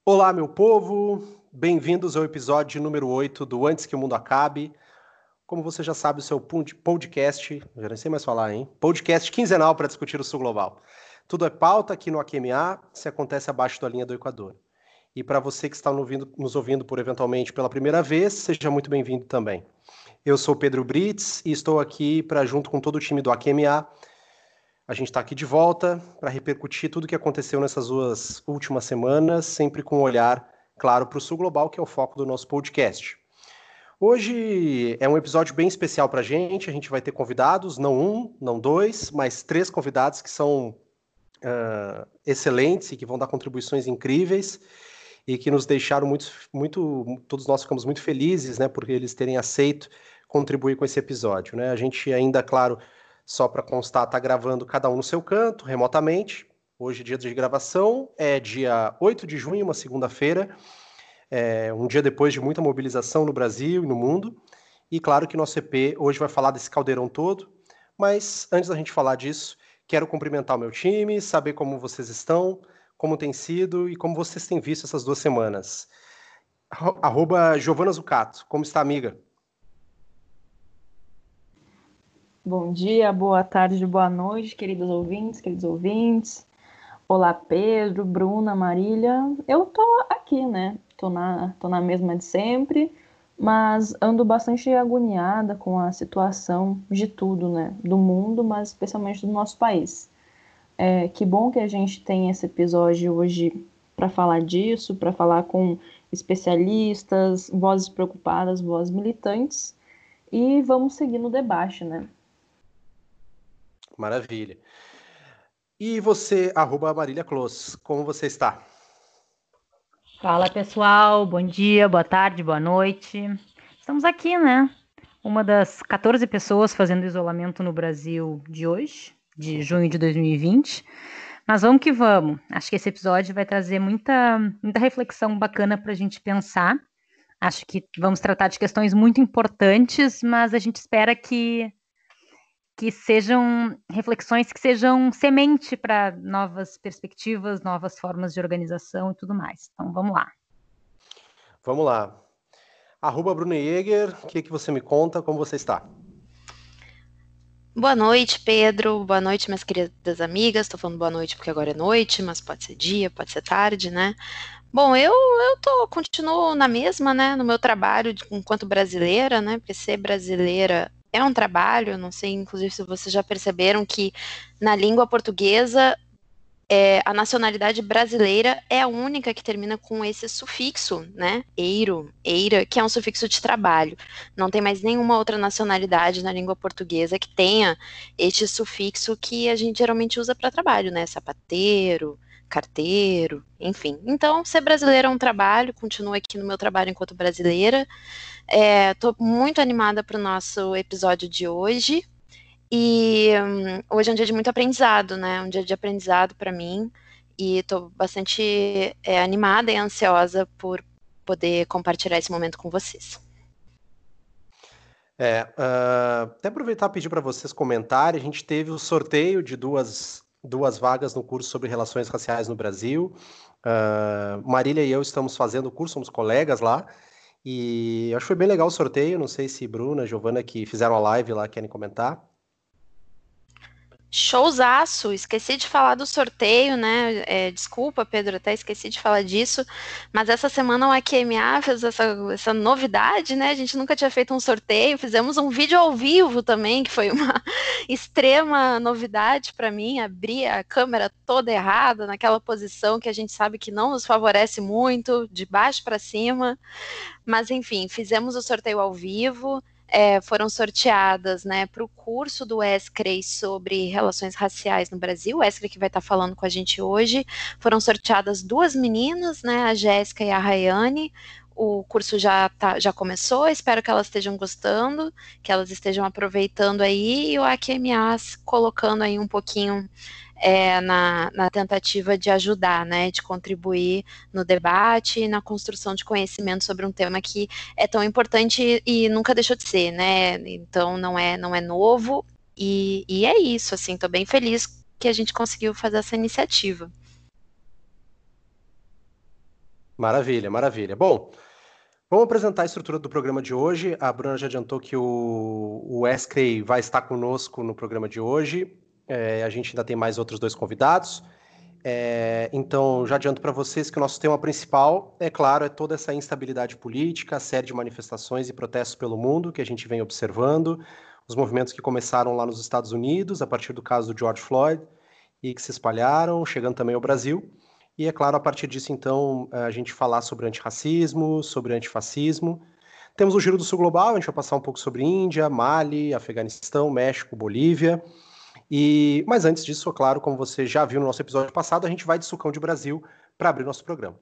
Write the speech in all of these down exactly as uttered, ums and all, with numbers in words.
Olá, meu povo! Bem-vindos ao episódio número oito do Antes que o Mundo Acabe. Como você já sabe, o seu podcast, já nem sei mais falar, hein? Podcast quinzenal para discutir o Sul Global. Tudo é pauta aqui no A Q M A, se acontece abaixo da linha do Equador. E para você que está nos ouvindo, nos ouvindo por eventualmente pela primeira vez, seja muito bem-vindo também. Eu sou Pedro Brits e estou aqui para, junto com todo o time do A Q M A, a gente está aqui de volta para repercutir tudo o que aconteceu nessas duas últimas semanas, sempre com um olhar claro para o Sul Global, que é o foco do nosso podcast. Hoje é um episódio bem especial para a gente, a gente vai ter convidados, não um, não dois, mas três convidados que são uh, excelentes e que vão dar contribuições incríveis e que nos deixaram muito, muito, todos nós ficamos muito felizes, né, por eles terem aceito contribuir com esse episódio, né? A gente ainda, claro, só para constar, está gravando cada um no seu canto, remotamente. Hoje, dia de gravação, é dia oito de junho, uma segunda-feira, é um dia depois de muita mobilização no Brasil e no mundo. E claro que nosso E P hoje vai falar desse caldeirão todo. Mas antes da gente falar disso, quero cumprimentar o meu time, saber como vocês estão, como tem sido e como vocês têm visto essas duas semanas. Arroba Giovana Zucato, como está, amiga? Bom dia, boa tarde, boa noite, queridos ouvintes, queridos ouvintes. Olá, Pedro, Bruna, Marília. Eu tô aqui, né? Tô na, tô na mesma de sempre, mas ando bastante agoniada com a situação de tudo, né? Do mundo, mas especialmente do nosso país. É, que bom que a gente tem esse episódio hoje para falar disso, para falar com especialistas, vozes preocupadas, vozes militantes, e vamos seguir no debate, né? Maravilha. E você, arroba Marília Close, como você está? Fala, pessoal, bom dia, boa tarde, boa noite. Estamos aqui, né? Uma das quatorze pessoas fazendo isolamento no Brasil de hoje, de junho de dois mil e vinte. Mas vamos que vamos. Acho que esse episódio vai trazer muita, muita reflexão bacana para a gente pensar. Acho que vamos tratar de questões muito importantes, mas a gente espera que que sejam reflexões que sejam semente para novas perspectivas, novas formas de organização e tudo mais. Então, vamos lá. Vamos lá. Arroba Bruno Jäger, o que, que você me conta, como você está? Boa noite, Pedro. Boa noite, minhas queridas amigas. Estou falando boa noite porque agora é noite, mas pode ser dia, pode ser tarde, né? Bom, eu, eu tô, continuo na mesma, né, no meu trabalho de, enquanto brasileira, né, porque ser brasileira é um trabalho, não sei, inclusive, se vocês já perceberam que na língua portuguesa é, a nacionalidade brasileira é a única que termina com esse sufixo, né, eiro, eira, que é um sufixo de trabalho. Não tem mais nenhuma outra nacionalidade na língua portuguesa que tenha este sufixo que a gente geralmente usa para trabalho, né, sapateiro, carteiro, enfim. Então, ser brasileira é um trabalho, continuo aqui no meu trabalho enquanto brasileira. Estou é, muito animada para o nosso episódio de hoje. E um, hoje é um dia de muito aprendizado, né? Um dia de aprendizado para mim. E estou bastante é, animada e ansiosa por poder compartilhar esse momento com vocês. É, uh, até aproveitar e pedir para vocês comentarem. A gente teve o sorteio de duas, duas vagas no curso sobre relações raciais no Brasil. Uh, Marília e eu estamos fazendo o curso, somos colegas lá. E acho que foi bem legal o sorteio. Não sei se Bruna, Giovana, que fizeram a live lá, querem comentar. Showzaço, esqueci de falar do sorteio, né? É, desculpa, Pedro, até esqueci de falar disso, mas essa semana o A Q M A fez essa, essa novidade, né? A gente nunca tinha feito um sorteio, fizemos um vídeo ao vivo também, que foi uma extrema novidade para mim. Abrir a câmera toda errada, naquela posição que a gente sabe que não nos favorece muito, de baixo para cima, mas enfim, fizemos o sorteio ao vivo. É, foram sorteadas, né, para o curso do ESCREI sobre relações raciais no Brasil, o ESCREI que vai estar falando com a gente hoje. Foram sorteadas duas meninas, né, a Jéssica e a Rayane. O curso já, tá, já começou, espero que elas estejam gostando, que elas estejam aproveitando aí, e o A Q M A colocando aí um pouquinho É, na, na tentativa de ajudar, né, de contribuir no debate e na construção de conhecimento sobre um tema que é tão importante e nunca deixou de ser, né, então não é, não é novo, e, e é isso, assim, estou bem feliz que a gente conseguiu fazer essa iniciativa. Maravilha, maravilha. Bom, vamos apresentar a estrutura do programa de hoje. A Bruna já adiantou que o, o Wesley vai estar conosco no programa de hoje. É, a gente ainda tem mais outros dois convidados. É, então, já adianto para vocês que o nosso tema principal, é claro, é toda essa instabilidade política, a série de manifestações e protestos pelo mundo que a gente vem observando, os movimentos que começaram lá nos Estados Unidos, a partir do caso do George Floyd, e que se espalharam, chegando também ao Brasil. E, é claro, a partir disso, então, a gente falar sobre antirracismo, sobre antifascismo. Temos o Giro do Sul Global, a gente vai passar um pouco sobre Índia, Mali, Afeganistão, México, Bolívia. E, mas antes disso, é claro, como você já viu no nosso episódio passado, a gente vai de sucão de Brasil para abrir nosso programa.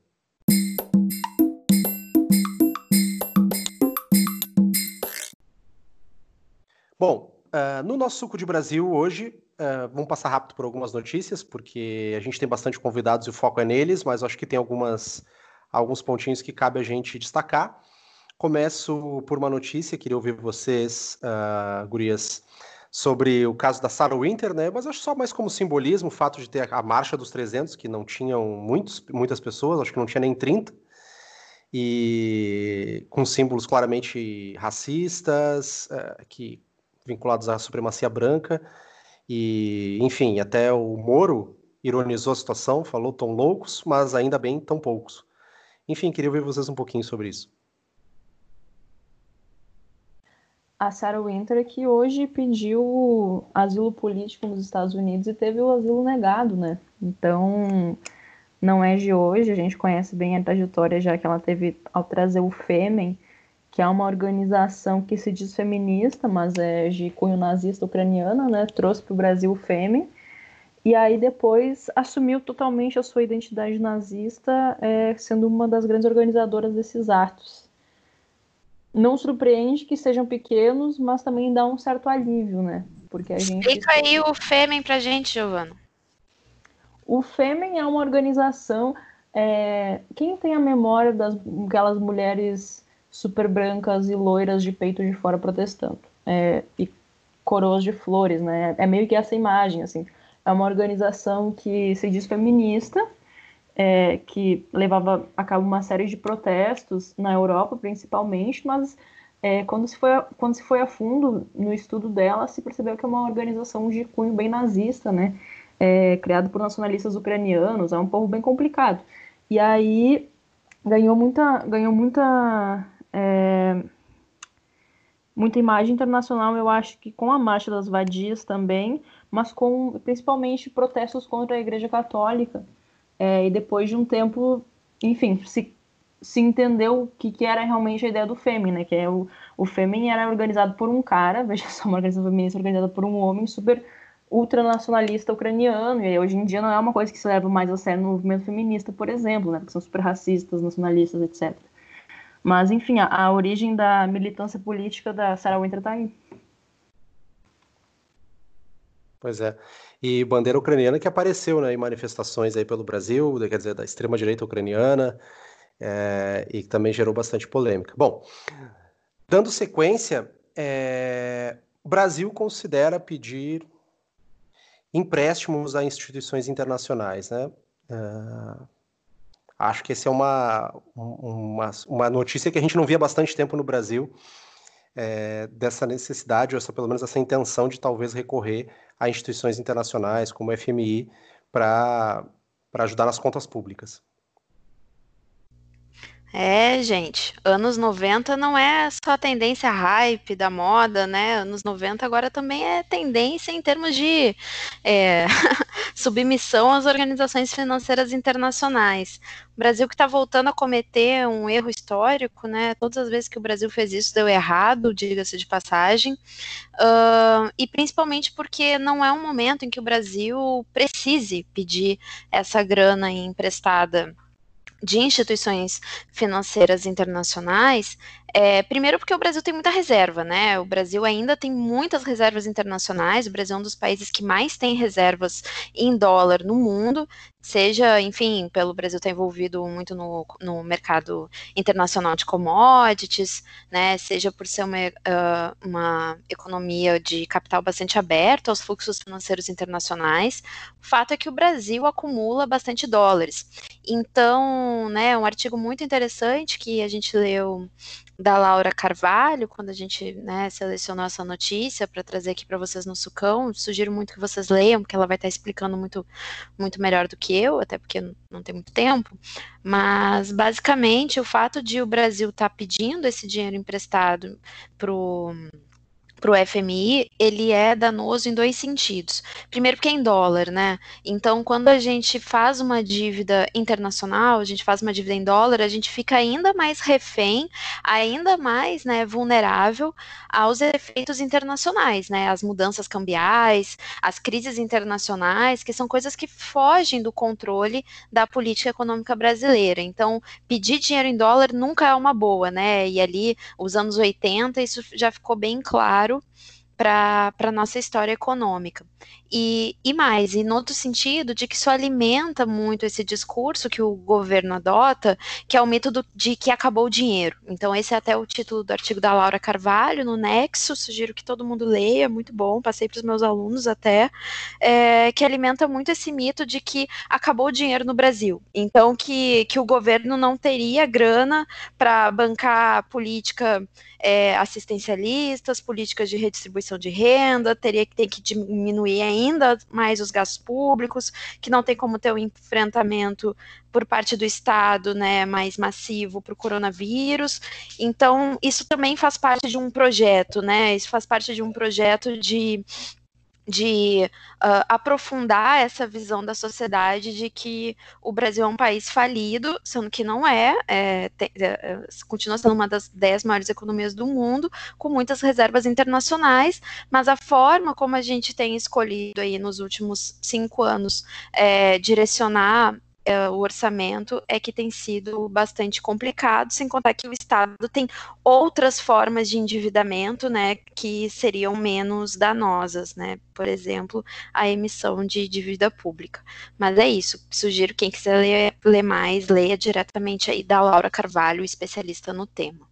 Bom, uh, no nosso Suco de Brasil hoje, uh, vamos passar rápido por algumas notícias, porque a gente tem bastante convidados e o foco é neles, mas acho que tem algumas, alguns pontinhos que cabe a gente destacar. Começo por uma notícia, queria ouvir vocês, uh, gurias, sobre o caso da Sarah Winter, né? Mas acho só mais como simbolismo o fato de ter a Marcha dos trezentos, que não tinham muitos, muitas pessoas, acho que não tinha nem trinta, e com símbolos claramente racistas, uh, que, vinculados à supremacia branca, e, enfim, até o Moro ironizou a situação, falou tão loucos, mas ainda bem tão poucos. Enfim, queria ouvir vocês um pouquinho sobre isso. A Sarah Winter, que hoje pediu asilo político nos Estados Unidos e teve o asilo negado, né? Então, não é de hoje, a gente conhece bem a trajetória já que ela teve ao trazer o Fêmen, que é uma organização que se diz feminista, mas é de cunho nazista ucraniana, né? Trouxe para o Brasil o Fêmen, e aí depois assumiu totalmente a sua identidade nazista, é, sendo uma das grandes organizadoras desses atos. Não surpreende que sejam pequenos, mas também dá um certo alívio, né? Porque a gente... Explica aí o Fêmen pra gente, Giovana. O Fêmen é uma organização... É... Quem tem a memória das aquelas mulheres super brancas e loiras de peito de fora protestando? É... E coroas de flores, né? É meio que essa imagem, assim. É uma organização que se diz feminista, É, que levava a cabo uma série de protestos na Europa, principalmente, mas é, quando, se foi a, quando se foi a fundo no estudo dela, se percebeu que é uma organização de cunho bem nazista, né? É, criado por nacionalistas ucranianos, é um povo bem complicado. E aí ganhou muita, ganhou muita, é, muita imagem internacional, eu acho que com a Marcha das Vadias também, mas com principalmente protestos contra a Igreja Católica. É, e depois de um tempo, enfim, se, se entendeu o que, que era realmente a ideia do Fêmen, né? Que é o, o Fêmen era organizado por um cara, veja só, uma organização feminista organizada por um homem super ultranacionalista ucraniano, e aí, hoje em dia não é uma coisa que se leva mais a sério no movimento feminista, por exemplo, né? Porque são super racistas, nacionalistas, etcétera. Mas, enfim, a, a origem da militância política da Sarah Winter tá aí. Pois é. E bandeira ucraniana que apareceu, né, em manifestações aí pelo Brasil, quer dizer, da extrema-direita ucraniana, é, e que também gerou bastante polêmica. Bom, dando sequência, é, o Brasil considera pedir empréstimos a instituições internacionais, né? É, acho que essa é uma, uma, uma notícia que a gente não via há bastante tempo no Brasil, É, dessa necessidade, ou essa, pelo menos essa intenção de talvez recorrer a instituições internacionais como o F M I para para ajudar nas contas públicas. É, gente, anos noventa não é só a tendência hype da moda, né? Anos noventa agora também é tendência em termos de é, submissão às organizações financeiras internacionais. O Brasil que está voltando a cometer um erro histórico, né? Todas as vezes que o Brasil fez isso deu errado, diga-se de passagem, uh, e principalmente porque não é um momento em que o Brasil precise pedir essa grana emprestada de instituições financeiras internacionais, é, primeiro porque o Brasil tem muita reserva, né? O Brasil ainda tem muitas reservas internacionais, o Brasil é um dos países que mais tem reservas em dólar no mundo, seja, enfim, pelo Brasil estar envolvido muito no, no mercado internacional de commodities, né, seja por ser uma, uh, uma economia de capital bastante aberta aos fluxos financeiros internacionais. O fato é que o Brasil acumula bastante dólares. Então, né, um artigo muito interessante que a gente leu da Laura Carvalho, quando a gente, né, selecionou essa notícia para trazer aqui para vocês no Sucão. Sugiro muito que vocês leiam, porque ela vai estar explicando muito, muito melhor do que eu, até porque não tem muito tempo. Mas, basicamente, o fato de o Brasil estar tá pedindo esse dinheiro emprestado para o para o F M I, ele é danoso em dois sentidos. Primeiro porque é em dólar, né? Então, quando a gente faz uma dívida internacional, a gente faz uma dívida em dólar, a gente fica ainda mais refém, ainda mais, né, vulnerável aos efeitos internacionais, né? As mudanças cambiais, as crises internacionais, que são coisas que fogem do controle da política econômica brasileira. Então, pedir dinheiro em dólar nunca é uma boa, né? E ali, os anos oitenta, isso já ficou bem claro para a nossa história econômica. E, e mais, e no outro sentido, de que isso alimenta muito esse discurso que o governo adota, que é o mito do, de que acabou o dinheiro. Então, esse é até o título do artigo da Laura Carvalho, no Nexo, sugiro que todo mundo leia, muito bom, passei para os meus alunos até, é, que alimenta muito esse mito de que acabou o dinheiro no Brasil. Então, que, que o governo não teria grana para bancar política É, assistencialistas, políticas de redistribuição de renda, teria que ter que diminuir ainda mais os gastos públicos, que não tem como ter um enfrentamento por parte do Estado, né, mais massivo para o coronavírus. Então, isso também faz parte de um projeto, né, isso faz parte de um projeto de de uh, aprofundar essa visão da sociedade de que o Brasil é um país falido, sendo que não é, é, tem, é, continua sendo uma das dez maiores economias do mundo, com muitas reservas internacionais, mas a forma como a gente tem escolhido aí nos últimos cinco anos é, direcionar é, o orçamento é que tem sido bastante complicado, sem contar que o Estado tem outras formas de endividamento, né, que seriam menos danosas, né, por exemplo, a emissão de dívida pública. Mas é isso, sugiro quem quiser ler, ler mais, leia diretamente aí da Laura Carvalho, especialista no tema.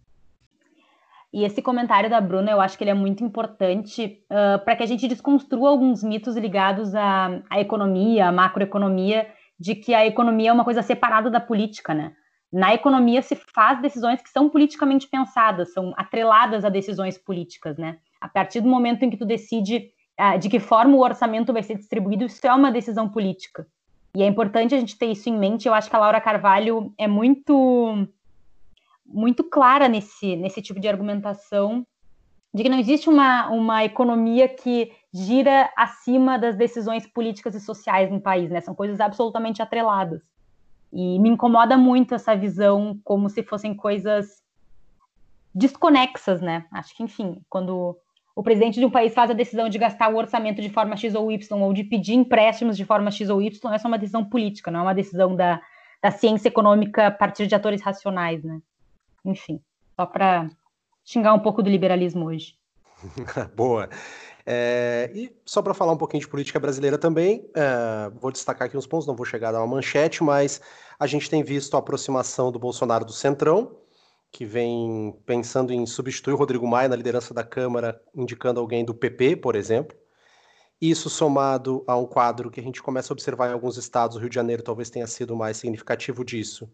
E esse comentário da Bruna, eu acho que ele é muito importante uh, para que a gente desconstrua alguns mitos ligados à, à economia, à macroeconomia, de que a economia é uma coisa separada da política, né? Na economia se faz decisões que são politicamente pensadas, são atreladas a decisões políticas, né? A partir do momento em que tu decide uh, de que forma o orçamento vai ser distribuído, isso é uma decisão política. E é importante a gente ter isso em mente. Eu acho que a Laura Carvalho é muito, muito clara nesse, nesse tipo de argumentação, de que não existe uma, uma economia que gira acima das decisões políticas e sociais no país, né? São coisas absolutamente atreladas. E me incomoda muito essa visão como se fossem coisas desconexas, né? Acho que, enfim, quando o presidente de um país faz a decisão de gastar o orçamento de forma X ou Y, ou de pedir empréstimos de forma X ou Y, essa é uma decisão política, não é uma decisão da, da ciência econômica a partir de atores racionais, né? Enfim, só para xingar um pouco do liberalismo hoje. Boa. É, e só para falar um pouquinho de política brasileira também, é, vou destacar aqui uns pontos, não vou chegar a dar uma manchete, mas a gente tem visto a aproximação do Bolsonaro do Centrão, que vem pensando em substituir o Rodrigo Maia na liderança da Câmara, indicando alguém do P P, por exemplo. Isso somado a um quadro que a gente começa a observar em alguns estados, o Rio de Janeiro talvez tenha sido o mais significativo disso,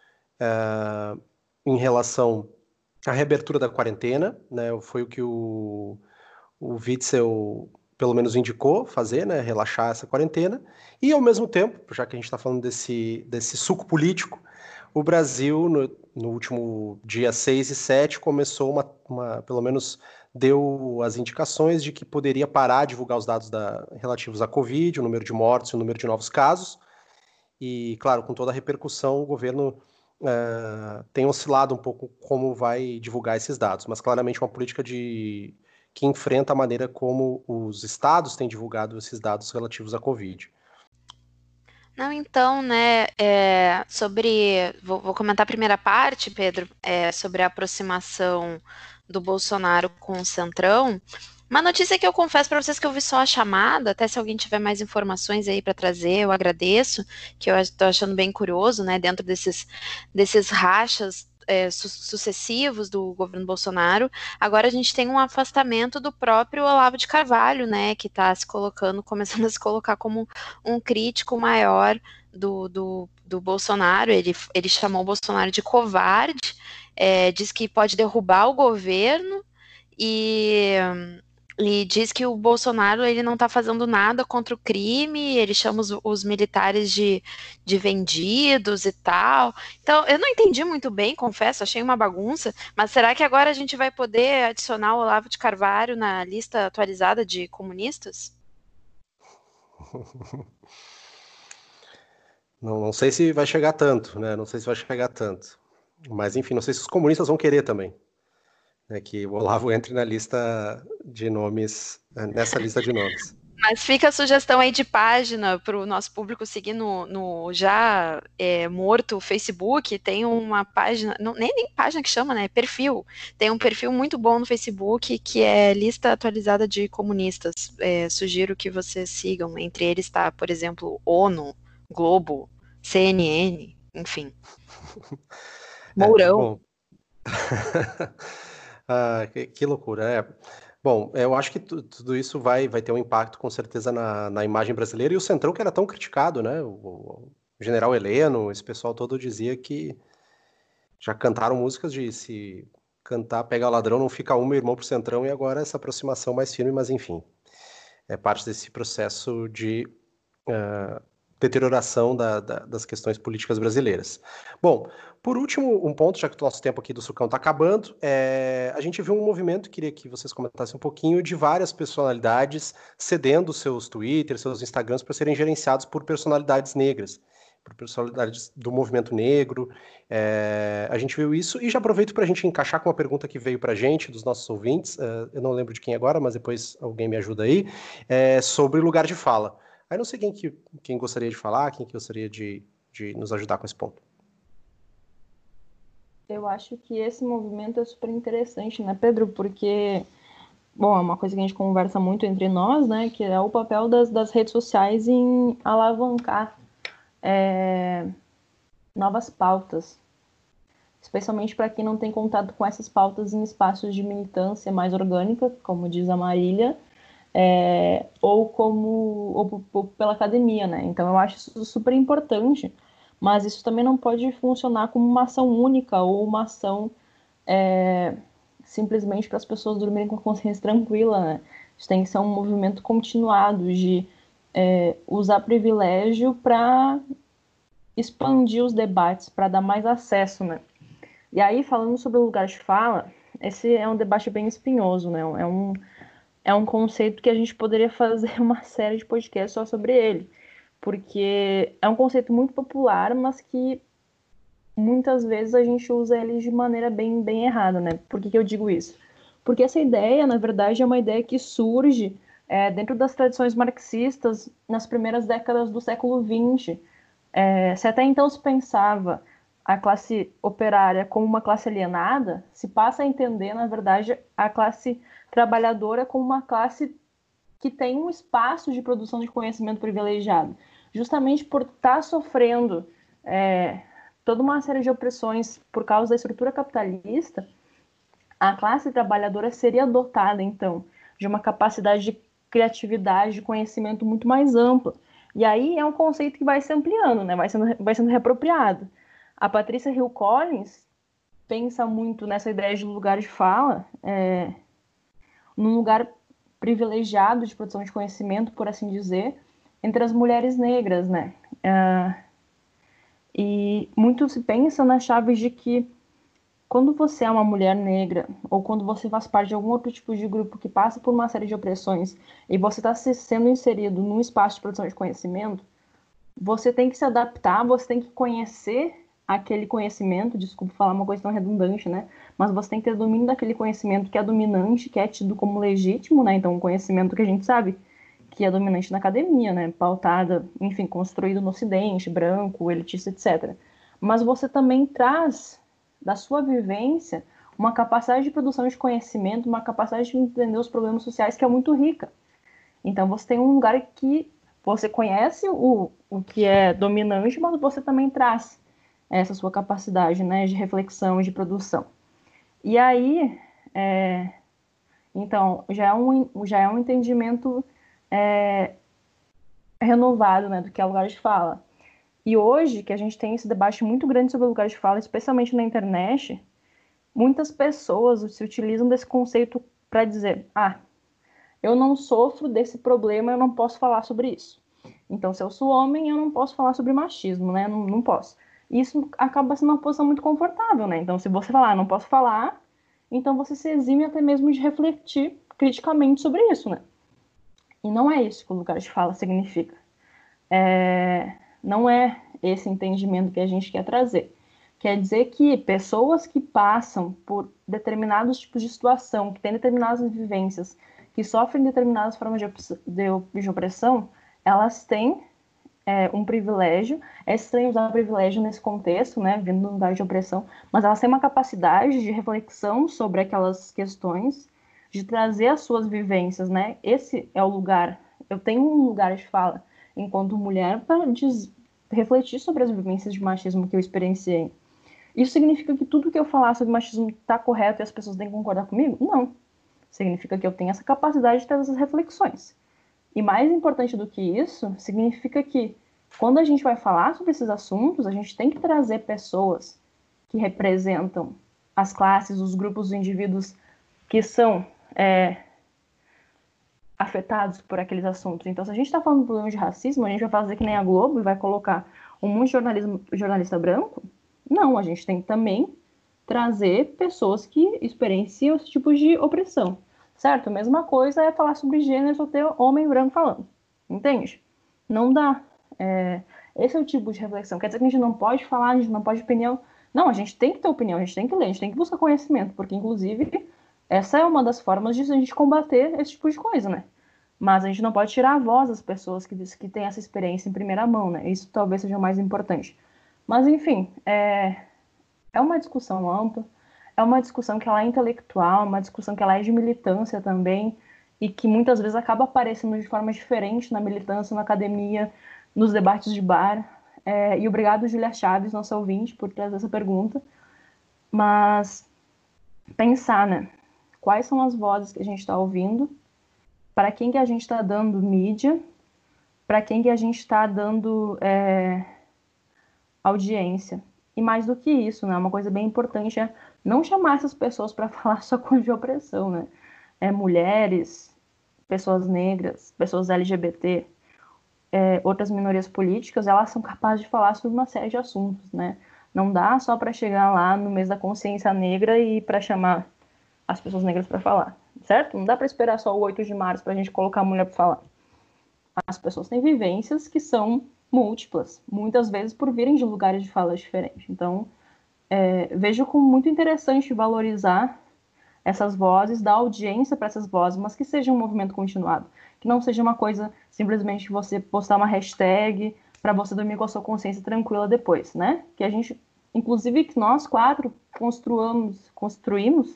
é, em relação à reabertura da quarentena, né? Foi o que o, o Witzel, pelo menos, indicou fazer, né? Relaxar essa quarentena. E, ao mesmo tempo, já que a gente está falando desse, desse suco político, o Brasil, no, no último dia seis e sete, começou uma, uma, pelo menos deu as indicações de que poderia parar de divulgar os dados da, relativos à Covid, o número de mortes, o número de novos casos. E, claro, com toda a repercussão, o governo uh, tem oscilado um pouco como vai divulgar esses dados, mas claramente uma política de, que enfrenta a maneira como os estados têm divulgado esses dados relativos à Covid. Não, então, né, é, sobre, vou, vou comentar a primeira parte, Pedro, é, sobre a aproximação do Bolsonaro com o Centrão. Uma notícia que eu confesso para vocês que eu vi só a chamada, até se alguém tiver mais informações aí para trazer, eu agradeço, que eu estou achando bem curioso, né, dentro desses, desses rachas é, su sucessivos do governo Bolsonaro. Agora a gente tem um afastamento do próprio Olavo de Carvalho, né, que está se colocando, começando a se colocar como um crítico maior do, do, do Bolsonaro. Ele, ele chamou o Bolsonaro de covarde, é, diz que pode derrubar o governo e... E diz que o Bolsonaro ele não está fazendo nada contra o crime, ele chama os, os militares de, de vendidos e tal. Então, eu não entendi muito bem, confesso, achei uma bagunça, mas será que agora a gente vai poder adicionar o Olavo de Carvalho na lista atualizada de comunistas? Não, não sei se vai chegar tanto, né? Não sei se vai chegar tanto. Mas, enfim, não sei se os comunistas vão querer também. Né, que o Olavo entre na lista de nomes, nessa lista de nomes. Mas fica a sugestão aí de página para o nosso público seguir no, no já é, morto Facebook. Tem uma página, não, nem, nem página que chama, né? Perfil. Tem um perfil muito bom no Facebook que é lista atualizada de comunistas. É, sugiro que vocês sigam. Entre eles está, por exemplo, ONU, Globo, C N N, enfim. Mourão. É, bom. Ah, que, que loucura, é. Bom, eu acho que tu, tudo isso vai, vai ter um impacto com certeza na, na imagem brasileira, e o Centrão que era tão criticado, né? O, o general Heleno, esse pessoal todo dizia que já cantaram músicas de se cantar Pega Ladrão, não fica um, meu irmão pro Centrão, e agora essa aproximação mais firme, mas enfim, é parte desse processo de uh, deterioração da, da, das questões políticas brasileiras. Bom, por último, um ponto, já que o nosso tempo aqui do Sucão está acabando, é, a gente viu um movimento, queria que vocês comentassem um pouquinho, de várias personalidades cedendo seus Twitter, seus Instagrams para serem gerenciados por personalidades negras, por personalidades do movimento negro. É, a gente viu isso, e já aproveito para a gente encaixar com uma pergunta que veio para a gente, dos nossos ouvintes, uh, eu não lembro de quem agora, mas depois alguém me ajuda aí, é, sobre lugar de fala. Aí não sei quem, que, quem gostaria de falar, quem que gostaria de, de nos ajudar com esse ponto. Eu acho que esse movimento é super interessante, né, Pedro? Porque, bom, é uma coisa que a gente conversa muito entre nós, né, que é o papel das, das redes sociais em alavancar é, novas pautas, especialmente para quem não tem contato com essas pautas em espaços de militância mais orgânica, como diz a Marília, É, ou como ou, ou pela academia, né? Então eu acho isso super importante, mas isso também não pode funcionar como uma ação única ou uma ação é, simplesmente para as pessoas dormirem com a consciência tranquila, né? Isso tem que ser um movimento continuado de é, usar privilégio para expandir os debates, para dar mais acesso, né? E aí, falando sobre o lugar de fala, esse é um debate bem espinhoso, né? É um É um conceito que a gente poderia fazer uma série de podcasts só sobre ele, porque é um conceito muito popular, mas que muitas vezes a gente usa ele de maneira bem, bem errada, né? Por que que eu digo isso? Porque essa ideia, na verdade, é uma ideia que surge é, dentro das tradições marxistas nas primeiras décadas do século vinte. É, se até então se pensava a classe operária como uma classe alienada, se passa a entender, na verdade, a classe trabalhadora como uma classe que tem um espaço de produção de conhecimento privilegiado, justamente por estar sofrendo é, toda uma série de opressões por causa da estrutura capitalista. A classe trabalhadora seria dotada, então, de uma capacidade de criatividade, de conhecimento muito mais ampla. E aí é um conceito que vai se ampliando, né? vai, sendo, vai sendo reapropriado. A Patrícia Hill Collins pensa muito nessa ideia de lugar de fala, é, num lugar privilegiado de produção de conhecimento, por assim dizer, entre as mulheres negras, né? Uh, e muito se pensa na chave de que quando você é uma mulher negra, ou quando você faz parte de algum outro tipo de grupo que passa por uma série de opressões, e você está sendo inserido num espaço de produção de conhecimento, você tem que se adaptar, você tem que conhecer aquele conhecimento, desculpa falar uma coisa tão redundante, né? Mas você tem que ter domínio daquele conhecimento que é dominante, que é tido como legítimo, né? Então, um conhecimento que a gente sabe que é dominante na academia, né? Pautada, enfim, construído no Ocidente, branco, elitista, etcétera. Mas você também traz da sua vivência uma capacidade de produção de conhecimento, uma capacidade de entender os problemas sociais que é muito rica. Então, você tem um lugar que você conhece o, o que é dominante, mas você também traz essa sua capacidade, né, de reflexão e de produção. E aí, é, então, já é um, já é um entendimento é, renovado, né, do que é lugar de fala. E hoje, que a gente tem esse debate muito grande sobre o lugar de fala, especialmente na internet, muitas pessoas se utilizam desse conceito para dizer, ah, eu não sofro desse problema, eu não posso falar sobre isso. Então, se eu sou homem, eu não posso falar sobre machismo, né? Não, não posso. Isso acaba sendo uma posição muito confortável, né? Então, se você falar, ah, não posso falar, então você se exime até mesmo de refletir criticamente sobre isso, né? E não é isso que o lugar de fala significa. É... Não é esse entendimento que a gente quer trazer. Quer dizer que pessoas que passam por determinados tipos de situação, que têm determinadas vivências, que sofrem determinadas formas de, op- de, de opressão, elas têm é, um privilégio. É estranho usar privilégio nesse contexto, né, vindo de um lugar de opressão, mas elas têm uma capacidade de reflexão sobre aquelas questões, de trazer as suas vivências, né? Esse é o lugar. Eu tenho um lugar de fala enquanto mulher para refletir sobre as vivências de machismo que eu experienciei. Isso significa que tudo que eu falar sobre machismo está correto e as pessoas têm que concordar comigo? Não. Significa que eu tenho essa capacidade de ter essas reflexões. E mais importante do que isso, significa que quando a gente vai falar sobre esses assuntos, a gente tem que trazer pessoas que representam as classes, os grupos, os indivíduos que são é, afetados por aqueles assuntos. Então, se a gente está falando do problema de racismo, a gente vai fazer que nem a Globo e vai colocar um monte de jornalismo, jornalista branco? Não, a gente tem que também trazer pessoas que experienciam esse tipo de opressão, certo? A mesma coisa é falar sobre gênero só ter homem branco falando, entende? Não dá. É, esse é o tipo de reflexão. Quer dizer que a gente não pode falar, a gente não pode ter opinião. Não, a gente tem que ter opinião, a gente tem que ler, a gente tem que buscar conhecimento, porque, inclusive, essa é uma das formas de a gente combater esse tipo de coisa, né? Mas a gente não pode tirar a voz das pessoas que, que têm essa experiência em primeira mão, né? Isso talvez seja o mais importante. Mas, enfim, é, é uma discussão ampla, é uma discussão que ela é intelectual, uma discussão que ela é de militância também, e que muitas vezes acaba aparecendo de forma diferente na militância, na academia, nos debates de bar. É, e obrigado, Júlia Chaves, nossa ouvinte, por trazer essa pergunta. Mas pensar, né? Quais são as vozes que a gente está ouvindo, para quem que a gente está dando mídia, para quem que a gente está dando é, audiência. E mais do que isso, né, uma coisa bem importante é não chamar essas pessoas para falar só coisa de opressão, né? É, mulheres, pessoas negras, pessoas L G B T, é, outras minorias políticas, elas são capazes de falar sobre uma série de assuntos, né? Não dá só para chegar lá no mês da consciência negra e para chamar as pessoas negras para falar, certo? Não dá para esperar só o oito de março para a gente colocar a mulher para falar. As pessoas têm vivências que são múltiplas, muitas vezes por virem de lugares de fala diferentes. Então, é, vejo como muito interessante valorizar essas vozes, dar audiência para essas vozes, mas que seja um movimento continuado. Que não seja uma coisa simplesmente você postar uma hashtag para você dormir com a sua consciência tranquila depois, né? Que a gente, inclusive que nós quatro construamos, construímos,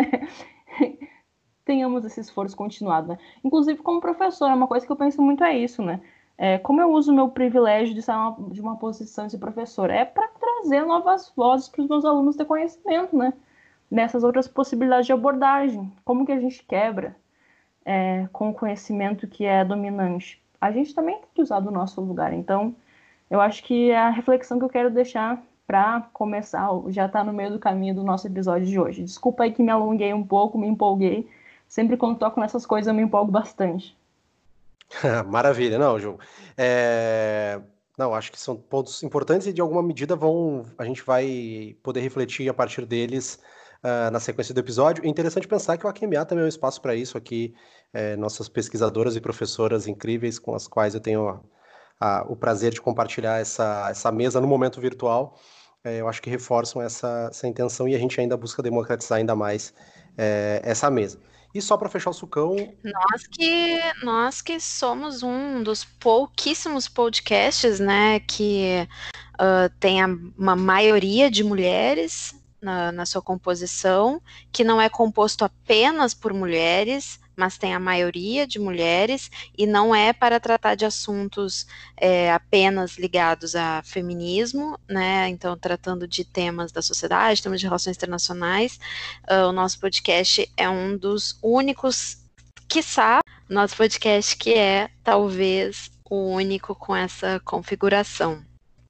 tenhamos esse esforço continuado, né? Inclusive como professora, uma coisa que eu penso muito é isso, né? É, como eu uso o meu privilégio de estar uma, de uma posição de professora? É para trazer novas vozes para os meus alunos ter conhecimento, né? Nessas outras possibilidades de abordagem. Como que a gente quebra é, com o conhecimento que é dominante? A gente também tem que usar do nosso lugar. Então, eu acho que é a reflexão que eu quero deixar para começar, já está no meio do caminho do nosso episódio de hoje. Desculpa aí que me alonguei um pouco, me empolguei. Sempre quando toco nessas coisas eu me empolgo bastante. Maravilha, não, Ju. É... Não, acho que são pontos importantes e de alguma medida vão, a gente vai poder refletir a partir deles uh, na sequência do episódio. É interessante pensar que o A Q M A também é um espaço para isso aqui, é, nossas pesquisadoras e professoras incríveis com as quais eu tenho a, a, o prazer de compartilhar essa, essa mesa no momento virtual. É, eu acho que reforçam essa, essa intenção e a gente ainda busca democratizar ainda mais é, essa mesa. E só para fechar o sucão... Nós que, nós que somos um dos pouquíssimos podcasts, né, que uh, tem a, uma maioria de mulheres, na, na sua composição, que não é composto apenas por mulheres, mas tem a maioria de mulheres, e não é para tratar de assuntos é, apenas ligados a feminismo, né? Então, tratando de temas da sociedade, temas de relações internacionais. Uh, o nosso podcast é um dos únicos, quiçá, nosso podcast que é, talvez, o único com essa configuração.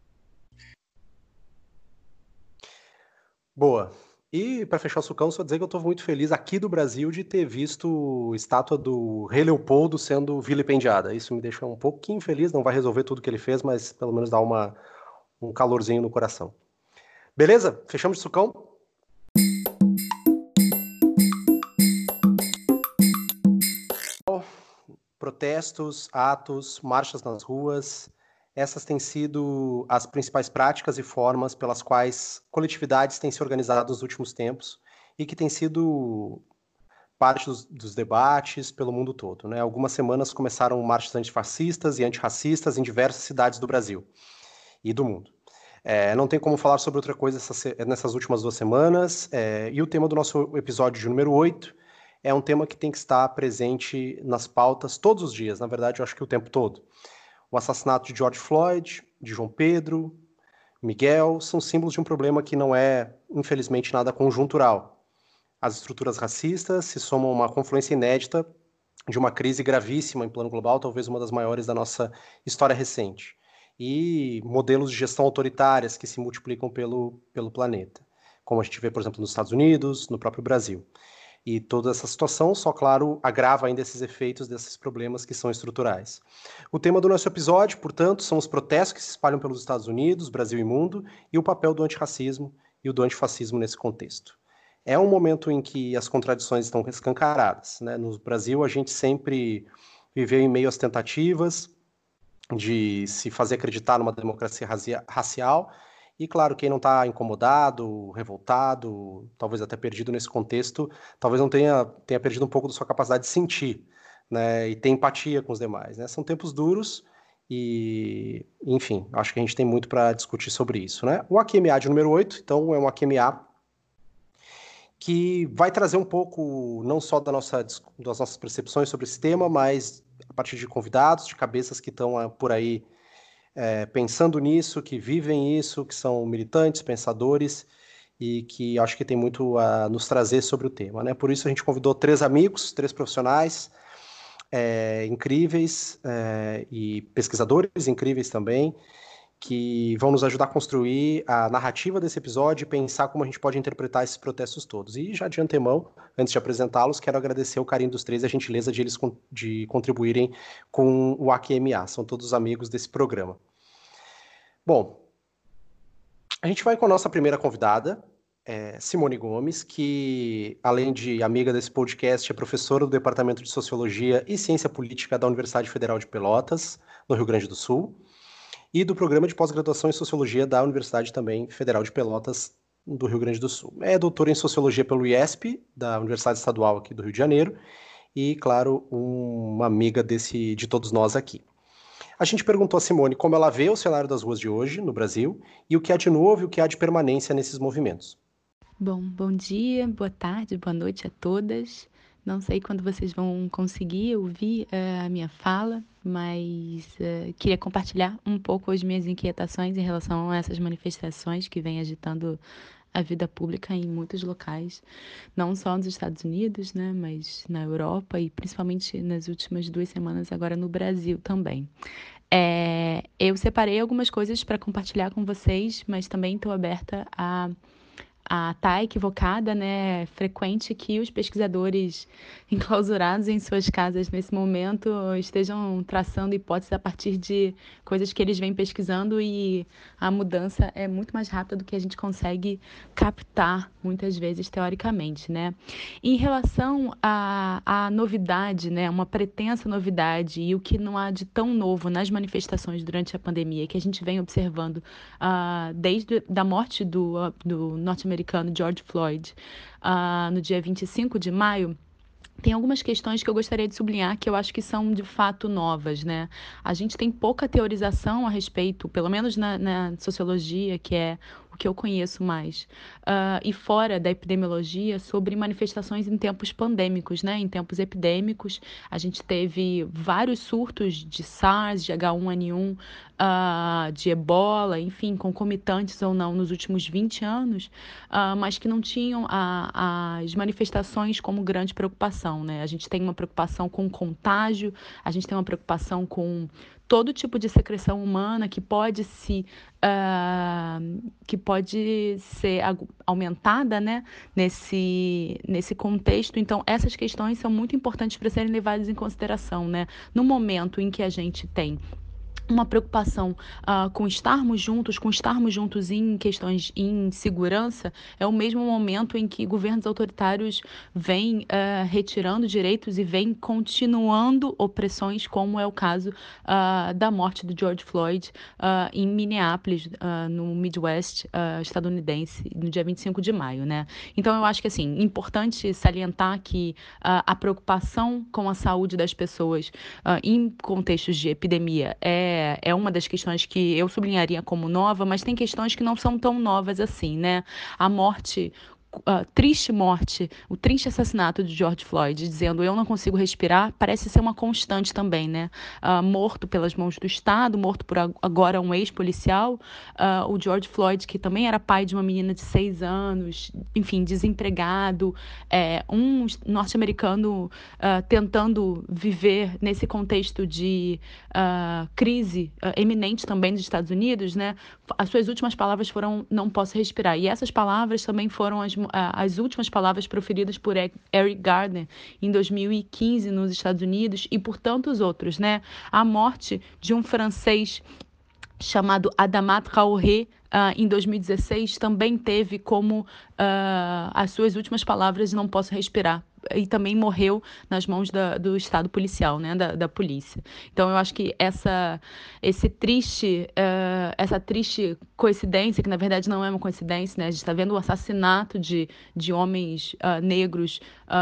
Boa. E para fechar o sucão, só dizer que eu estou muito feliz aqui do Brasil de ter visto a estátua do Rei Leopoldo sendo vilipendiada. Isso me deixa um pouquinho feliz, não vai resolver tudo que ele fez, mas pelo menos dá uma, um calorzinho no coração. Beleza? Fechamos o sucão? Protestos, atos, marchas nas ruas, essas têm sido as principais práticas e formas pelas quais coletividades têm se organizado nos últimos tempos e que têm sido parte dos, dos debates pelo mundo todo, né? Algumas semanas começaram marchas antifascistas e antirracistas em diversas cidades do Brasil e do mundo. É, não tem como falar sobre outra coisa essa, nessas últimas duas semanas, é, e o tema do nosso episódio de número oito é um tema que tem que estar presente nas pautas todos os dias, na verdade eu acho que o tempo todo. O assassinato de George Floyd, de João Pedro, Miguel, são símbolos de um problema que não é, infelizmente, nada conjuntural. As estruturas racistas se somam a uma confluência inédita de uma crise gravíssima em plano global, talvez uma das maiores da nossa história recente, e modelos de gestão autoritárias que se multiplicam pelo, pelo planeta, como a gente vê, por exemplo, nos Estados Unidos, no próprio Brasil. E toda essa situação, só claro, agrava ainda esses efeitos desses problemas que são estruturais. O tema do nosso episódio, portanto, são os protestos que se espalham pelos Estados Unidos, Brasil e mundo, e o papel do antirracismo e o do antifascismo nesse contexto. É um momento em que as contradições estão escancaradas, né? No Brasil, a gente sempre viveu em meio às tentativas de se fazer acreditar numa democracia racial. E, claro, quem não está incomodado, revoltado, talvez até perdido nesse contexto, talvez não tenha, tenha perdido um pouco da sua capacidade de sentir, né, e ter empatia com os demais, né? São tempos duros e, enfim, acho que a gente tem muito para discutir sobre isso, né? O A Q M A de número oito, então, é um A Q M A que vai trazer um pouco, não só da nossa, das nossas percepções sobre esse tema, mas a partir de convidados, de cabeças que estão por aí É, pensando nisso, que vivem isso, que são militantes, pensadores e que acho que tem muito a nos trazer sobre o tema, né? Por isso a gente convidou três amigos, três profissionais é, incríveis é, e pesquisadores incríveis também, que vão nos ajudar a construir a narrativa desse episódio e pensar como a gente pode interpretar esses protestos todos. E já de antemão, antes de apresentá-los, quero agradecer o carinho dos três e a gentileza de eles de contribuírem com o A Q M A. São todos amigos desse programa. Bom, a gente vai com a nossa primeira convidada, é Simone Gomes, que, além de amiga desse podcast, é professora do Departamento de Sociologia e Ciência Política da Universidade Federal de Pelotas, no Rio Grande do Sul, e do Programa de Pós-Graduação em Sociologia da Universidade também Federal de Pelotas, do Rio Grande do Sul. É doutora em Sociologia pelo I E S P, da Universidade Estadual aqui do Rio de Janeiro, e, claro, uma amiga desse, de todos nós aqui. A gente perguntou a Simone como ela vê o cenário das ruas de hoje, no Brasil, e o que há de novo e o que há de permanência nesses movimentos. Bom, bom dia, boa tarde, boa noite a todas. Não sei quando vocês vão conseguir ouvir uh, a minha fala, mas uh, queria compartilhar um pouco as minhas inquietações em relação a essas manifestações que vêm agitando a vida pública em muitos locais, não só nos Estados Unidos, né, mas na Europa e principalmente nas últimas duas semanas agora no Brasil também. É, eu separei algumas coisas para compartilhar com vocês, mas também estou aberta a a tá equivocada, né? É frequente que os pesquisadores enclausurados em suas casas nesse momento estejam traçando hipóteses a partir de coisas que eles vêm pesquisando e a mudança é muito mais rápida do que a gente consegue captar, muitas vezes, teoricamente, né? Em relação à, à novidade, né? Uma pretensa novidade e o que não há de tão novo nas manifestações durante a pandemia, que a gente vem observando uh, desde a morte do, uh, do norte-americano George Floyd, uh, no dia vinte e cinco de maio, tem algumas questões que eu gostaria de sublinhar que eu acho que são de fato novas, né? A gente tem pouca teorização a respeito, pelo menos na, na sociologia, que é o o que eu conheço mais, uh, e fora da epidemiologia, sobre manifestações em tempos pandêmicos, né? Em tempos epidêmicos, a gente teve vários surtos de SARS, de H um N um, uh, de ebola, enfim, concomitantes ou não nos últimos vinte anos, uh, mas que não tinham a, as manifestações como grande preocupação, né? A gente tem uma preocupação com contágio, a gente tem uma preocupação com todo tipo de secreção humana que pode se uh, que pode ser aumentada, né, nesse, nesse contexto. Então, essas questões são muito importantes para serem levadas em consideração, né? No momento em que a gente tem uma preocupação uh, com estarmos juntos, com estarmos juntos em questões em segurança, é o mesmo momento em que governos autoritários vêm uh, retirando direitos e vêm continuando opressões, como é o caso uh, da morte do George Floyd uh, em Minneapolis, uh, no Midwest uh, estadunidense, no dia vinte e cinco de maio, né? Então, eu acho que, assim, importante salientar que uh, a preocupação com a saúde das pessoas uh, em contextos de epidemia é é uma das questões que eu sublinharia como nova, mas tem questões que não são tão novas assim, né? A morte... A triste morte, o triste assassinato de George Floyd, dizendo eu não consigo respirar, parece ser uma constante também, né? Uh, morto pelas mãos do Estado, morto por agora um ex-policial, uh, o George Floyd, que também era pai de uma menina de seis anos, enfim, desempregado, é, um norte-americano uh, tentando viver nesse contexto de uh, crise uh, eminente também nos Estados Unidos, né? As suas últimas palavras foram não posso respirar, e essas palavras também foram as as últimas palavras proferidas por Eric Garner em dois mil e quinze nos Estados Unidos e por tantos outros, né? A morte de um francês chamado Adama Traoré Uh, em dois mil e dezesseis também teve como uh, as suas últimas palavras não posso respirar, e também morreu nas mãos da, do Estado policial, né, da, da polícia. Então eu acho que essa, esse triste, uh, essa triste coincidência, que na verdade não é uma coincidência, né, a gente está vendo o assassinato de, de homens uh, negros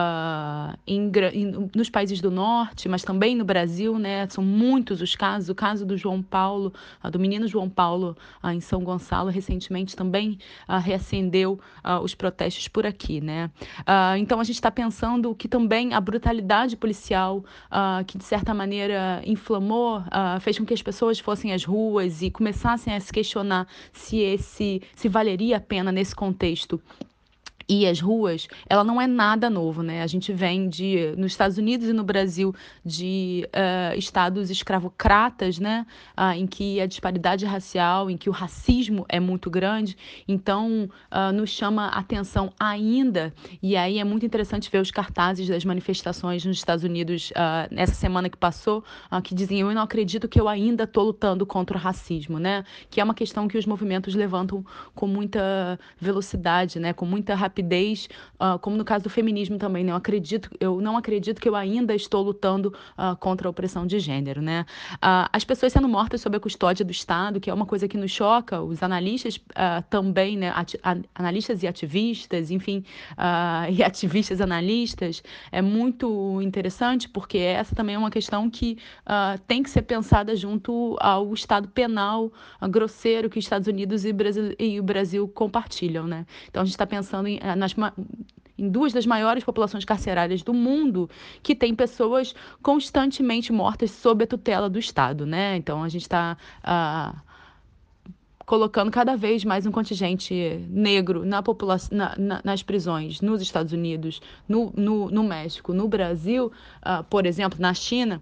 uh, em, em, nos países do norte, mas também no Brasil, né, são muitos os casos. O caso do João Paulo, uh, do menino João Paulo uh, em São Gonçalo, recentemente também uh, reacendeu uh, os protestos por aqui, né? Uh, então a gente está pensando que também a brutalidade policial, uh, que de certa maneira inflamou, uh, fez com que as pessoas fossem às ruas e começassem a se questionar se esse, se valeria a pena nesse contexto. E as ruas, ela não é nada novo, né? A gente vem de, nos Estados Unidos e no Brasil, de uh, estados escravocratas, né? Uh, em que a disparidade racial, em que o racismo é muito grande. Então, uh, nos chama a atenção ainda, e aí é muito interessante ver os cartazes das manifestações nos Estados Unidos uh, nessa semana que passou, uh, que diziam, eu não acredito que eu ainda estou lutando contra o racismo, né? Que é uma questão que os movimentos levantam com muita velocidade, né? Com muita rapidez. rapidez, uh, como no caso do feminismo também, né? Eu, acredito, eu não acredito que eu ainda estou lutando uh, contra a opressão de gênero, né? Uh, as pessoas sendo mortas sob a custódia do Estado, que é uma coisa que nos choca, os analistas uh, também, né? Ati- analistas e ativistas, enfim, uh, e ativistas analistas, é muito interessante, porque essa também é uma questão que uh, tem que ser pensada junto ao Estado penal uh, grosseiro que os Estados Unidos e, Brasil, e o Brasil compartilham, né? Então, a gente está pensando em Nas, em duas das maiores populações carcerárias do mundo, que tem pessoas constantemente mortas sob a tutela do Estado, né? Então, a gente está uh, colocando cada vez mais um contingente negro na popula- na, na, nas prisões nos Estados Unidos, no, no, no México, no Brasil, uh, por exemplo, na China.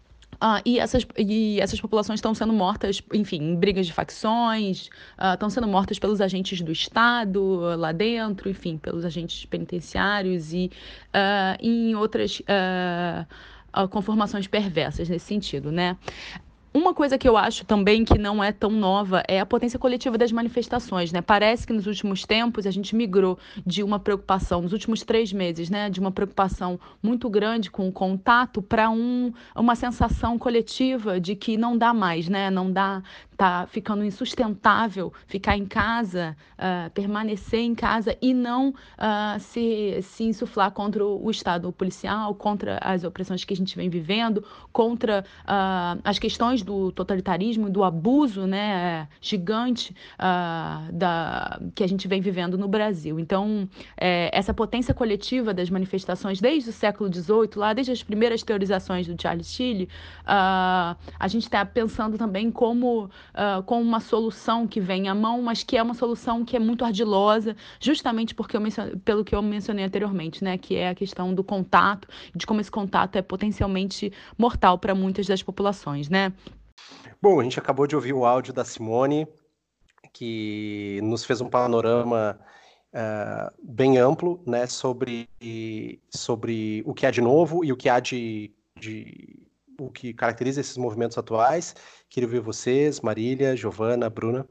Ah, e, essas, e essas populações estão sendo mortas, enfim, em brigas de facções, ah, estão sendo mortas pelos agentes do Estado ah, lá dentro, enfim, pelos agentes penitenciários e ah, em outras ah, ah, conformações perversas nesse sentido, né? Uma coisa que eu acho também que não é tão nova é a potência coletiva das manifestações, né? Parece que nos últimos tempos a gente migrou de uma preocupação, nos últimos três meses, né? De uma preocupação muito grande com o contato para um, uma sensação coletiva de que não dá mais, né? Não dá, tá ficando insustentável ficar em casa, uh, permanecer em casa e não uh, se, se insuflar contra o Estado policial, contra as opressões que a gente vem vivendo, contra uh, as questões questões do totalitarismo e do abuso, né, gigante uh, da, que a gente vem vivendo no Brasil. Então, é, essa potência coletiva das manifestações desde o século dezoito, lá desde as primeiras teorizações do Charles Tilley, uh, a gente está pensando também como, uh, como uma solução que vem à mão, mas que é uma solução que é muito ardilosa, justamente porque eu mencionei, pelo que eu mencionei anteriormente, né, que é a questão do contato, de como esse contato é potencialmente mortal para muitas das populações, né? Bom, a gente acabou de ouvir o áudio da Simone, que nos fez um panorama uh, bem amplo, né, sobre, sobre o que há de novo e o que há de, de o que caracteriza esses movimentos atuais. Queria ouvir vocês, Marília, Giovana, Bruna.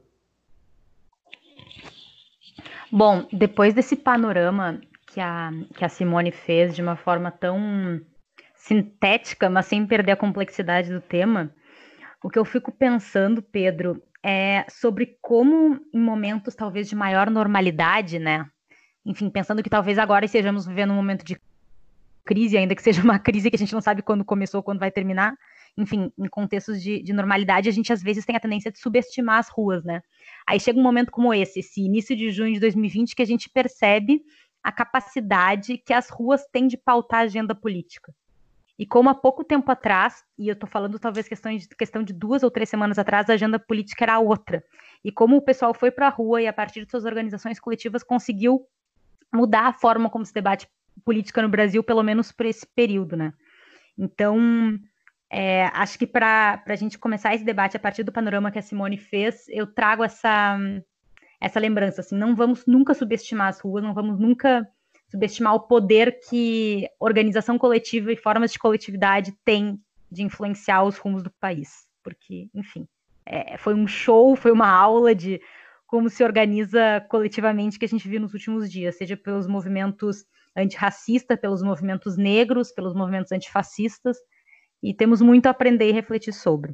Bom, depois desse panorama que a, que a Simone fez de uma forma tão sintética, mas sem perder a complexidade do tema, o que eu fico pensando, Pedro, é sobre como em momentos talvez de maior normalidade, né? Enfim, pensando que talvez agora estejamos vivendo um momento de crise, ainda que seja uma crise que a gente não sabe quando começou, quando vai terminar. Enfim, em contextos de, de normalidade, a gente às vezes tem a tendência de subestimar as ruas, né? Aí chega um momento como esse, esse início de junho de dois mil e vinte, que a gente percebe a capacidade que as ruas têm de pautar a agenda política. E como há pouco tempo atrás, e eu estou falando talvez questão de, questão de duas ou três semanas atrás, a agenda política era outra. E como o pessoal foi para a rua e a partir de suas organizações coletivas conseguiu mudar a forma como se debate política no Brasil, pelo menos por esse período, né? Então, é, acho que para a gente começar esse debate a partir do panorama que a Simone fez, eu trago essa, essa lembrança, assim, não vamos nunca subestimar as ruas, não vamos nunca subestimar o poder que organização coletiva e formas de coletividade têm de influenciar os rumos do país. Porque, enfim, é, foi um show, foi uma aula de como se organiza coletivamente que a gente viu nos últimos dias, seja pelos movimentos antirracistas, pelos movimentos negros, pelos movimentos antifascistas, e temos muito a aprender e refletir sobre.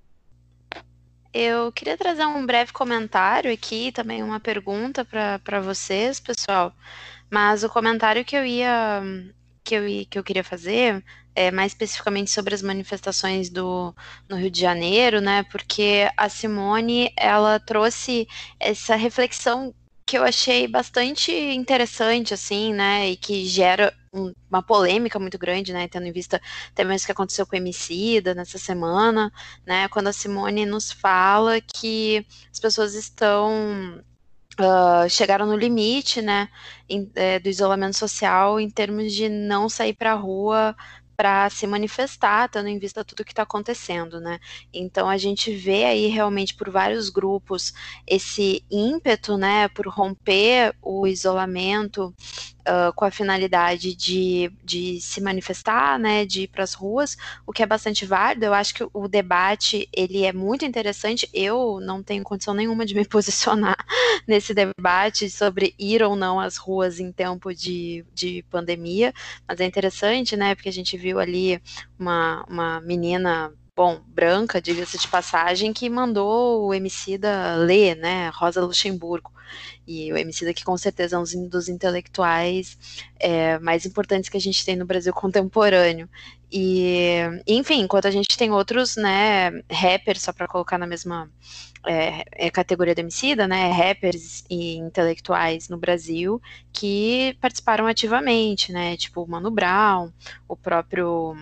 Eu queria trazer um breve comentário aqui, também uma pergunta para vocês, pessoal. Mas o comentário que eu ia que eu, ia, que eu queria fazer é mais especificamente sobre as manifestações do, no Rio de Janeiro, né? Porque a Simone, ela trouxe essa reflexão que eu achei bastante interessante, assim, né? E que gera um, uma polêmica muito grande, né? Tendo em vista até mesmo o que aconteceu com o Emicida nessa semana, né? Quando a Simone nos fala que as pessoas estão Uh, chegaram no limite, né, em, é, do isolamento social em termos de não sair para a rua para se manifestar, tendo em vista tudo que está acontecendo, né? Então a gente vê aí realmente por vários grupos esse ímpeto, né, por romper o isolamento uh, com a finalidade de, de se manifestar, né, de ir para as ruas, o que é bastante válido. Eu acho que o debate ele é muito interessante. Eu não tenho condição nenhuma de me posicionar nesse debate sobre ir ou não às ruas em tempo de, de pandemia, mas é interessante, né, porque a gente viu ali uma, uma menina, bom, branca, diga-se de passagem, que mandou o Emicida ler, né, Rosa Luxemburgo, e o Emicida que com certeza é um dos intelectuais é, mais importantes que a gente tem no Brasil contemporâneo. E, enfim, enquanto a gente tem outros, né, rappers, só para colocar na mesma é, é categoria do Emicida, né, rappers e intelectuais no Brasil que participaram ativamente, né, tipo o Mano Brown, o próprio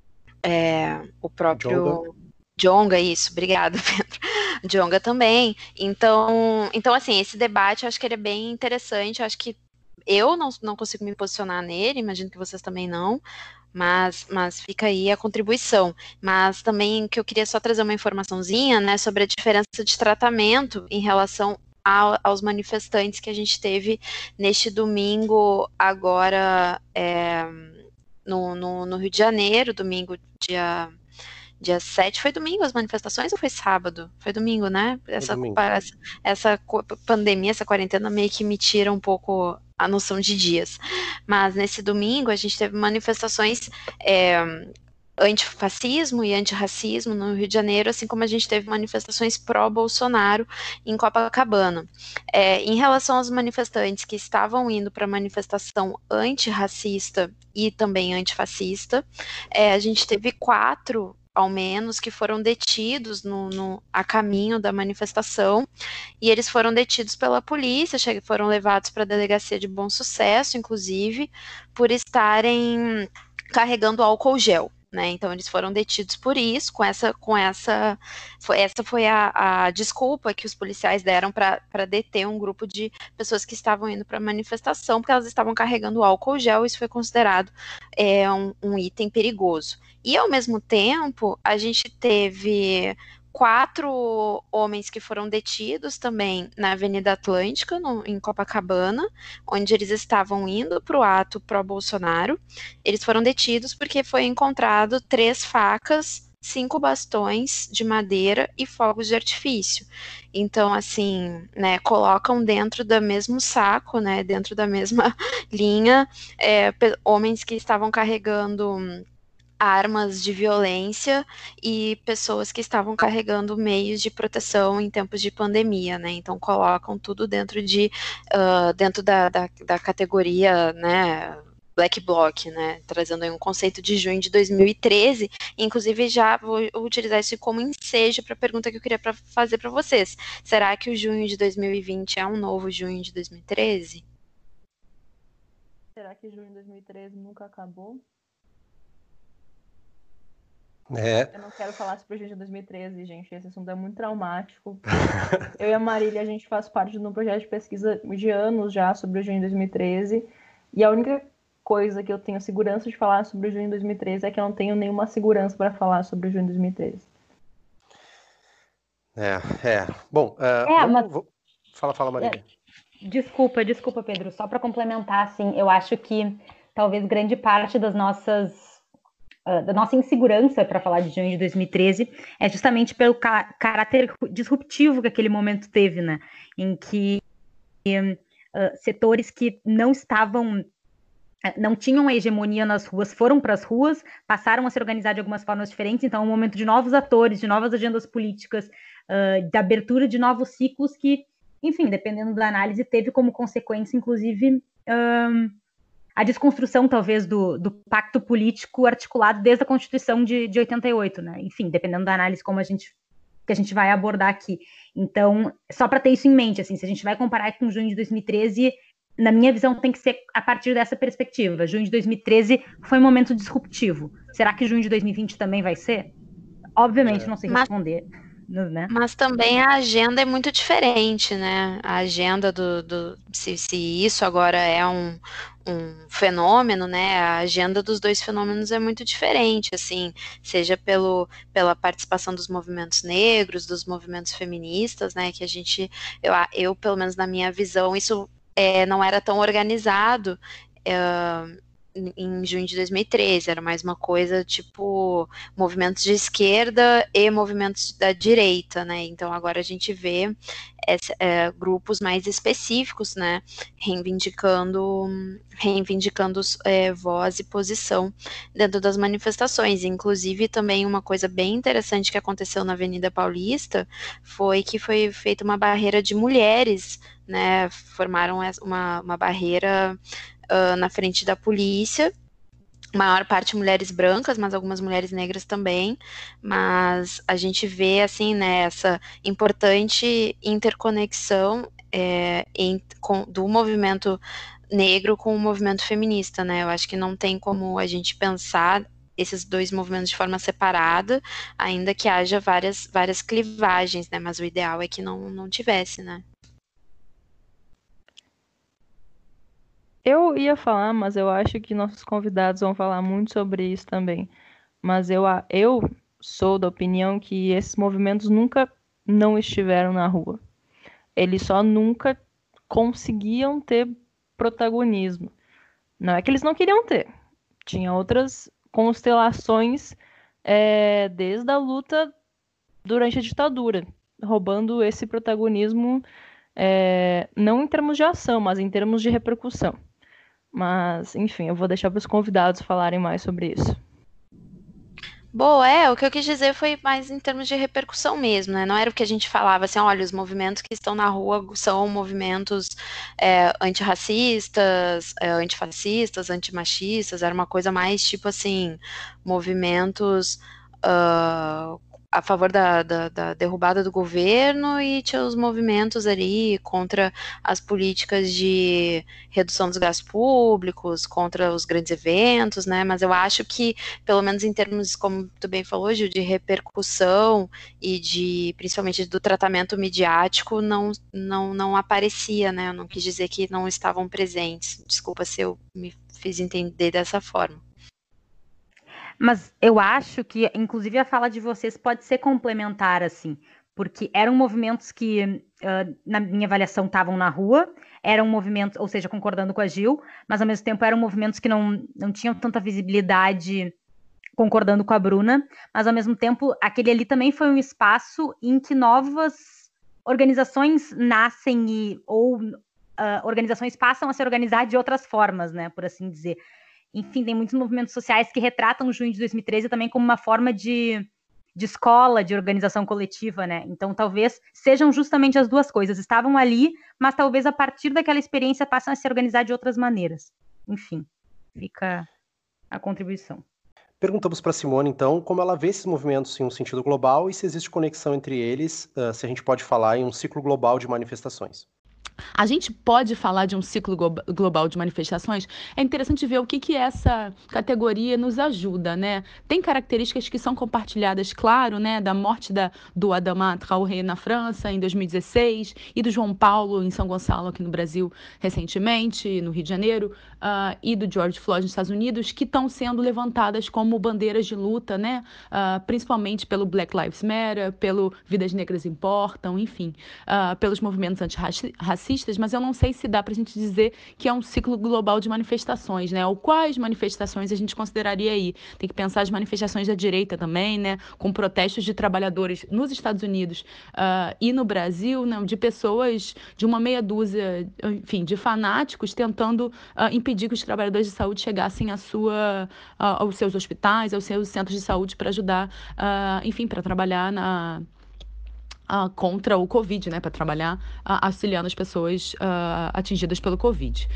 é, o próprio Djonga, isso, obrigada, Pedro. Djonga também. Então, então, assim, esse debate eu acho que ele é bem interessante. Eu acho que eu não, não consigo me posicionar nele, imagino que vocês também não, mas, mas fica aí a contribuição. Mas também que eu queria só trazer uma informaçãozinha, né, sobre a diferença de tratamento em relação a, aos manifestantes que a gente teve neste domingo agora é, no, no, no Rio de Janeiro, domingo, dia... Dia sete, foi domingo as manifestações ou foi sábado? Foi domingo, né? Essa, domingo. essa, essa pandemia, essa quarentena meio que me tira um pouco a noção de dias. Mas nesse domingo a gente teve manifestações é, antifascismo e antirracismo no Rio de Janeiro, assim como a gente teve manifestações pró-Bolsonaro em Copacabana. É, em relação aos manifestantes que estavam indo para a manifestação antirracista e também antifascista, é, a gente teve quatro ao menos, que foram detidos no, no, a caminho da manifestação, e eles foram detidos pela polícia, foram levados para a delegacia de Bom Sucesso, inclusive, por estarem carregando álcool gel. Né, então eles foram detidos por isso, com essa, com essa, foi, essa foi a, a desculpa que os policiais deram para deter um grupo de pessoas que estavam indo para a manifestação, porque elas estavam carregando álcool gel, e isso foi considerado é, um, um item perigoso. E ao mesmo tempo, a gente teve quatro homens que foram detidos também na Avenida Atlântica, no, em Copacabana, onde eles estavam indo para o ato pró-Bolsonaro. Eles foram detidos porque foi encontrado três facas, cinco bastões de madeira e fogos de artifício. Então, assim, né, colocam dentro do mesmo saco, né, dentro da mesma linha, é, homens que estavam carregando armas de violência e pessoas que estavam carregando meios de proteção em tempos de pandemia, né, então colocam tudo dentro de, uh, dentro da, da, da categoria, né, Black Bloc, né, trazendo aí um conceito de junho de dois mil e treze, inclusive já vou utilizar isso como ensejo para a pergunta que eu queria pra fazer para vocês. Será que o junho de dois mil e vinte é um novo junho de dois mil e treze? Será que junho de dois mil e treze nunca acabou? É. Eu não quero falar sobre o junho de dois mil e treze, gente, esse assunto é muito traumático. Eu e a Marília, a gente faz parte de um projeto de pesquisa de anos já sobre o junho de dois mil e treze, e a única coisa que eu tenho segurança de falar sobre o junho de dois mil e treze é que eu não tenho nenhuma segurança para falar sobre o junho de dois mil e treze. É, é. Bom, uh, é, vamos, mas... vamos... Fala, fala, Marília. É, desculpa, desculpa, Pedro. Só para complementar, assim, eu acho que talvez grande parte das nossas Uh, da nossa insegurança para falar de junho de dois mil e treze é justamente pelo ca caráter disruptivo que aquele momento teve, né? Em que uh, setores que não estavam, não tinham a hegemonia nas ruas, foram para as ruas, passaram a se organizar de algumas formas diferentes. Então, é um momento de novos atores, de novas agendas políticas, uh, de abertura de novos ciclos que, enfim, dependendo da análise, teve como consequência, inclusive, um, a desconstrução, talvez, do, do pacto político articulado desde a Constituição de, de oitenta e oito, né? Enfim, dependendo da análise como a gente, que a gente vai abordar aqui. Então, só para ter isso em mente, assim, se a gente vai comparar com junho de dois mil e treze, na minha visão tem que ser a partir dessa perspectiva. Junho de dois mil e treze foi um momento disruptivo. Será que junho de dois mil e vinte também vai ser? Obviamente, é. não sei responder. Mas... Né? Mas também a agenda é muito diferente, né? A agenda do, do se, se isso agora é um, um fenômeno, né? A agenda dos dois fenômenos é muito diferente, assim, seja pelo, pela participação dos movimentos negros, dos movimentos feministas, né? Que a gente, eu, eu pelo menos na minha visão, isso é, não era tão organizado. É, em junho de dois mil e treze, era mais uma coisa tipo movimentos de esquerda e movimentos da direita, né, então agora a gente vê esse, é, grupos mais específicos, né, reivindicando, reivindicando é, voz e posição dentro das manifestações. Inclusive também uma coisa bem interessante que aconteceu na Avenida Paulista foi que foi feita uma barreira de mulheres, né, formaram uma, uma barreira Uh, na frente da polícia, maior parte mulheres brancas, mas algumas mulheres negras também, mas a gente vê, assim, né, essa importante interconexão é, em, com, do movimento negro com o movimento feminista, né, eu acho que não tem como a gente pensar esses dois movimentos de forma separada, ainda que haja várias, várias clivagens, né, mas o ideal é que não, não tivesse, né. Eu ia falar, mas eu acho que nossos convidados vão falar muito sobre isso também. Mas eu, eu sou da opinião que esses movimentos nunca não estiveram na rua. Eles só nunca conseguiam ter protagonismo. Não é que eles não queriam ter. Tinha outras constelações é, desde a luta durante a ditadura, roubando esse protagonismo é, não em termos de ação, mas em termos de repercussão. Mas, enfim, eu vou deixar para os convidados falarem mais sobre isso. Boa, é, o que eu quis dizer foi mais em termos de repercussão mesmo, né? Não era o que a gente falava assim, olha, os movimentos que estão na rua são movimentos é, antirracistas, é, antifascistas, antimachistas, era uma coisa mais tipo assim, movimentos uh, a favor da, da, da derrubada do governo, e tinha os movimentos ali contra as políticas de redução dos gastos públicos, contra os grandes eventos, né? Mas eu acho que, pelo menos em termos, como tu bem falou, Gil, de repercussão e de, principalmente do tratamento midiático, não, não, não aparecia, né? Eu não quis dizer que não estavam presentes. Desculpa se eu me fiz entender dessa forma. Mas eu acho que, inclusive, a fala de vocês pode ser complementar, assim, porque eram movimentos que, uh, na minha avaliação, estavam na rua, eram movimentos, ou seja, concordando com a Gil, mas ao mesmo tempo eram movimentos que não, não tinham tanta visibilidade, concordando com a Bruna, mas ao mesmo tempo, aquele ali também foi um espaço em que novas organizações nascem e, ou uh, organizações passam a se organizar de outras formas, né, por assim dizer. Enfim, tem muitos movimentos sociais que retratam o junho de dois mil e treze também como uma forma de, de escola, de organização coletiva, né? Então, talvez sejam justamente as duas coisas. Estavam ali, mas talvez a partir daquela experiência passem a se organizar de outras maneiras. Enfim, fica a contribuição. Perguntamos para Simone, então, como ela vê esses movimentos em um sentido global e se existe conexão entre eles, uh, se a gente pode falar em um ciclo global de manifestações. A gente pode falar de um ciclo global de manifestações? É interessante ver o que, que essa categoria nos ajuda, né? Tem características que são compartilhadas, claro, né? Da morte da, do Adama Traoré na França, em dois mil e dezesseis, e do João Paulo, em São Gonçalo, aqui no Brasil, recentemente, no Rio de Janeiro, uh, e do George Floyd nos Estados Unidos, que estão sendo levantadas como bandeiras de luta, né? Uh, principalmente pelo Black Lives Matter, pelo Vidas Negras Importam, enfim, uh, pelos movimentos antirracistas, mas eu não sei se dá para a gente dizer que é um ciclo global de manifestações, né? Ou quais manifestações a gente consideraria aí? Tem que pensar as manifestações da direita também, né? Com protestos de trabalhadores nos Estados Unidos uh, e no Brasil, né? De pessoas, de uma meia dúzia, enfim, de fanáticos tentando uh, impedir que os trabalhadores de saúde chegassem à sua, uh, aos seus hospitais, aos seus centros de saúde para ajudar, uh, enfim, para trabalhar na... Uh, contra o Covid, né, para trabalhar uh, auxiliando as pessoas uh, atingidas pelo Covid.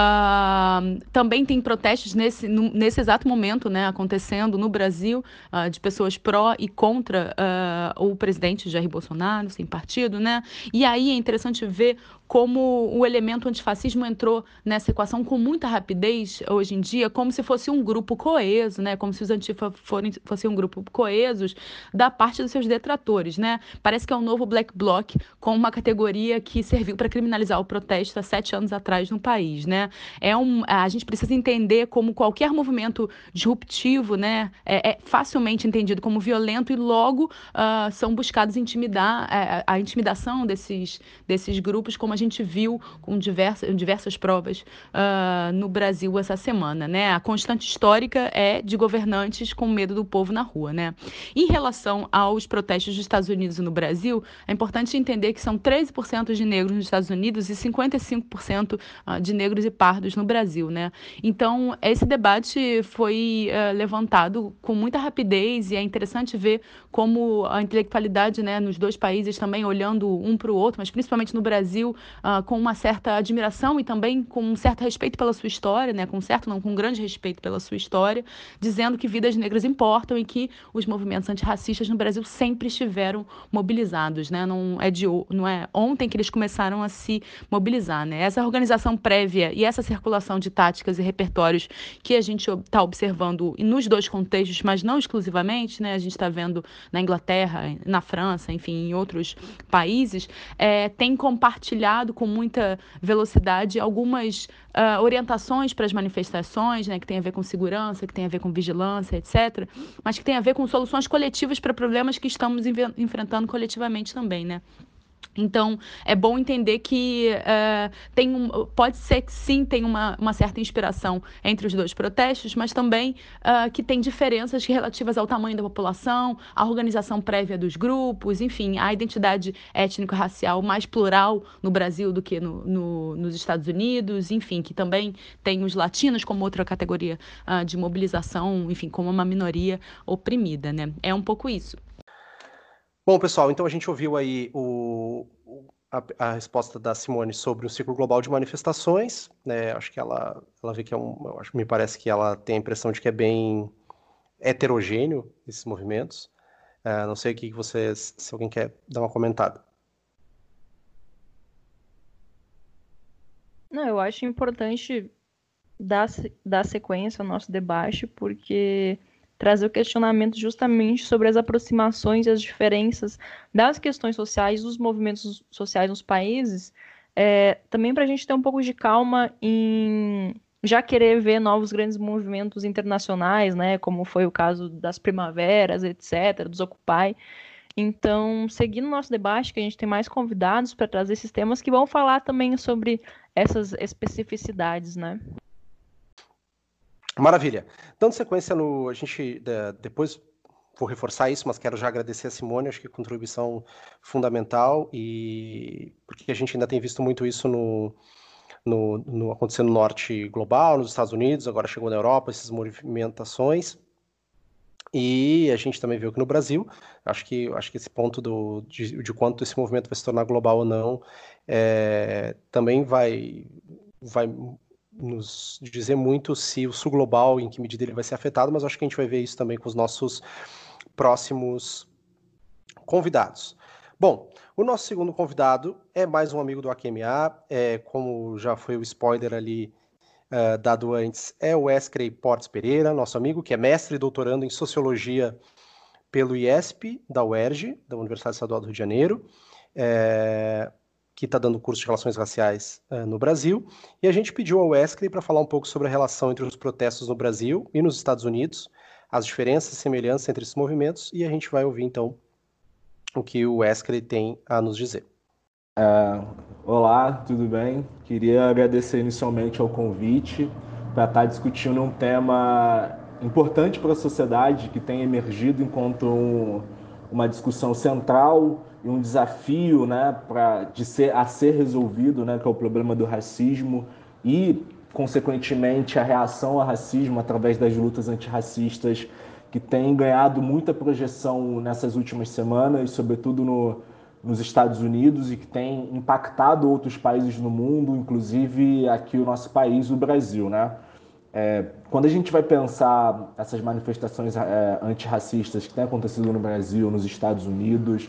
Uh, também tem protestos nesse, no, nesse exato momento, né, acontecendo no Brasil, uh, de pessoas pró e contra uh, o presidente Jair Bolsonaro, sem partido, né, e aí é interessante ver como o elemento antifascismo entrou nessa equação com muita rapidez hoje em dia, como se fosse um grupo coeso, né, como se os antifa forem, fossem um grupo coesos da parte dos seus detratores, né, parece que é um novo black bloc com uma categoria que serviu para criminalizar o protesto há sete anos atrás no país, né? É um, a gente precisa entender como qualquer movimento disruptivo, né, é, é facilmente entendido como violento e logo uh, são buscados intimidar a, a intimidação desses, desses grupos, como a gente viu com diversas, diversas provas uh, no Brasil essa semana, né? A constante histórica é de governantes com medo do povo na rua, né? Em relação aos protestos dos Estados Unidos e no Brasil, é importante entender que são treze por cento de negros nos Estados Unidos e cinquenta e cinco por cento de negros e pardos no Brasil, né? Então, esse debate foi uh, levantado com muita rapidez e é interessante ver como a intelectualidade, né, nos dois países também olhando um para o outro, mas principalmente no Brasil, uh, com uma certa admiração e também com um certo respeito pela sua história, né, com certo, não, com um grande respeito pela sua história, dizendo que vidas negras importam e que os movimentos antirracistas no Brasil sempre estiveram mobilizados, né? Não é de não é ontem que eles começaram a se mobilizar, né? Essa organização prévia e essa circulação de táticas e repertórios que a gente está observando nos dois contextos, mas não exclusivamente, né? A gente está vendo na Inglaterra, na França, enfim, em outros países, é, tem compartilhado com muita velocidade algumas uh, orientações para as manifestações, né? Que tem a ver com segurança, que tem a ver com vigilância, etcétera, mas que tem a ver com soluções coletivas para problemas que estamos enfrentando coletivamente também, né? Então, é bom entender que uh, tem um, pode ser que sim, tem uma, uma certa inspiração entre os dois protestos, mas também uh, que tem diferenças relativas ao tamanho da população, à organização prévia dos grupos, enfim, à identidade étnico-racial mais plural no Brasil do que no, no, nos Estados Unidos, enfim, que também tem os latinos como outra categoria uh, de mobilização, enfim, como uma minoria oprimida, né? É um pouco isso. Bom, pessoal, então a gente ouviu aí o, a, a resposta da Simone sobre o ciclo global de manifestações, né? Acho que ela, ela vê que é um, acho, me parece que ela tem a impressão de que é bem heterogêneo, esses movimentos. Uh, não sei o que vocês, se alguém quer dar uma comentada. Não, eu acho importante dar, dar sequência ao nosso debate, porque trazer o questionamento justamente sobre as aproximações e as diferenças das questões sociais, dos movimentos sociais nos países, é, também para a gente ter um pouco de calma em já querer ver novos grandes movimentos internacionais, né, como foi o caso das primaveras, etcétera, dos Occupy. Então, seguindo o nosso debate, que a gente tem mais convidados para trazer esses temas que vão falar também sobre essas especificidades, né? Maravilha. Dando sequência no... A gente depois vou reforçar isso, mas quero já agradecer a Simone, acho que contribuição fundamental, e porque a gente ainda tem visto muito isso no, no, no acontecendo no norte global, nos Estados Unidos, agora chegou na Europa, essas movimentações. E a gente também viu que no Brasil, acho que, acho que esse ponto do, de, de quanto esse movimento vai se tornar global ou não, é, também vai, vai nos dizer muito se o sul global, em que medida ele vai ser afetado, mas acho que a gente vai ver isso também com os nossos próximos convidados. Bom, o nosso segundo convidado é mais um amigo do A Q M A, é, como já foi o spoiler ali, Uh, dado antes, é o Wesley Portes Pereira, nosso amigo, que é mestre e doutorando em Sociologia pelo I E S P, da U E R J, da Universidade Estadual do Rio de Janeiro, é, que está dando curso de Relações Raciais uh, no Brasil, e a gente pediu ao Wesley para falar um pouco sobre a relação entre os protestos no Brasil e nos Estados Unidos, as diferenças e semelhanças entre esses movimentos, e a gente vai ouvir, então, o que o Wesley tem a nos dizer. É, olá, tudo bem? Queria agradecer inicialmente ao convite para estar discutindo um tema importante para a sociedade que tem emergido enquanto um, uma discussão central e um desafio, né, pra, de ser, a ser resolvido, né, que é o problema do racismo e, consequentemente, a reação ao racismo através das lutas antirracistas que tem ganhado muita projeção nessas últimas semanas, sobretudo no nos Estados Unidos, e que tem impactado outros países no mundo, inclusive aqui o nosso país, o Brasil, né? É, quando a gente vai pensar essas manifestações é, antirracistas que têm acontecido no Brasil, nos Estados Unidos,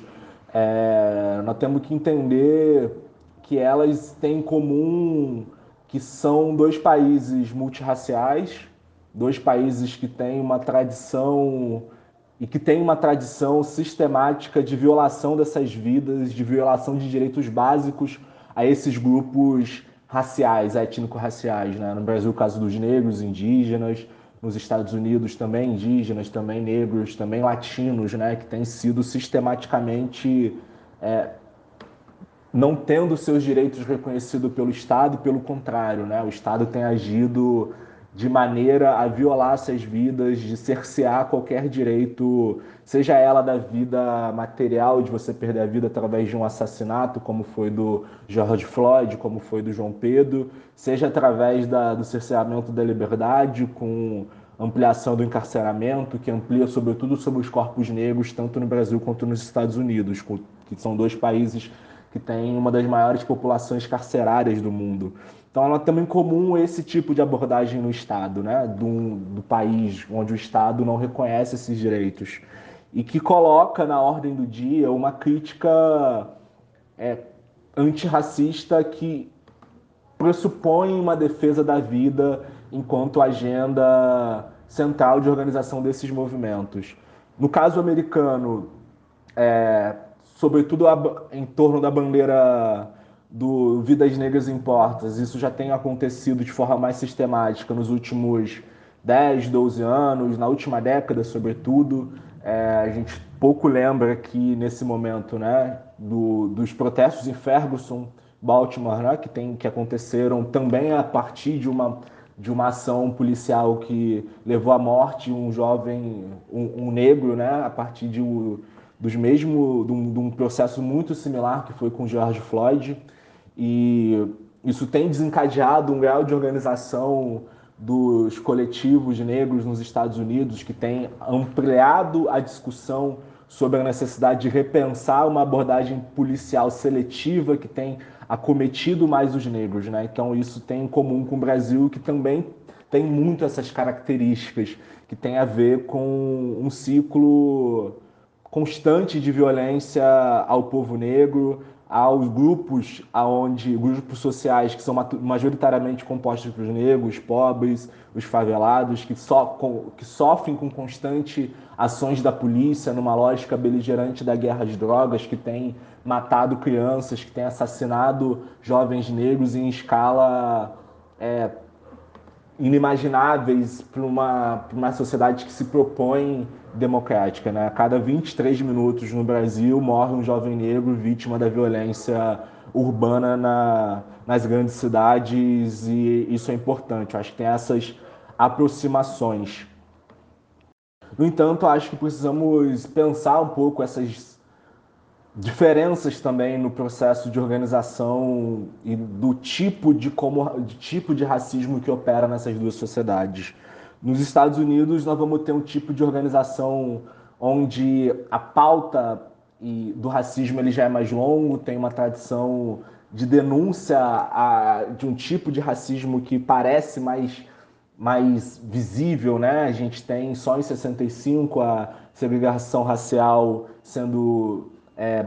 é, nós temos que entender que elas têm em comum que são dois países multirraciais, dois países que têm uma tradição e que tem uma tradição sistemática de violação dessas vidas, de violação de direitos básicos a esses grupos raciais, étnico-raciais, né? No Brasil, o caso dos negros, indígenas, nos Estados Unidos também indígenas, também negros, também latinos, né? Que têm sido sistematicamente é, não tendo seus direitos reconhecidos pelo Estado, pelo contrário, né? O Estado tem agido de maneira a violar essas vidas, de cercear qualquer direito, seja ela da vida material, de você perder a vida através de um assassinato, como foi do George Floyd, como foi do João Pedro, seja através da, do cerceamento da liberdade, com ampliação do encarceramento, que amplia sobretudo sobre os corpos negros, tanto no Brasil quanto nos Estados Unidos, que são dois países que têm uma das maiores populações carcerárias do mundo. Então, ela tem em comum esse tipo de abordagem no Estado, né? do, do país onde o Estado não reconhece esses direitos e que coloca na ordem do dia uma crítica é, antirracista que pressupõe uma defesa da vida enquanto agenda central de organização desses movimentos. No caso americano, é, sobretudo a, em torno da bandeira do Vidas Negras Importam, isso já tem acontecido de forma mais sistemática nos últimos dez, doze anos, na última década, sobretudo. É, a gente pouco lembra que, nesse momento, né, do, dos protestos em Ferguson, Baltimore, né, que, tem, que aconteceram também a partir de uma, de uma ação policial que levou à morte um jovem, um, um negro, né, a partir de, dos mesmo, de, um, de um processo muito similar que foi com George Floyd. E isso tem desencadeado um grau de organização dos coletivos negros nos Estados Unidos, que tem ampliado a discussão sobre a necessidade de repensar uma abordagem policial seletiva que tem acometido mais os negros, né? Então isso tem em comum com o Brasil, que também tem muito essas características que tem a ver com um ciclo constante de violência ao povo negro, aos grupos aonde grupos sociais que são majoritariamente compostos por negros, pobres, os favelados, que, so, com, que sofrem com constante ações da polícia numa lógica beligerante da guerra às drogas, que tem matado crianças, que tem assassinado jovens negros em escala é, inimagináveis para uma, para uma sociedade que se propõe democrática, né? A cada vinte e três minutos no Brasil morre um jovem negro vítima da violência urbana na, nas grandes cidades, e isso é importante. Eu acho que tem essas aproximações. No entanto, acho que precisamos pensar um pouco essas diferenças também no processo de organização e do tipo de, como, de tipo de racismo que opera nessas duas sociedades. Nos Estados Unidos, nós vamos ter um tipo de organização onde a pauta e do racismo ele já é mais longo, tem uma tradição de denúncia a, de um tipo de racismo que parece mais, mais visível, né? A gente tem só em sessenta e cinco a segregação racial sendo é,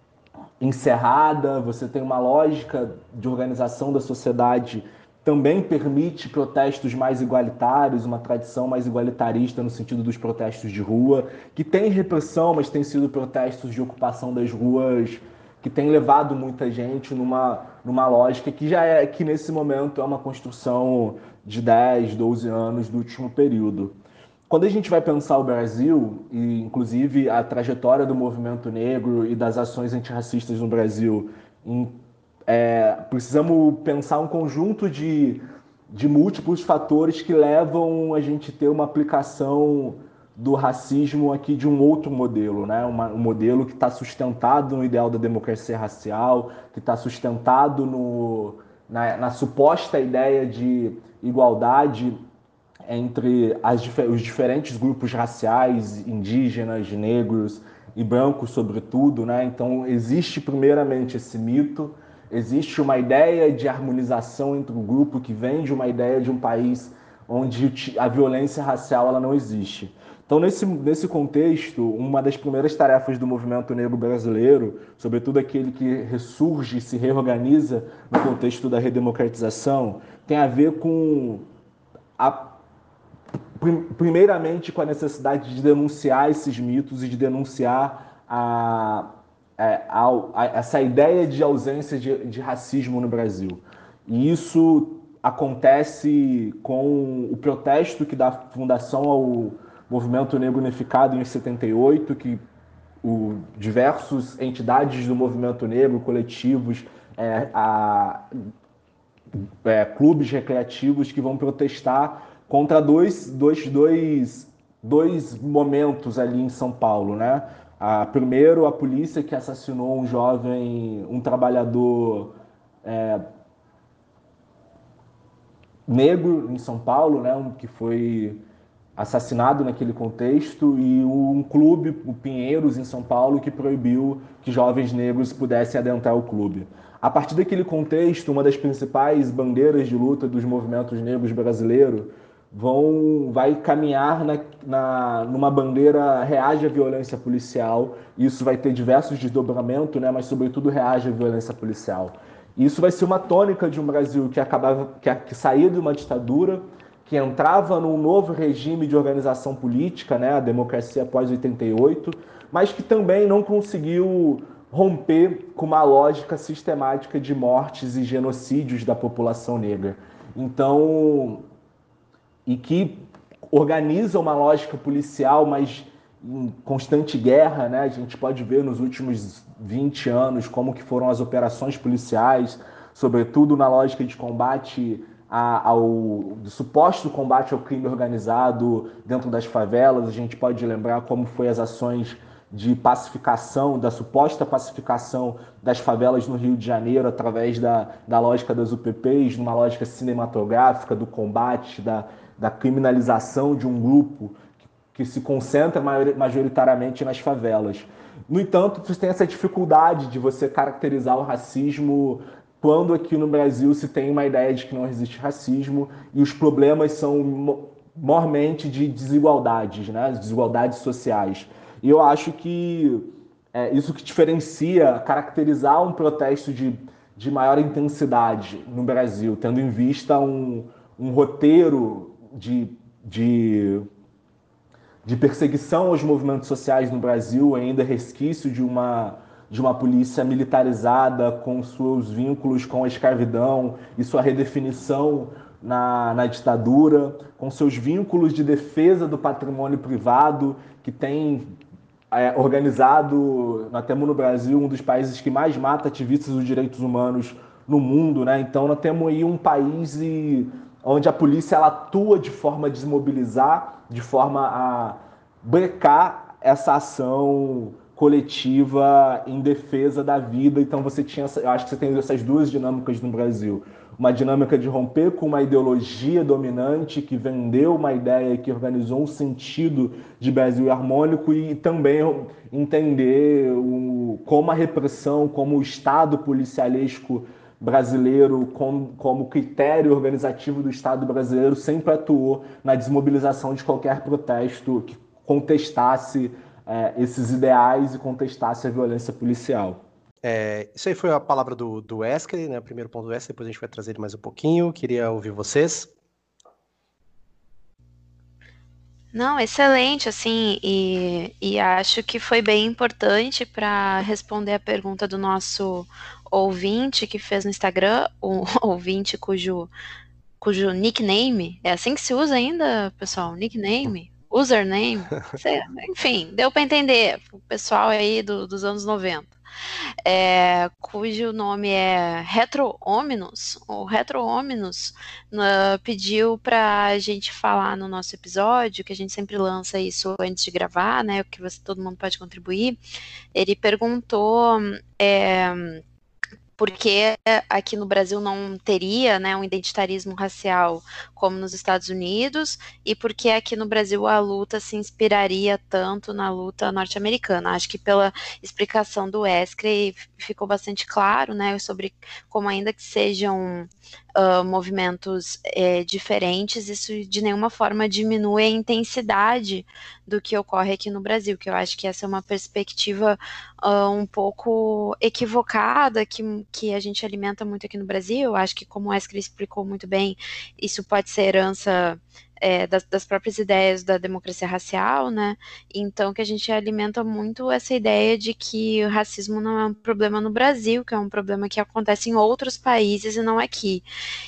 encerrada, você tem uma lógica de organização da sociedade também permite protestos mais igualitários, uma tradição mais igualitarista no sentido dos protestos de rua, que tem repressão, mas tem sido protestos de ocupação das ruas, que tem levado muita gente numa, numa lógica que já é, que nesse momento é uma construção de dez, doze anos do último período. Quando a gente vai pensar o Brasil, e inclusive a trajetória do movimento negro e das ações antirracistas no Brasil, em É, precisamos pensar um conjunto de, de múltiplos fatores que levam a gente a ter uma aplicação do racismo aqui de um outro modelo, né? Uma, um modelo que está sustentado no ideal da democracia racial, que está sustentado no, na, na suposta ideia de igualdade entre as, os diferentes grupos raciais, indígenas, negros e brancos, sobretudo, né? Então, existe primeiramente esse mito. Existe uma ideia de harmonização entre o grupo que vem de uma ideia de um país onde a violência racial ela não existe. Então, nesse, nesse contexto, uma das primeiras tarefas do movimento negro brasileiro, sobretudo aquele que ressurge e se reorganiza no contexto da redemocratização, tem a ver com, a, primeiramente, com a necessidade de denunciar esses mitos e de denunciar a É, a, a, essa ideia de ausência de, de racismo no Brasil. E isso acontece com o protesto que dá fundação ao Movimento Negro Unificado em setenta e oito, que o, diversas entidades do movimento negro, coletivos, é, a, é, clubes recreativos que vão protestar contra dois, dois, dois, dois momentos ali em São Paulo, né? Ah, primeiro, a polícia que assassinou um jovem, um trabalhador é, negro em São Paulo, né, um, que foi assassinado naquele contexto, e um clube, o Pinheiros, em São Paulo, que proibiu que jovens negros pudessem adentrar o clube. A partir daquele contexto, uma das principais bandeiras de luta dos movimentos negros brasileiros vão, vai caminhar na, na, numa bandeira reage à violência policial. Isso vai ter diversos desdobramentos, né, mas sobretudo reage à violência policial. E isso vai ser uma tônica de um Brasil que, acabava, que, que saía de uma ditadura, que entrava num novo regime de organização política, né, a democracia após oitenta e oito, mas que também não conseguiu romper com uma lógica sistemática de mortes e genocídios da população negra. Então, e que organiza uma lógica policial, mas em constante guerra, né? A gente pode ver nos últimos vinte anos como que foram as operações policiais, sobretudo na lógica de combate a, ao do suposto combate ao crime organizado dentro das favelas. A gente pode lembrar como foi as ações de pacificação, da suposta pacificação das favelas no Rio de Janeiro através da, da lógica das U P Ps, numa lógica cinematográfica do combate, da, da criminalização de um grupo que, que se concentra majoritariamente nas favelas. No entanto, você tem essa dificuldade de você caracterizar o racismo quando aqui no Brasil se tem uma ideia de que não existe racismo e os problemas são mormente de desigualdades, né? Desigualdades sociais. E eu acho que é isso que diferencia, caracterizar um protesto de, de maior intensidade no Brasil, tendo em vista um, um roteiro de, de, de perseguição aos movimentos sociais no Brasil, ainda resquício de uma, de uma polícia militarizada com seus vínculos com a escravidão e sua redefinição na, na ditadura, com seus vínculos de defesa do patrimônio privado, que tem é, organizado, nós temos no Brasil um dos países que mais mata ativistas dos direitos humanos no mundo, né? Então nós temos aí um país e, onde a polícia ela atua de forma a desmobilizar, de forma a brecar essa ação coletiva em defesa da vida. Então você tinha, eu acho que você tem essas duas dinâmicas no Brasil. Uma dinâmica de romper com uma ideologia dominante que vendeu uma ideia, que organizou um sentido de Brasil harmônico, e também entender o, como a repressão, como o Estado policialesco brasileiro, como, como critério organizativo do Estado brasileiro, sempre atuou na desmobilização de qualquer protesto que contestasse é, esses ideais e contestasse a violência policial. É, isso aí foi a palavra do, do Wesley, né? O primeiro ponto do Wesley, depois a gente vai trazer ele mais um pouquinho. Queria ouvir vocês. Não, excelente, assim, e, e acho que foi bem importante para responder a pergunta do nosso ouvinte que fez no Instagram, o ouvinte cujo, cujo nickname, é assim que se usa ainda, pessoal? Nickname? Username? Sei, enfim, deu para entender, o pessoal aí do, dos anos noventa. É, cujo nome é Retro-Hominus. O Retro-Hominus uh, pediu para a gente falar no nosso episódio, que a gente sempre lança isso antes de gravar, né, que você, todo mundo pode contribuir. Ele perguntou é, por que aqui no Brasil não teria, né, um identitarismo racial como nos Estados Unidos, e por que aqui no Brasil a luta se inspiraria tanto na luta norte-americana. Acho que pela explicação do Wesley ficou bastante claro, né, sobre como, ainda que sejam uh, movimentos é, diferentes, isso de nenhuma forma diminui a intensidade do que ocorre aqui no Brasil, que eu acho que essa é uma perspectiva uh, um pouco equivocada, que, que a gente alimenta muito aqui no Brasil. Eu acho que, como o Wesley explicou muito bem, isso pode ser herança é, das, das próprias ideias da democracia racial, né? Então, que a gente alimenta muito essa ideia de que o racismo não é um problema no Brasil, que é um problema que acontece em outros países e não aqui.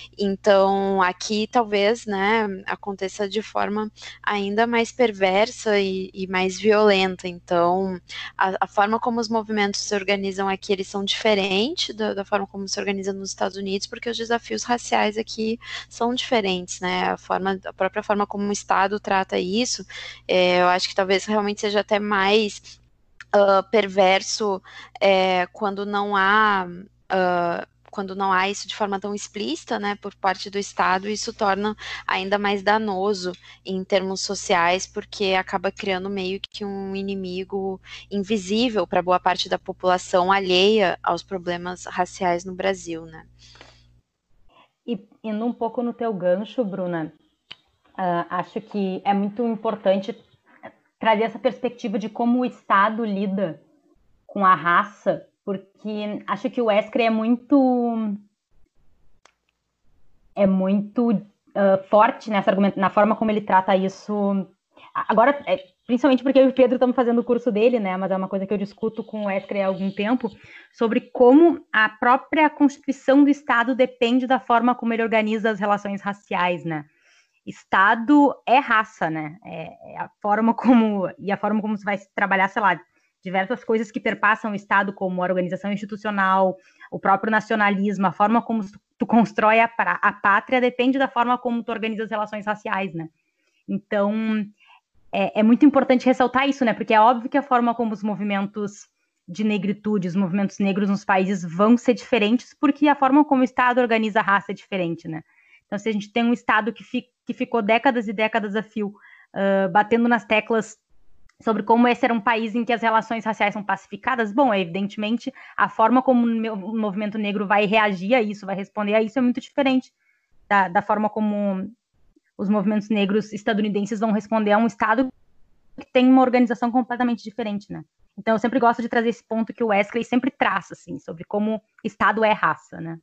Então, aqui talvez, né, aconteça de forma ainda mais perversa e, e mais violenta. Então, a, a forma como os movimentos se organizam aqui, eles são diferentes da, da forma como se organizam nos Estados Unidos, porque os desafios raciais aqui são diferentes, né? A forma, a própria forma como o Estado trata isso, é, eu acho que talvez realmente seja até mais uh, perverso é, quando não há uh, quando não há isso de forma tão explícita, né, por parte do Estado. Isso torna ainda mais danoso em termos sociais, porque acaba criando meio que um inimigo invisível para boa parte da população alheia aos problemas raciais no Brasil, né. E indo um pouco no teu gancho, Bruna, uh, acho que é muito importante trazer essa perspectiva de como o Estado lida com a raça, porque acho que o Wesley é muito é muito uh, forte nessa argumento, na forma como ele trata isso. Agora, é, principalmente porque eu e o Pedro estamos fazendo o curso dele, né? Mas é uma coisa que eu discuto com o Wesley há algum tempo, sobre como a própria Constituição do Estado depende da forma como ele organiza as relações raciais, né? Estado é raça, né? É, é a forma como e a forma como se vai trabalhar, sei lá, diversas coisas que perpassam o Estado, como a organização institucional, o próprio nacionalismo, a forma como tu constrói a, a pátria depende da forma como tu organiza as relações raciais, né? Então, é, é muito importante ressaltar isso, né? Porque é óbvio que a forma como os movimentos de negritude, os movimentos negros nos países vão ser diferentes, porque a forma como o Estado organiza a raça é diferente, né? Então, se a gente tem um Estado que, fi, que ficou décadas e décadas a fio uh, batendo nas teclas sobre como esse era um país em que as relações raciais são pacificadas. Bom, evidentemente, a forma como o movimento negro vai reagir a isso, vai responder a isso, é muito diferente da, da forma como os movimentos negros estadunidenses vão responder a um Estado que tem uma organização completamente diferente, né? Então, eu sempre gosto de trazer esse ponto que o Wesley sempre traça, assim, sobre como Estado é raça, né?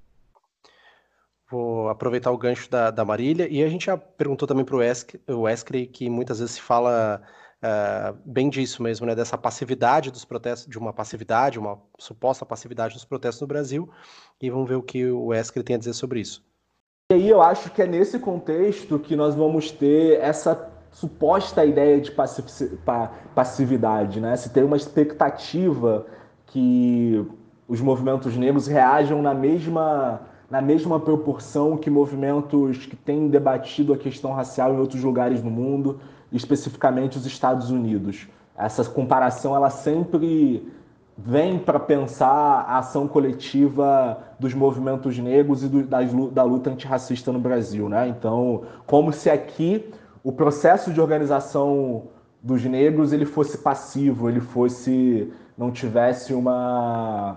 Vou aproveitar o gancho da, da Marília, e a gente já perguntou também para o Wesley, que muitas vezes se fala uh, bem disso mesmo, né, dessa passividade dos protestos, de uma passividade, uma suposta passividade dos protestos no Brasil, e vamos ver o que o Wesley tem a dizer sobre isso. E aí eu acho que é nesse contexto que nós vamos ter essa suposta ideia de passividade, né? Se tem uma expectativa que os movimentos negros reajam na mesma, na mesma proporção que movimentos que têm debatido a questão racial em outros lugares no mundo, especificamente os Estados Unidos. Essa comparação, ela sempre vem para pensar a ação coletiva dos movimentos negros e do, das, da luta antirracista no Brasil, né? Então, como se aqui o processo de organização dos negros ele fosse passivo, ele fosse não tivesse uma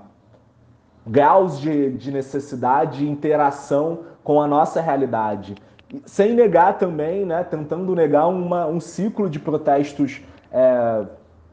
graus de, de necessidade e interação com a nossa realidade, sem negar também, né? Tentando negar uma, um ciclo de protestos é,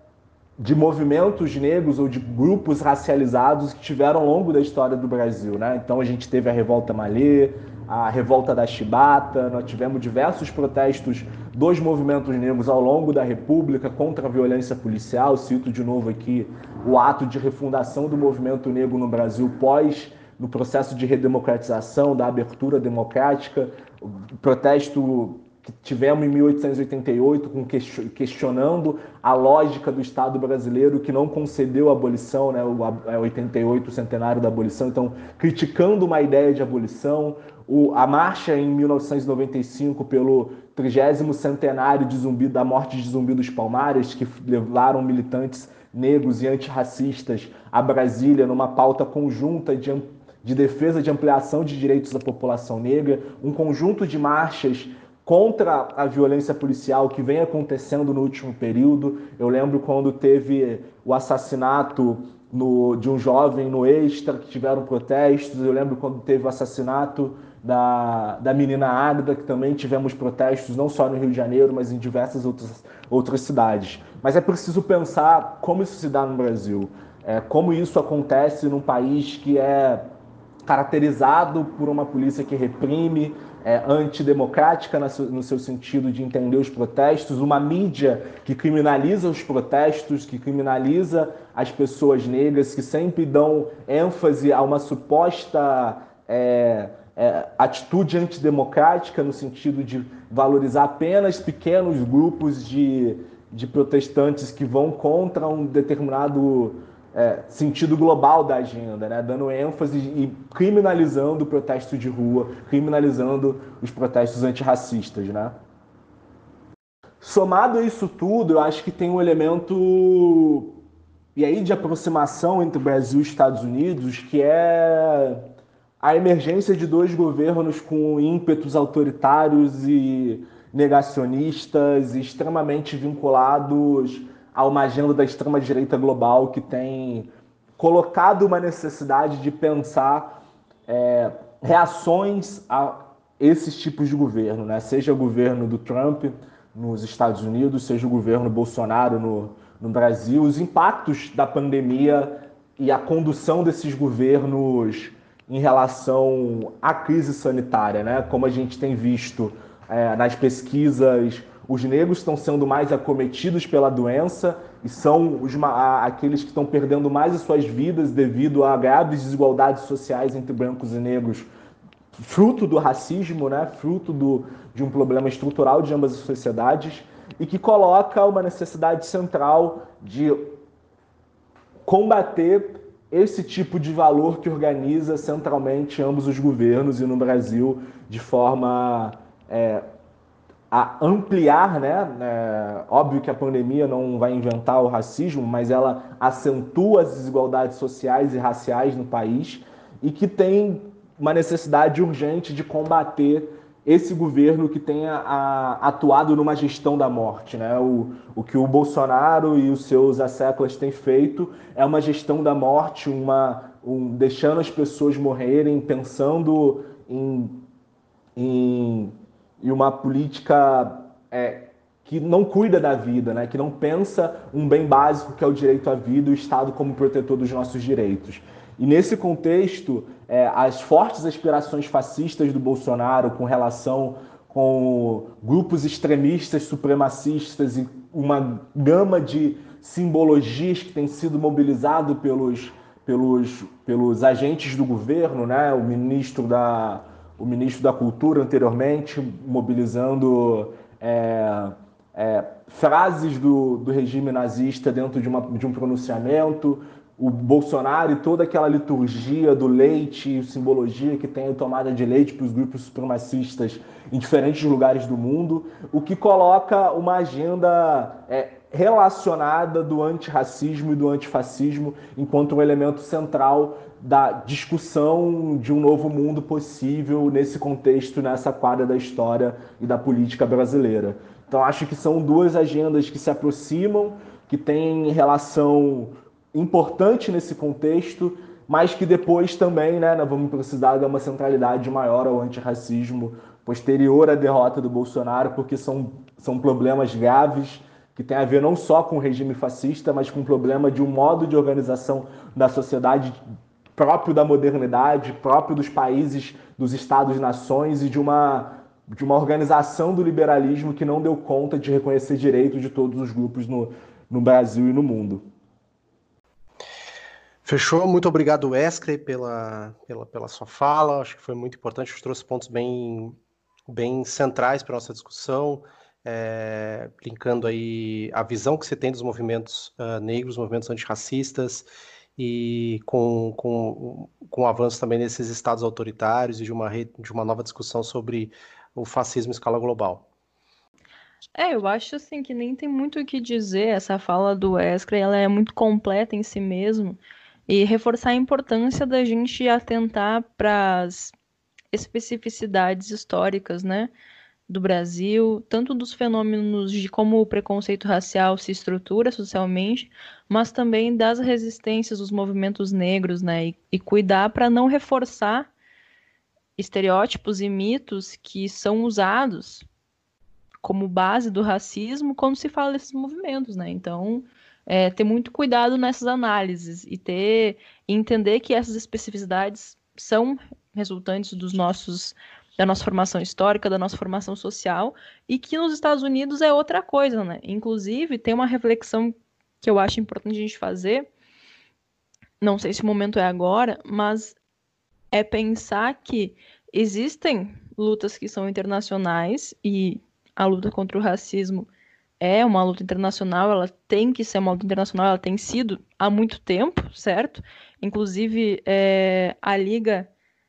de movimentos negros ou de grupos racializados que tiveram ao longo da história do Brasil, né? Então a gente teve a Revolta Malê, a Revolta da Chibata, nós tivemos diversos protestos dos movimentos negros ao longo da República contra a violência policial. Cito de novo aqui o ato de refundação do movimento negro no Brasil pós, no processo de redemocratização, da abertura democrática, o protesto que tivemos em mil oitocentos e oitenta e oito, com questionando a lógica do Estado brasileiro que não concedeu a abolição, né, o oitenta e oito, o centenário da abolição, então criticando uma ideia de abolição, o, a marcha em mil novecentos e noventa e cinco pelo trigésimo centenário de Zumbi, da morte de Zumbi dos Palmares, que levaram militantes negros e antirracistas a Brasília numa pauta conjunta de, de defesa de ampliação de direitos da população negra, um conjunto de marchas contra a violência policial que vem acontecendo no último período. Eu lembro quando teve o assassinato no, de um jovem no Extra, que tiveram protestos. Eu lembro quando teve o assassinato da, da menina Águeda, que também tivemos protestos, não só no Rio de Janeiro, mas em diversas outras, outras cidades. Mas é preciso pensar como isso se dá no Brasil, é, como isso acontece num país que é caracterizado por uma polícia que reprime, é, antidemocrática no seu sentido de entender os protestos, uma mídia que criminaliza os protestos, que criminaliza as pessoas negras, que sempre dão ênfase a uma suposta é, é, atitude antidemocrática, no sentido de valorizar apenas pequenos grupos de, de protestantes que vão contra um determinado É, sentido global da agenda, né? Dando ênfase e criminalizando o protesto de rua, criminalizando os protestos antirracistas, né? Somado a isso tudo, eu acho que tem um elemento e aí de aproximação entre Brasil e Estados Unidos, que é a emergência de dois governos com ímpetos autoritários e negacionistas e extremamente vinculados a uma agenda da extrema-direita global que tem colocado uma necessidade de pensar é, reações a esses tipos de governo, né? Seja o governo do Trump nos Estados Unidos, seja o governo Bolsonaro no, no Brasil, os impactos da pandemia e a condução desses governos em relação à crise sanitária, né? Como a gente tem visto é, nas pesquisas, os negros estão sendo mais acometidos pela doença e são os, aqueles que estão perdendo mais as suas vidas devido a graves desigualdades sociais entre brancos e negros, fruto do racismo, né? Fruto do, de um problema estrutural de ambas as sociedades, e que coloca uma necessidade central de combater esse tipo de valor que organiza centralmente ambos os governos e no Brasil de forma é, a ampliar, né? É, óbvio que a pandemia não vai inventar o racismo, mas ela acentua as desigualdades sociais e raciais no país e que tem uma necessidade urgente de combater esse governo que tenha a, atuado numa gestão da morte, né? O, o que o Bolsonaro e os seus asseclas têm feito é uma gestão da morte, uma, um, deixando as pessoas morrerem, pensando em, em, em uma política é, que não cuida da vida, né? Que não pensa um bem básico que é o direito à vida e o Estado como protetor dos nossos direitos. E nesse contexto, é, as fortes aspirações fascistas do Bolsonaro com relação com grupos extremistas, supremacistas e uma gama de simbologias que tem sido mobilizado pelos, pelos, pelos agentes do governo, né? O ministro da, o ministro da Cultura anteriormente, mobilizando é, é, frases do, do regime nazista dentro de, uma, de um pronunciamento, o Bolsonaro e toda aquela liturgia do leite, simbologia que tem a tomada de leite para os grupos supremacistas em diferentes lugares do mundo, o que coloca uma agenda é, relacionada do antirracismo e do antifascismo enquanto um elemento central da discussão de um novo mundo possível nesse contexto, nessa quadra da história e da política brasileira. Então acho que são duas agendas que se aproximam, que têm relação importante nesse contexto, mas que depois também, né, nós vamos precisar de uma centralidade maior ao antirracismo posterior à derrota do Bolsonaro, porque são, são problemas graves que têm a ver não só com o regime fascista, mas com o problema de um modo de organização da sociedade próprio da modernidade, próprio dos países, dos estados-nações e de uma, de uma organização do liberalismo que não deu conta de reconhecer direitos de todos os grupos no, no Brasil e no mundo. Fechou, muito obrigado, Wesley, pela, pela, pela sua fala, acho que foi muito importante, você trouxe pontos bem, bem centrais para a nossa discussão, é, linkando aí a visão que você tem dos movimentos uh, negros, movimentos antirracistas, e com, com, com o avanço também desses estados autoritários e de uma, de uma nova discussão sobre o fascismo em escala global. É, eu acho assim que nem tem muito o que dizer, essa fala do Wesley, ela é muito completa em si mesmo, e reforçar a importância da gente atentar para as especificidades históricas, né, do Brasil, tanto dos fenômenos de como o preconceito racial se estrutura socialmente, mas também das resistências dos movimentos negros, né, e, e cuidar para não reforçar estereótipos e mitos que são usados como base do racismo quando se fala desses movimentos, né, então... É, ter muito cuidado nessas análises e ter e entender que essas especificidades são resultantes dos nossos, da nossa formação histórica, da nossa formação social, e que nos Estados Unidos é outra coisa, né? Inclusive, tem uma reflexão que eu acho importante a gente fazer, não sei se o momento é agora, mas é pensar que existem lutas que são internacionais e a luta contra o racismo é uma luta internacional, ela tem que ser uma luta internacional, ela tem sido há muito tempo, certo? Inclusive, é, a Liga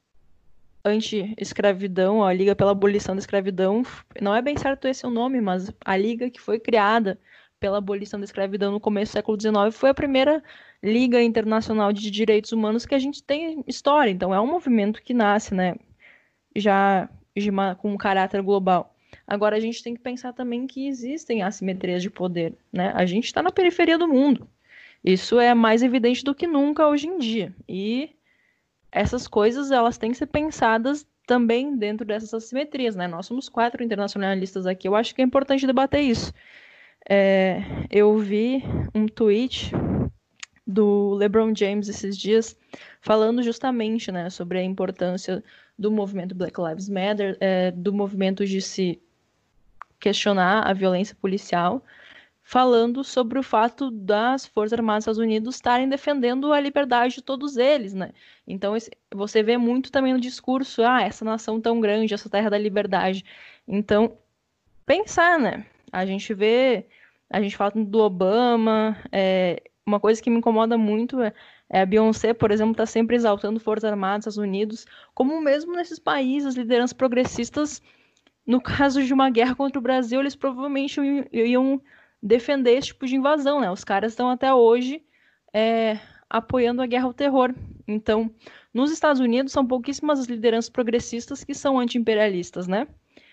Anti-Escravidão, a Liga pela Abolição da Escravidão, não é bem certo esse o nome, mas a Liga que foi criada pela abolição da escravidão no começo do século dezenove foi a primeira Liga Internacional de Direitos Humanos que a gente tem história. Então, é um movimento que nasce, né, já, já com um caráter global. Agora, a gente tem que pensar também que existem assimetrias de poder, né? A gente está na periferia do mundo. Isso é mais evidente do que nunca hoje em dia. E essas coisas, elas têm que ser pensadas também dentro dessas assimetrias, né? Nós somos quatro internacionalistas aqui. Eu acho que é importante debater isso. É, eu vi um tweet do LeBron James esses dias falando justamente, né, sobre a importância do movimento Black Lives Matter, é, do movimento de se questionar a violência policial, falando sobre o fato das Forças Armadas dos Estados Unidos estarem defendendo a liberdade de todos eles, né? Então, esse, você vê muito também no discurso, ah, essa nação tão grande, essa terra da liberdade. Então, pensar, né? A gente vê, a gente fala do Obama, é, uma coisa que me incomoda muito é, é a Beyoncé, por exemplo, está sempre exaltando Forças Armadas dos Estados Unidos, como mesmo nesses países, as lideranças progressistas, no caso de uma guerra contra o Brasil, eles provavelmente iam defender esse tipo de invasão, né? Os caras estão até hoje é, apoiando a guerra ao terror. Então, nos Estados Unidos, são pouquíssimas as lideranças progressistas que são anti-imperialistas, né?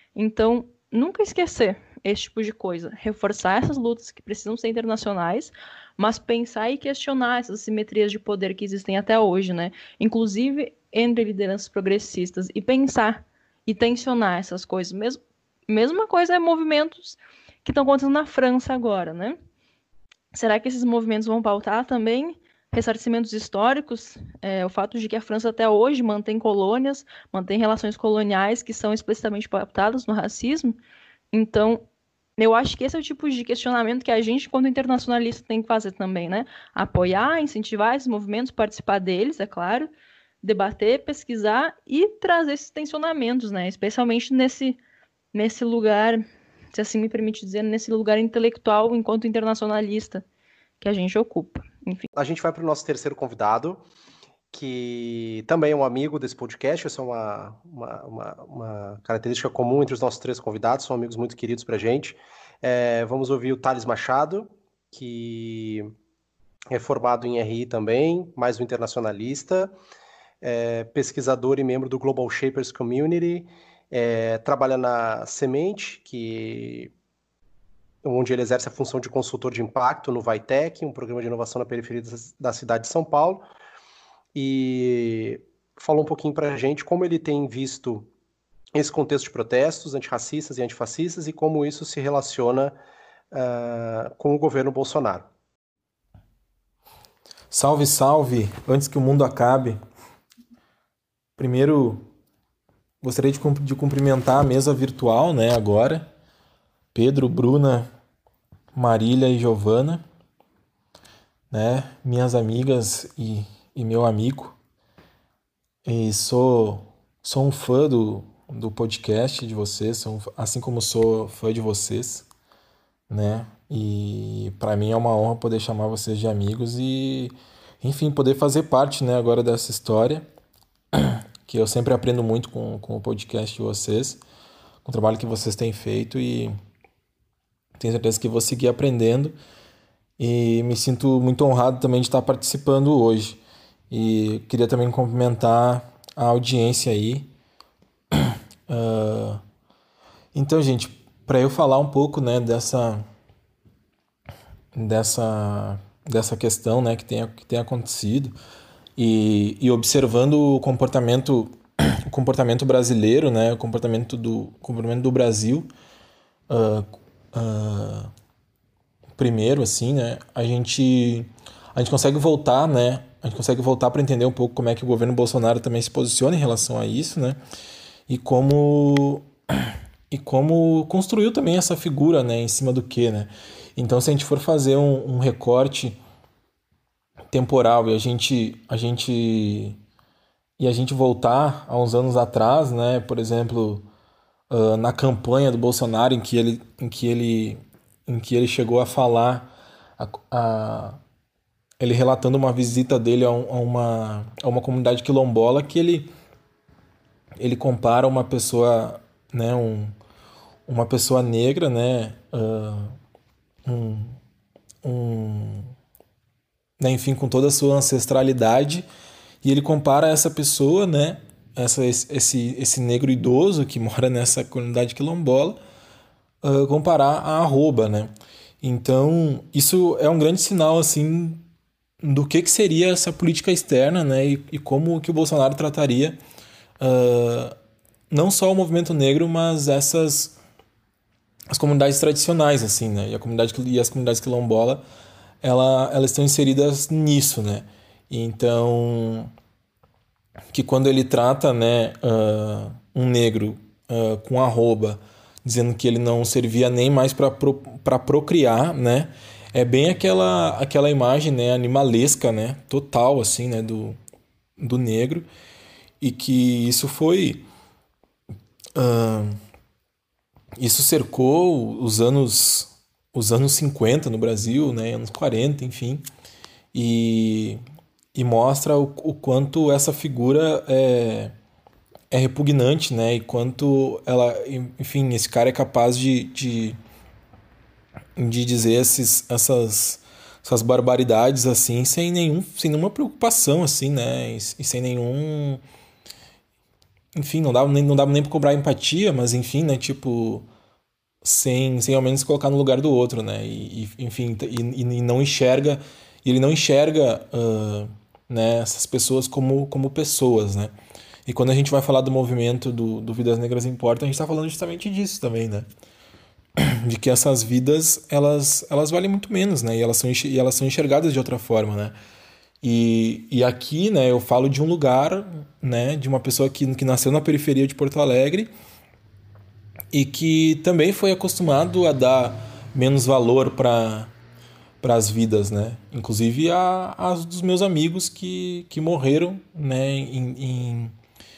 Então, nunca esquecer esse tipo de coisa, reforçar essas lutas que precisam ser internacionais, mas pensar e questionar essas simetrias de poder que existem até hoje, né? Inclusive entre lideranças progressistas, e pensar e tensionar essas coisas. Mesmo, mesma coisa é movimentos que estão acontecendo na França agora, né? Será que esses movimentos vão pautar também ressarcimentos históricos? É, o fato de que a França até hoje mantém colônias, mantém relações coloniais que são explicitamente pautadas no racismo. Então, eu acho que esse é o tipo de questionamento que a gente, quando internacionalista, tem que fazer também, né? Apoiar, incentivar esses movimentos, participar deles, é claro, debater, pesquisar e trazer esses tensionamentos, né? Especialmente nesse, nesse lugar, se assim me permite dizer, nesse lugar intelectual enquanto internacionalista que a gente ocupa. Enfim. A gente vai para o nosso terceiro convidado, que também é um amigo desse podcast. Essa é uma, uma, uma, uma característica comum entre os nossos três convidados, são amigos muito queridos para a gente. É, vamos ouvir o Thales Machado, que é formado em R I também, mais um internacionalista, é pesquisador e membro do Global Shapers Community, é, trabalha na Semente, que, onde ele exerce a função de consultor de impacto no Vitec, um programa de inovação na periferia da cidade de São Paulo, e falou um pouquinho para a gente como ele tem visto esse contexto de protestos antirracistas e antifascistas e como isso se relaciona uh, com o governo Bolsonaro. Salve, salve! Antes que o mundo acabe, primeiro gostaria de, de cumprimentar a mesa virtual, né, agora, Pedro, Bruna, Marília e Giovana, né, minhas amigas e e meu amigo, e sou, sou um fã do, do podcast de vocês, sou, assim como sou fã de vocês, né, e para mim é uma honra poder chamar vocês de amigos e, enfim, poder fazer parte, né, agora dessa história, que eu sempre aprendo muito com, com o podcast de vocês, com o trabalho que vocês têm feito e tenho certeza que vou seguir aprendendo e me sinto muito honrado também de estar participando hoje. E queria também cumprimentar a audiência aí. Uh, então, gente, para eu falar um pouco, né, dessa, dessa, dessa questão, né, que tem, que tem acontecido e, e observando o comportamento, o comportamento brasileiro, né, o comportamento do, comportamento do Brasil, uh, uh, primeiro, assim, né, a gente, a gente consegue voltar, né, a gente consegue voltar para entender um pouco como é que o governo Bolsonaro também se posiciona em relação a isso, né? E como, e como construiu também essa figura, né? Em cima do quê, né? Então, se a gente for fazer um, um recorte temporal e a gente, a gente, e a gente voltar a uns anos atrás, né? Por exemplo, uh, na campanha do Bolsonaro, em que ele, em que ele, em que ele chegou a falar a, a ele relatando uma visita dele a, um, a, uma, a uma comunidade quilombola que ele, ele compara uma pessoa, né, um, uma pessoa negra, né, uh, um, um, né, enfim, com toda a sua ancestralidade, e ele compara essa pessoa, né, essa, esse, esse negro idoso que mora nessa comunidade quilombola, uh, comparar a arroba, né. Então, isso é um grande sinal, assim, do que, que seria essa política externa, né, e, e como que o Bolsonaro trataria uh, não só o movimento negro, mas essas as comunidades tradicionais, assim, né, e, a comunidade, e as comunidades quilombola, ela, elas estão inseridas nisso, né, então, que quando ele trata, né, uh, um negro uh, com arroba, dizendo que ele não servia nem mais para pro, para procriar, né, é bem aquela, aquela imagem, né, animalesca, né, total, assim, né, do, do negro, e que isso foi... Uh, isso cercou os anos, os anos cinquenta no Brasil, né, anos quarenta, enfim, e, e mostra o, o quanto essa figura é, é repugnante, né, e quanto ela, enfim, esse cara é capaz de... de de dizer esses, essas, essas barbaridades assim sem nenhum sem nenhuma preocupação assim, né, e, e sem nenhum enfim, não dava nem, não dava nem pra cobrar empatia, mas enfim, né, tipo, sem, sem ao menos se colocar no lugar do outro, né, e, e, enfim, e, e não enxerga, ele não enxerga, uh, né, essas pessoas como, como pessoas, né. E quando a gente vai falar do movimento do, do Vidas Negras Importam, a gente está falando justamente disso também, né? De que essas vidas, elas, elas valem muito menos, né? E elas são, e elas são enxergadas de outra forma, né? E, e aqui, né, eu falo de um lugar, né, de uma pessoa que, que nasceu na periferia de Porto Alegre e que também foi acostumado a dar menos valor para para as vidas, né? Inclusive a, as dos meus amigos que, que morreram, né, em, em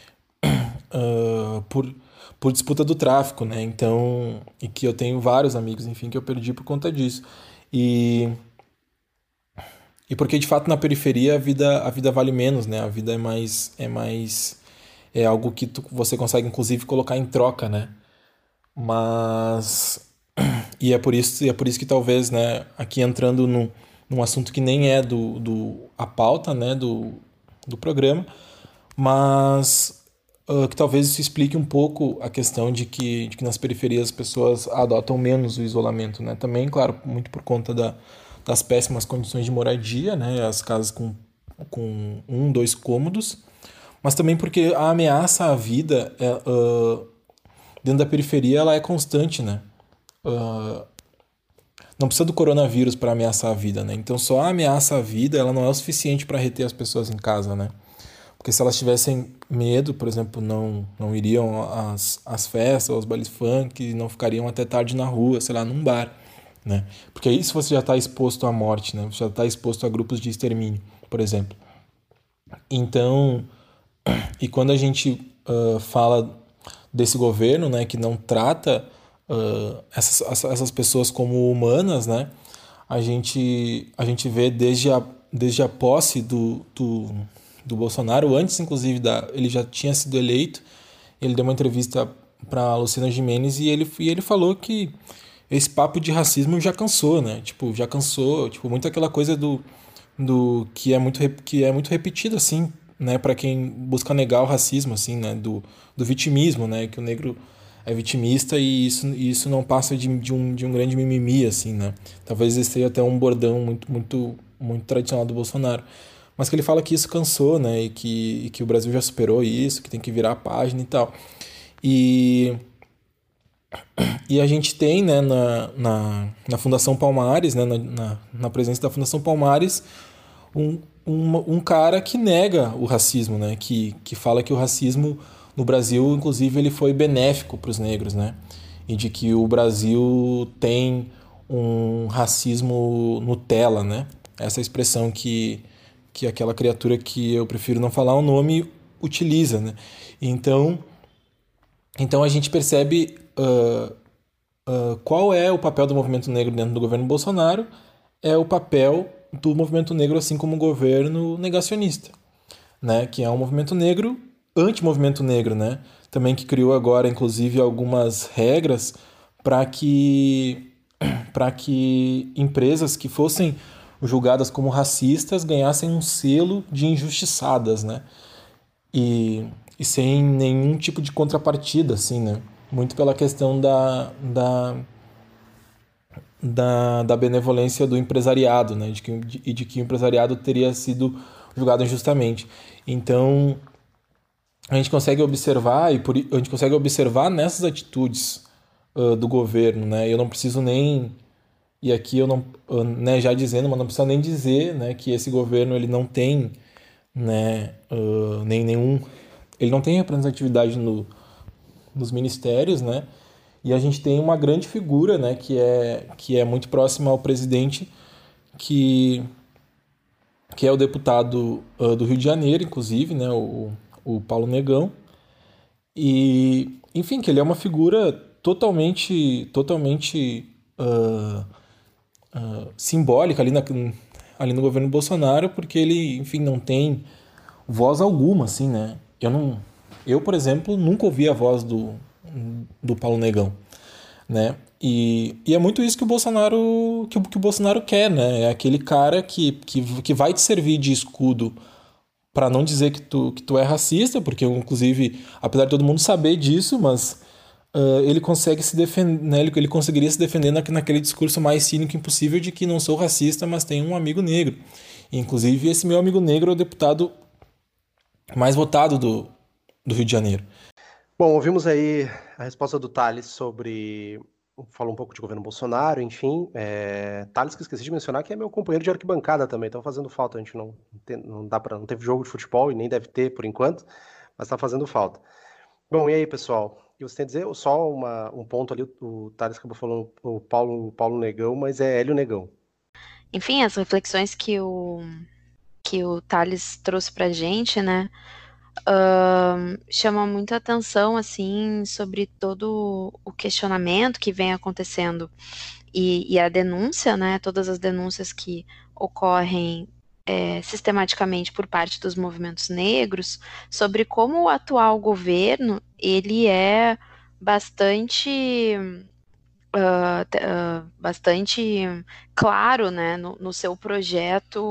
Uh, por, por disputa do tráfico, né? Então, e que eu tenho vários amigos, enfim, que eu perdi por conta disso. E, e porque, de fato, na periferia a vida, a vida vale menos, né? A vida é mais... É, mais, é algo que tu, você consegue, inclusive, colocar em troca, né? Mas... E é por isso, e é por isso que talvez, né? Aqui entrando num, num assunto que nem é do, do, a pauta, né? Do, do programa, mas... Uh, que talvez isso explique um pouco a questão de que, de que nas periferias as pessoas adotam menos o isolamento, né? Também, claro, muito por conta da, das péssimas condições de moradia, né? As casas com, com um, dois cômodos, mas também porque a ameaça à vida é, uh, dentro da periferia ela é constante, né? Uh, não precisa do coronavírus para ameaçar a vida, né? Então só a ameaça à vida ela não é o suficiente para reter as pessoas em casa, né? Porque se elas tivessem medo, por exemplo, não, não iriam às, às festas, aos bailes funk, não ficariam até tarde na rua, sei lá, num bar, né? Porque aí se você já está exposto à morte, né? Você já está exposto a grupos de extermínio, por exemplo. Então, e quando a gente uh, fala desse governo, né, que não trata uh, essas, essas pessoas como humanas, né? A gente, a gente vê desde a, desde a posse do... do do Bolsonaro, antes inclusive da, ele já tinha sido eleito, ele deu uma entrevista para Luciana Gimenez e ele, e ele falou que esse papo de racismo já cansou, né? Tipo, já cansou, tipo, muito aquela coisa do, do que é muito que é muito repetido assim, né, para quem busca negar o racismo assim, né, do, do vitimismo, né, que o negro é vitimista e isso, isso não passa de, de, um, de um grande mimimi assim, né? Talvez esse seja até um bordão muito muito muito tradicional do Bolsonaro. Mas que ele fala que isso cansou, né, e que, e que o Brasil já superou isso, que tem que virar a página e tal. E, e a gente tem, né, na, na, na Fundação Palmares, né, na, na, na presença da Fundação Palmares, um, um, um cara que nega o racismo, né, que, que fala que o racismo no Brasil, inclusive, ele foi benéfico para os negros, né, e de que o Brasil tem um racismo Nutella, né, essa expressão que... que aquela criatura que eu prefiro não falar o nome utiliza, né? Então, então a gente percebe uh, uh, qual é o papel do movimento negro dentro do governo Bolsonaro, é o papel do movimento negro assim como o governo negacionista, né? Que é um movimento negro, anti-movimento negro, né? Também que criou agora, inclusive, algumas regras para que, para que empresas que fossem julgadas como racistas ganhassem um selo de injustiçadas, né? E, e sem nenhum tipo de contrapartida, assim, né? Muito pela questão da, da, da, da benevolência do empresariado, né? De que, de, e de que o empresariado teria sido julgado injustamente. Então, a gente consegue observar, e por, a gente consegue observar nessas atitudes uh, do governo, né? Eu não preciso nem... E aqui eu não, né, já dizendo, mas não precisa nem dizer, né, que esse governo ele não tem, né, uh, nem nenhum, ele não tem representatividade no, nos ministérios, né, e a gente tem uma grande figura, né, que é, que é muito próxima ao presidente, que, que é o deputado uh, do Rio de Janeiro, inclusive, né, o, o Paulo Negão, e, enfim, que ele é uma figura totalmente, totalmente uh, Uh, simbólica ali, na, ali no governo Bolsonaro, porque ele, enfim, não tem voz alguma, assim, né? Eu, não, eu por exemplo, nunca ouvi a voz do, do Paulo Negão, né? E, e é muito isso que o Bolsonaro, que, que o Bolsonaro quer, né? É aquele cara que, que, que vai te servir de escudo para não dizer que tu, que tu é racista, porque inclusive, apesar de todo mundo saber disso, mas uh, ele consegue se defender, né? ele, ele conseguiria se defender na, naquele discurso mais cínico impossível de que não sou racista, mas tenho um amigo negro. E, inclusive, esse meu amigo negro é o deputado mais votado do, do Rio de Janeiro. Bom, ouvimos aí a resposta do Thales sobre... Falou um pouco de governo Bolsonaro, enfim. É... Thales, que esqueci de mencionar, que é meu companheiro de arquibancada também. Então fazendo falta. A gente não, tem, não dá para, não teve jogo de futebol e nem deve ter por enquanto, mas tá fazendo falta. Bom, e aí, pessoal? O que você tem a dizer? Só uma, um ponto ali, o Thales acabou falando o Paulo, o Paulo Negão, mas é Hélio Negão. Enfim, as reflexões que o, que o Thales trouxe pra gente, né? Uh, chama muita atenção assim sobre todo o questionamento que vem acontecendo e, e a denúncia, né, todas as denúncias que ocorrem é, sistematicamente por parte dos movimentos negros sobre como o atual governo ele é bastante uh, uh, bastante claro, né, no, no seu projeto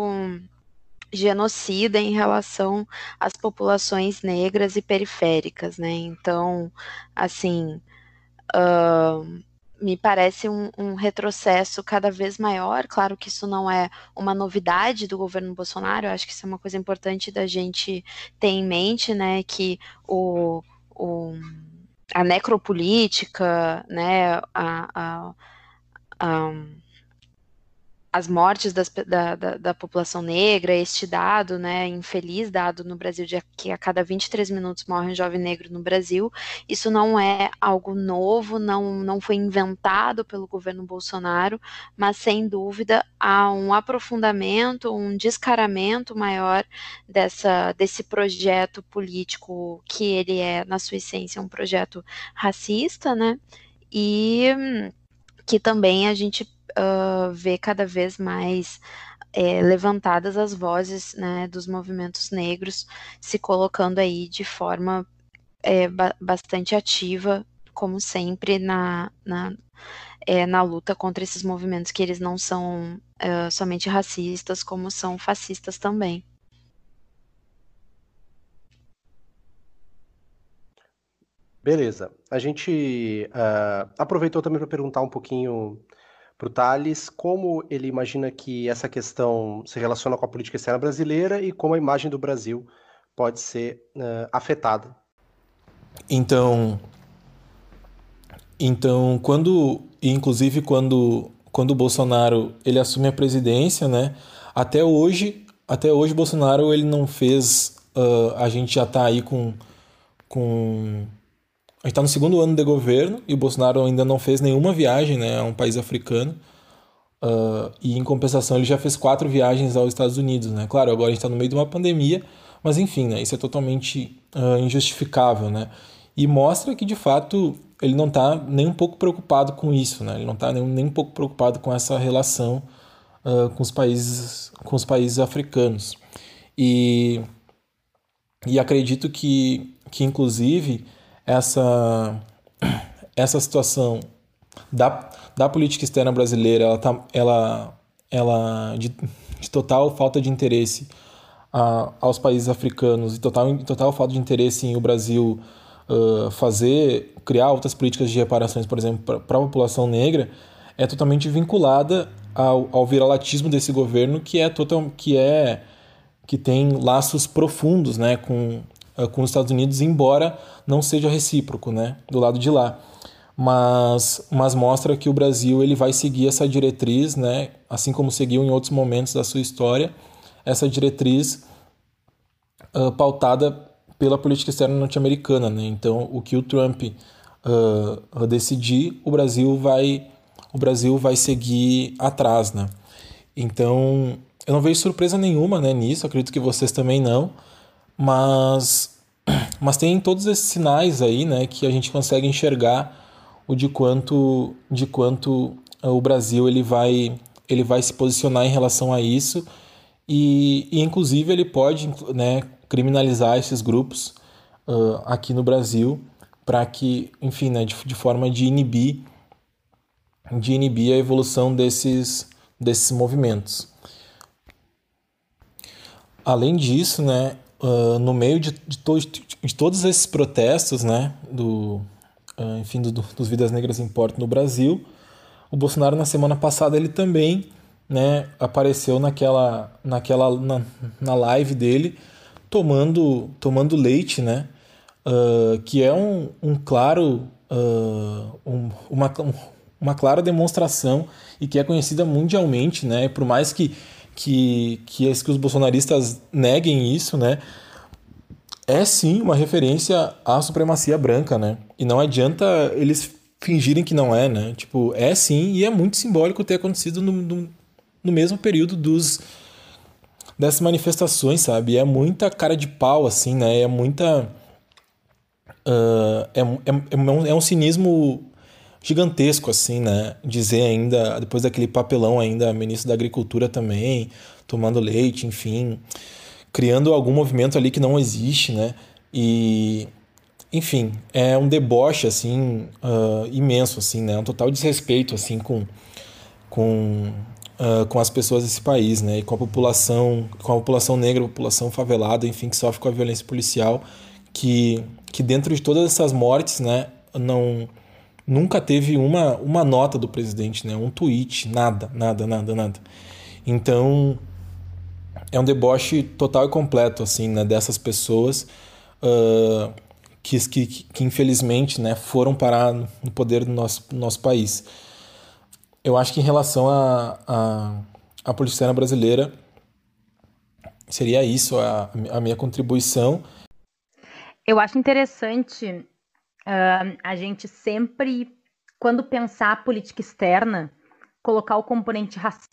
genocida em relação às populações negras e periféricas, né? Então, assim, uh, me parece um, um retrocesso cada vez maior. Claro que isso não é uma novidade do governo Bolsonaro, eu acho que isso é uma coisa importante da gente ter em mente, né? Que o, o, a necropolítica, né? A, a, a as mortes das, da, da, da população negra, este dado, né, infeliz dado no Brasil, de que a cada vinte e três minutos morre um jovem negro no Brasil, isso não é algo novo, não, não foi inventado pelo governo Bolsonaro, mas sem dúvida há um aprofundamento, um descaramento maior dessa, desse projeto político que ele é, na sua essência, um projeto racista, né, e que também a gente Uh, ver cada vez mais é, levantadas as vozes, né, dos movimentos negros se colocando aí de forma é, ba bastante ativa, como sempre, na, na, é, na luta contra esses movimentos que eles não são uh, somente racistas, como são fascistas também. Beleza. A gente uh, aproveitou também para perguntar um pouquinho para o Thales como ele imagina que essa questão se relaciona com a política externa brasileira e como a imagem do Brasil pode ser uh, afetada. Então, então quando, inclusive quando, quando o Bolsonaro ele assume a presidência, né? Até hoje, até hoje Bolsonaro ele não fez, uh, a gente já está aí com, com a gente está no segundo ano de governo e o Bolsonaro ainda não fez nenhuma viagem, né, a um país africano. Uh, e, em compensação, ele já fez quatro viagens aos Estados Unidos. Né? Claro, agora a gente está no meio de uma pandemia, mas, enfim, né, isso é totalmente uh, injustificável. Né? E mostra que, de fato, ele não está nem um pouco preocupado com isso. Né? Ele não está nem, nem um pouco preocupado com essa relação uh, com, os países, com os países africanos. E, e acredito que, que inclusive... Essa, essa situação da, da política externa brasileira, ela, tá, ela, ela de, de total falta de interesse a, aos países africanos e total, total falta de interesse em o Brasil uh, fazer, criar outras políticas de reparações, por exemplo, para a população negra, é totalmente vinculada ao, ao viralatismo desse governo, que é total, que é que tem laços profundos, né, com com os Estados Unidos, embora não seja recíproco, né, do lado de lá. Mas, mas mostra que o Brasil ele vai seguir essa diretriz, né, assim como seguiu em outros momentos da sua história, essa diretriz uh, pautada pela política externa norte-americana. Né? Então, o que o Trump uh, decidir, o Brasil vai, o Brasil vai seguir atrás. Né? Então, eu não vejo surpresa nenhuma, né, nisso, acredito que vocês também não, mas, mas tem todos esses sinais aí, né, que a gente consegue enxergar o de quanto, de quanto o Brasil ele vai, ele vai se posicionar em relação a isso e, e inclusive ele pode, né, criminalizar esses grupos uh, aqui no Brasil para que, enfim, né, de, de forma de inibir, de inibir a evolução desses, desses movimentos. Além disso, né, uh, no meio de, de, to de todos esses protestos, né, do, uh, enfim, do, do, dos Vidas Negras Importam no Brasil, o Bolsonaro na semana passada ele também, né, apareceu naquela, naquela na, na live dele tomando, tomando leite, né, uh, que é um, um claro, uh, um, uma, uma clara demonstração e que é conhecida mundialmente, né, por mais que Que, que, que os bolsonaristas neguem isso, né? É sim uma referência à supremacia branca, né? E não adianta eles fingirem que não é, né? Tipo, é sim, e é muito simbólico ter acontecido no, no, no mesmo período dos, dessas manifestações, sabe? É muita cara de pau, assim, né? É muita... Uh, é, é, é, um, é um cinismo gigantesco, assim, né? Dizer ainda, depois daquele papelão ainda, ministro da Agricultura também, tomando leite, enfim, criando algum movimento ali que não existe, né? E, enfim, é um deboche, assim, uh, imenso, assim, né? Um total desrespeito, assim, com, com, uh, com as pessoas desse país, né? E com a população, com a população negra, a população favelada, enfim, que sofre com a violência policial, que, que dentro de todas essas mortes, né, não... Nunca teve uma, uma nota do presidente, né? Um tweet, nada, nada, nada, nada. Então, é um deboche total e completo, assim, né? Dessas pessoas uh, que, que, que, infelizmente, né? Foram parar no poder do nosso, do nosso país. Eu acho que em relação à a, a, a política externa brasileira, seria isso a, a minha contribuição. Eu acho interessante... Uh, a gente sempre, quando pensar política externa, colocar o componente racista.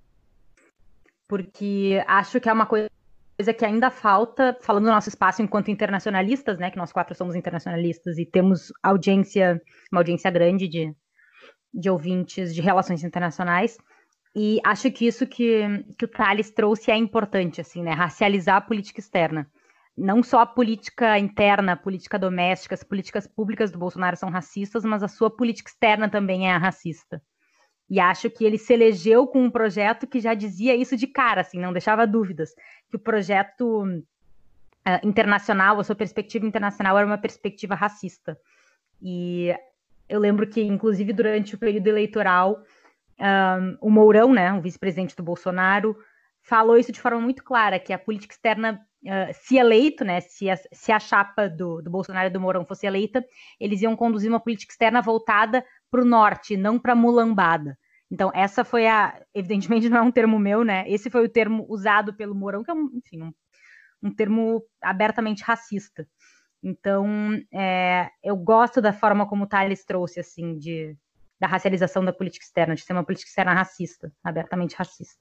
Porque acho que é uma coisa que ainda falta, falando do nosso espaço enquanto internacionalistas, né, que nós quatro somos internacionalistas e temos audiência, uma audiência grande de, de ouvintes de relações internacionais, e acho que isso que, que o Tales trouxe é importante, assim, né, racializar a política externa. Não só a política interna, a política doméstica, as políticas públicas do Bolsonaro são racistas, mas a sua política externa também é racista. E acho que ele se elegeu com um projeto que já dizia isso de cara, assim, não deixava dúvidas, que o projeto uh, internacional, a sua perspectiva internacional era uma perspectiva racista. E eu lembro que, inclusive, durante o período eleitoral, um, o Mourão, né, o vice-presidente do Bolsonaro, falou isso de forma muito clara, que a política externa, uh, se eleito, né, se a, se a chapa do, do Bolsonaro e do Mourão fosse eleita, eles iam conduzir uma política externa voltada para o norte, não para a mulambada. Então, essa foi a... Evidentemente não é um termo meu, né? Esse foi o termo usado pelo Mourão, que é, um, enfim, um, um termo abertamente racista. Então, é, eu gosto da forma como o Tales trouxe, assim, de, da racialização da política externa, de ser uma política externa racista, abertamente racista.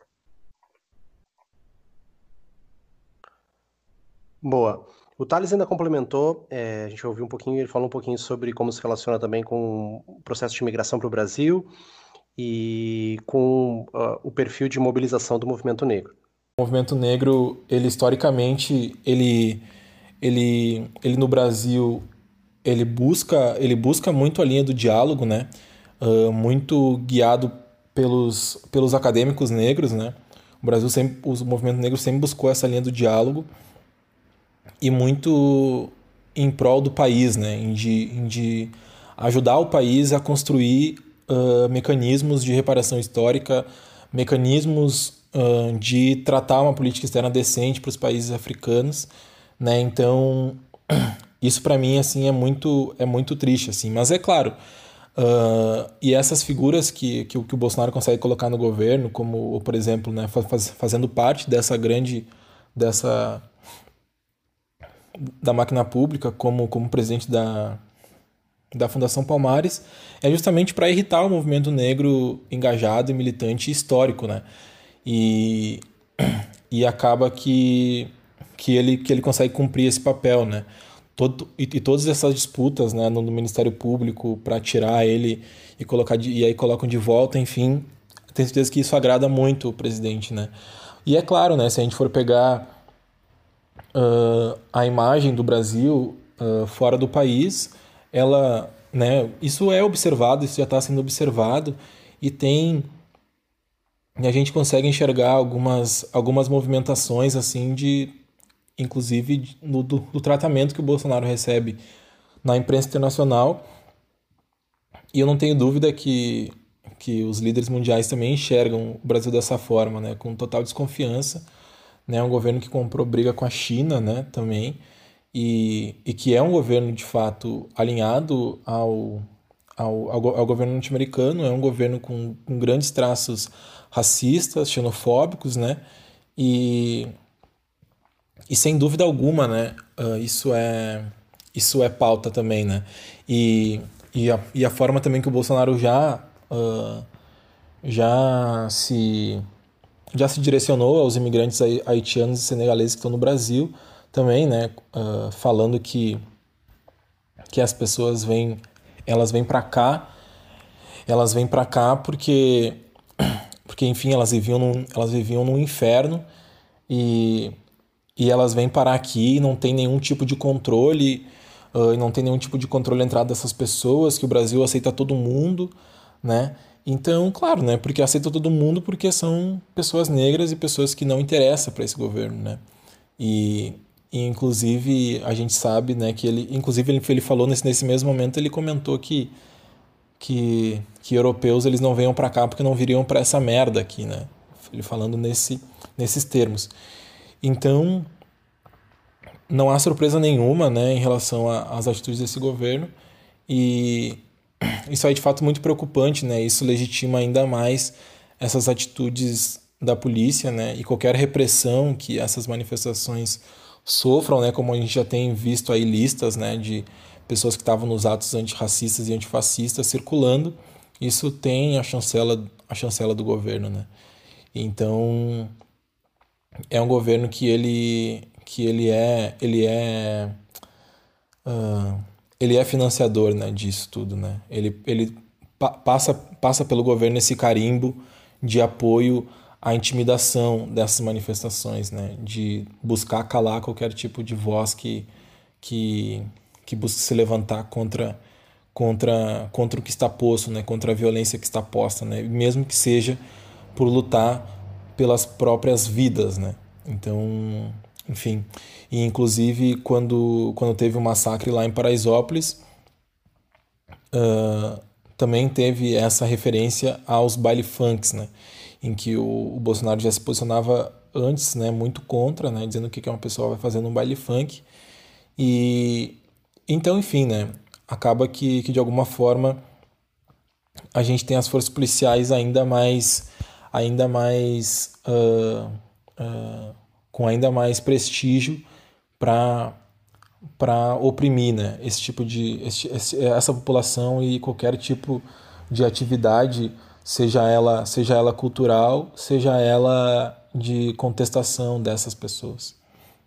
Boa. O Tales ainda complementou, é, a gente ouviu um pouquinho, ele falou um pouquinho sobre como se relaciona também com o processo de imigração para o Brasil e com uh, o perfil de mobilização do movimento negro. O movimento negro, ele historicamente, ele, ele, ele no Brasil, ele busca, ele busca muito a linha do diálogo, né? Uh, muito guiado pelos, pelos acadêmicos negros, né? O Brasil sempre, o movimento negro sempre buscou essa linha do diálogo e muito em prol do país, né? Em de, em de ajudar o país a construir uh, mecanismos de reparação histórica, mecanismos uh, de tratar uma política externa decente para os países africanos, né? Então, isso para mim assim é muito é muito triste, assim. Mas é claro, uh, e essas figuras que, que, que o Bolsonaro consegue colocar no governo, como por exemplo, né, faz, fazendo parte dessa grande dessa da máquina pública, como, como presidente da, da Fundação Palmares, é justamente para irritar o movimento negro engajado e militante histórico, né? E, e acaba que, que, ele, que ele consegue cumprir esse papel, né? Todo, e, e todas essas disputas, né, no, no Ministério Público para tirar ele e, colocar de, e aí colocam de volta, enfim, tenho certeza que isso agrada muito o presidente, né? E é claro, né, se a gente for pegar Uh, a imagem do Brasil uh, fora do país, ela, né, isso é observado, isso já está sendo observado e tem, e a gente consegue enxergar algumas, algumas movimentações assim de, inclusive no, do, do tratamento que o Bolsonaro recebe na imprensa internacional. E eu não tenho dúvida que, que os líderes mundiais também enxergam o Brasil dessa forma, né, com total desconfiança. Né, um governo que comprou briga com a China, né, também, e, e que é um governo, de fato, alinhado ao, ao, ao, ao governo norte-americano, é um governo com, com grandes traços racistas, xenofóbicos, né, e, e sem dúvida alguma, né, uh, isso, é, isso é pauta também, né, e, e, a, e a forma também que o Bolsonaro já, uh, já se... já se direcionou aos imigrantes haitianos e senegaleses que estão no Brasil também, né, uh, falando que, que as pessoas vêm, elas vêm para cá, elas vêm para cá porque, porque enfim, elas viviam num, elas viviam num inferno e, e elas vêm parar aqui e não tem nenhum tipo de controle, uh, e não tem nenhum tipo de controle da entrada dessas pessoas, que o Brasil aceita todo mundo, né? Então, claro, né? Porque aceita todo mundo porque são pessoas negras e pessoas que não interessam para esse governo, né? E, e, inclusive, a gente sabe, né, que ele... Inclusive, ele, ele falou nesse, nesse mesmo momento, ele comentou que, que, que europeus, eles não venham para cá porque não viriam para essa merda aqui, né? Ele falando nesse, nesses termos. Então, não há surpresa nenhuma, né, em relação às atitudes desse governo. E... isso é de fato muito preocupante, né? Isso legitima ainda mais essas atitudes da polícia, né? E qualquer repressão que essas manifestações sofram, né? Como a gente já tem visto aí listas, né? De pessoas que estavam nos atos antirracistas e antifascistas circulando, isso tem a chancela, a chancela do governo, né? Então, é um governo que ele, que ele é... Ele é uh, ele é financiador, né, disso tudo, né? Ele, ele pa- passa, passa pelo governo esse carimbo de apoio à intimidação dessas manifestações, né? De buscar calar qualquer tipo de voz que, que, que busque se levantar contra, contra, contra o que está posto, né? Contra a violência que está posta, né? Mesmo que seja por lutar pelas próprias vidas, né? Então... enfim, e inclusive quando, quando teve o massacre lá em Paraisópolis, uh, também teve essa referência aos baile funks, né, em que o, o Bolsonaro já se posicionava antes, né, muito contra, né, dizendo o que, que uma pessoa vai fazer num baile funk, e então, enfim, né, acaba que, que de alguma forma a gente tem as forças policiais ainda mais, ainda mais uh, uh, com ainda mais prestígio para para oprimir, né, esse tipo de esse, essa população e qualquer tipo de atividade, seja ela seja ela cultural, seja ela de contestação dessas pessoas.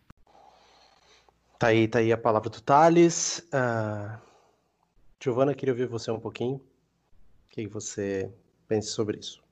Tá aí, tá aí a palavra do Thales. Uh, Giovana, queria ouvir você um pouquinho. O que você pensa sobre isso?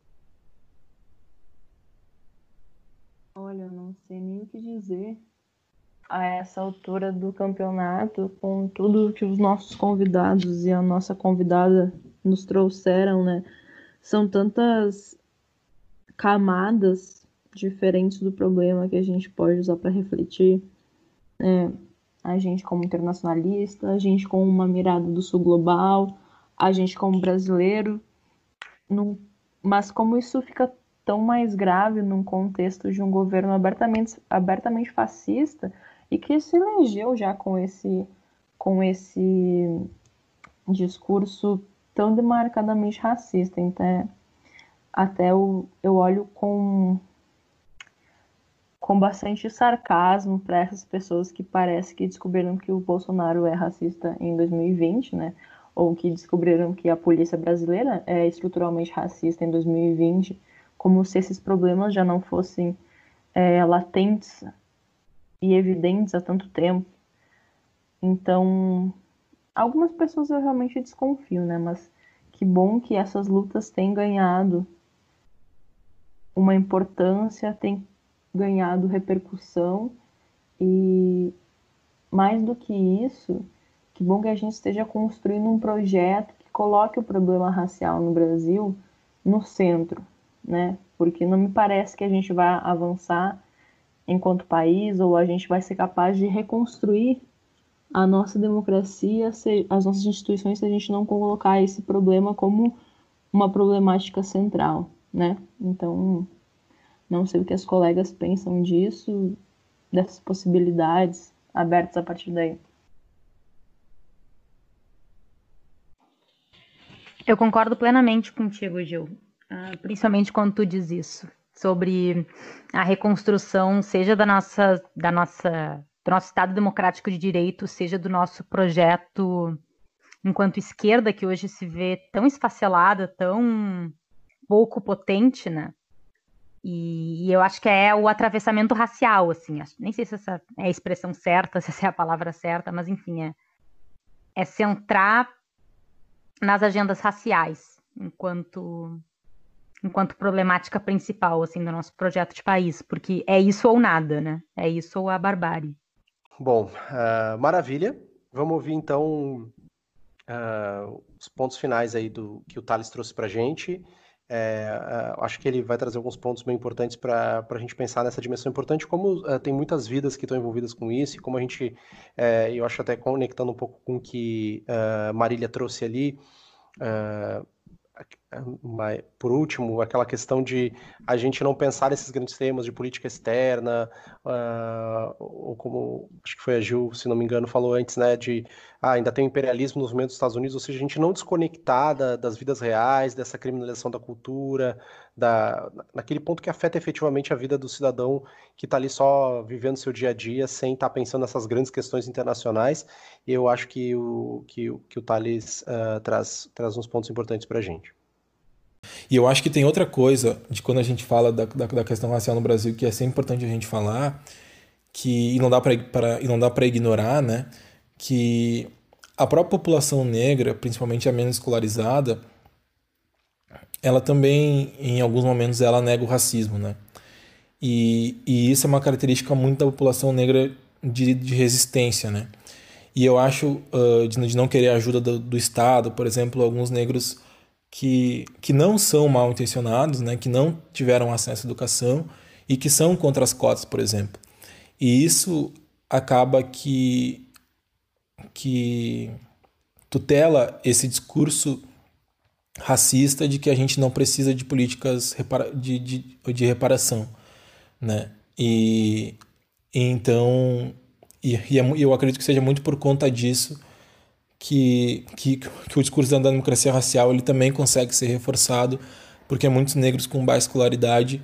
Olha, eu não sei nem o que dizer a essa altura do campeonato, com tudo que os nossos convidados e a nossa convidada nos trouxeram, né? São tantas camadas diferentes do problema que a gente pode usar para refletir. É, a gente como internacionalista, a gente com uma mirada do sul global, a gente como brasileiro, num... mas como isso fica tão mais grave num contexto de um governo abertamente, abertamente fascista e que se elegeu já com esse, com esse discurso tão demarcadamente racista. Então, até eu, eu olho com, com bastante sarcasmo para essas pessoas que parece que descobriram que o Bolsonaro é racista em dois mil e vinte, né? Ou que descobriram que a polícia brasileira é estruturalmente racista em dois mil e vinte, como se esses problemas já não fossem é, latentes e evidentes há tanto tempo. Então, algumas pessoas eu realmente desconfio, né? Mas que bom que essas lutas têm ganhado uma importância, têm ganhado repercussão e, mais do que isso, que bom que a gente esteja construindo um projeto que coloque o problema racial no Brasil no centro, né? Porque não me parece que a gente vai avançar enquanto país, ou a gente vai ser capaz de reconstruir a nossa democracia, as nossas instituições, se a gente não colocar esse problema como uma problemática central, né? Então, não sei o que as colegas pensam disso, dessas possibilidades abertas a partir daí. Eu concordo plenamente contigo, Gil, uh, principalmente quando tu diz isso, sobre a reconstrução, seja da nossa, da nossa, do nosso Estado Democrático de Direito, seja do nosso projeto enquanto esquerda, que hoje se vê tão esfacelada, tão pouco potente, né? E, e eu acho que é o atravessamento racial, assim, acho, nem sei se essa é a expressão certa, se essa é a palavra certa, mas enfim, é, é centrar nas agendas raciais, enquanto, enquanto problemática principal, assim, do nosso projeto de país, porque é isso ou nada, né? É isso ou a barbárie. Bom, uh, maravilha. Vamos ouvir, então, uh, os pontos finais aí do que o Thales trouxe para a gente. É, uh, acho que ele vai trazer alguns pontos bem importantes para a gente pensar nessa dimensão importante, como uh, tem muitas vidas que estão envolvidas com isso, e como a gente, uh, eu acho até conectando um pouco com o que uh, Marília trouxe ali, uh, por último, aquela questão de a gente não pensar nesses grandes temas de política externa, uh, ou como acho que foi a Gil, se não me engano, falou antes, né, de ah, ainda tem o imperialismo nos meios dos Estados Unidos, ou seja, a gente não desconectar da, das vidas reais, dessa criminalização da cultura, da, naquele ponto que afeta efetivamente a vida do cidadão que está ali só vivendo seu dia a dia, sem estar tá pensando nessas grandes questões internacionais. E eu acho que o, que, que o Thales uh, traz, traz uns pontos importantes para a gente. E eu acho que tem outra coisa de quando a gente fala da, da, da questão racial no Brasil que é sempre importante a gente falar, que, e não dá para ignorar, né, que a própria população negra, principalmente a menos escolarizada, ela também, em alguns momentos, ela nega o racismo, né? E, e isso é uma característica muito da população negra de, de resistência, né? E eu acho, uh, de, de não querer ajuda do, do Estado, por exemplo, alguns negros que, que não são mal intencionados, né, que não tiveram acesso à educação e que são contra as cotas, por exemplo. E isso acaba que, que tutela esse discurso racista de que a gente não precisa de políticas repara- de, de, de reparação, né? E, e então, e, e eu acredito que seja muito por conta disso Que, que, que o discurso da democracia racial ele também consegue ser reforçado, porque muitos negros com baixa escolaridade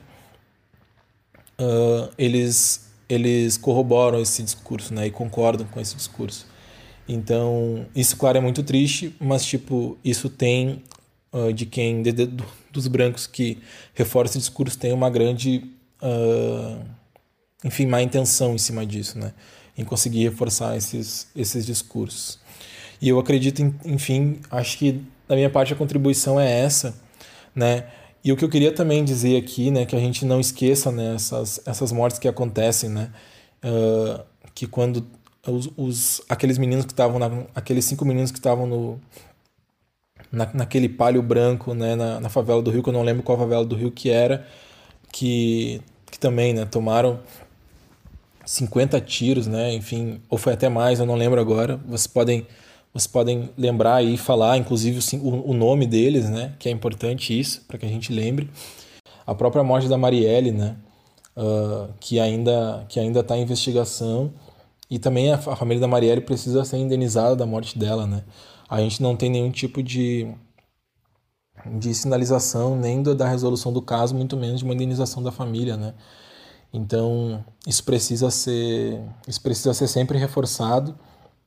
uh, eles, eles corroboram esse discurso, né, e concordam com esse discurso. Então, isso, claro, é muito triste, mas tipo, isso tem uh, de quem, de, de, dos brancos que reforçam esse discurso, tem uma grande, uh, enfim, má intenção em cima disso, né, em conseguir reforçar esses, esses discursos. E eu acredito, enfim, acho que da minha parte a contribuição é essa, né? E o que eu queria também dizer aqui, né, que a gente não esqueça, né, essas, essas mortes que acontecem, né, uh, que quando os, os, aqueles meninos que estavam, aqueles cinco meninos que estavam no, na, naquele palio branco, né, na, na favela do Rio, que eu não lembro qual favela do Rio que era, que, que também, né, tomaram cinquenta tiros, né, enfim, ou foi até mais, eu não lembro agora, vocês podem Vocês podem lembrar e falar, inclusive, o, o nome deles, né? Que é importante isso, para que a gente lembre. A própria morte da Marielle, né? Uh, que ainda que ainda está em investigação. E também a, a família da Marielle precisa ser indenizada da morte dela, né? A gente não tem nenhum tipo de, de sinalização nem do, da resolução do caso, muito menos de uma indenização da família, né? Então, isso precisa ser, isso precisa ser sempre reforçado,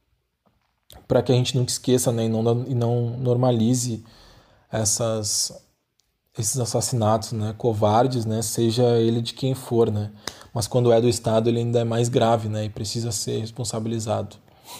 para que a gente nunca esqueça, né, e, não, e não normalize essas, esses assassinatos, né, covardes, né, seja ele de quem for, né, mas quando é do Estado ele ainda é mais grave, né, e precisa ser responsabilizado.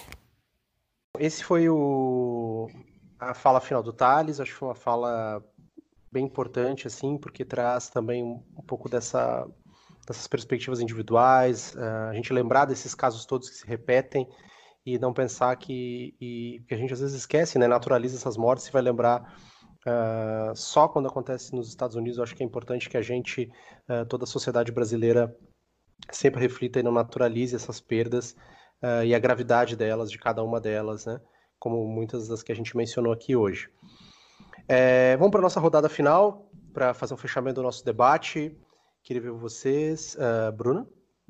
Esse foi o, a fala final do Thales, acho que foi uma fala bem importante, assim, porque traz também um, um pouco dessa, dessas perspectivas individuais, uh, a gente lembrar desses casos todos que se repetem, e não pensar que, e, que a gente às vezes esquece, né, naturaliza essas mortes e vai lembrar uh, só quando acontece nos Estados Unidos. Eu acho que é importante que a gente, uh, toda a sociedade brasileira, sempre reflita e não naturalize essas perdas uh, e a gravidade delas, de cada uma delas, né? Como muitas das que a gente mencionou aqui hoje. É, vamos para a nossa rodada final, para fazer um fechamento do nosso debate. Queria ver vocês. Uh, Bruna?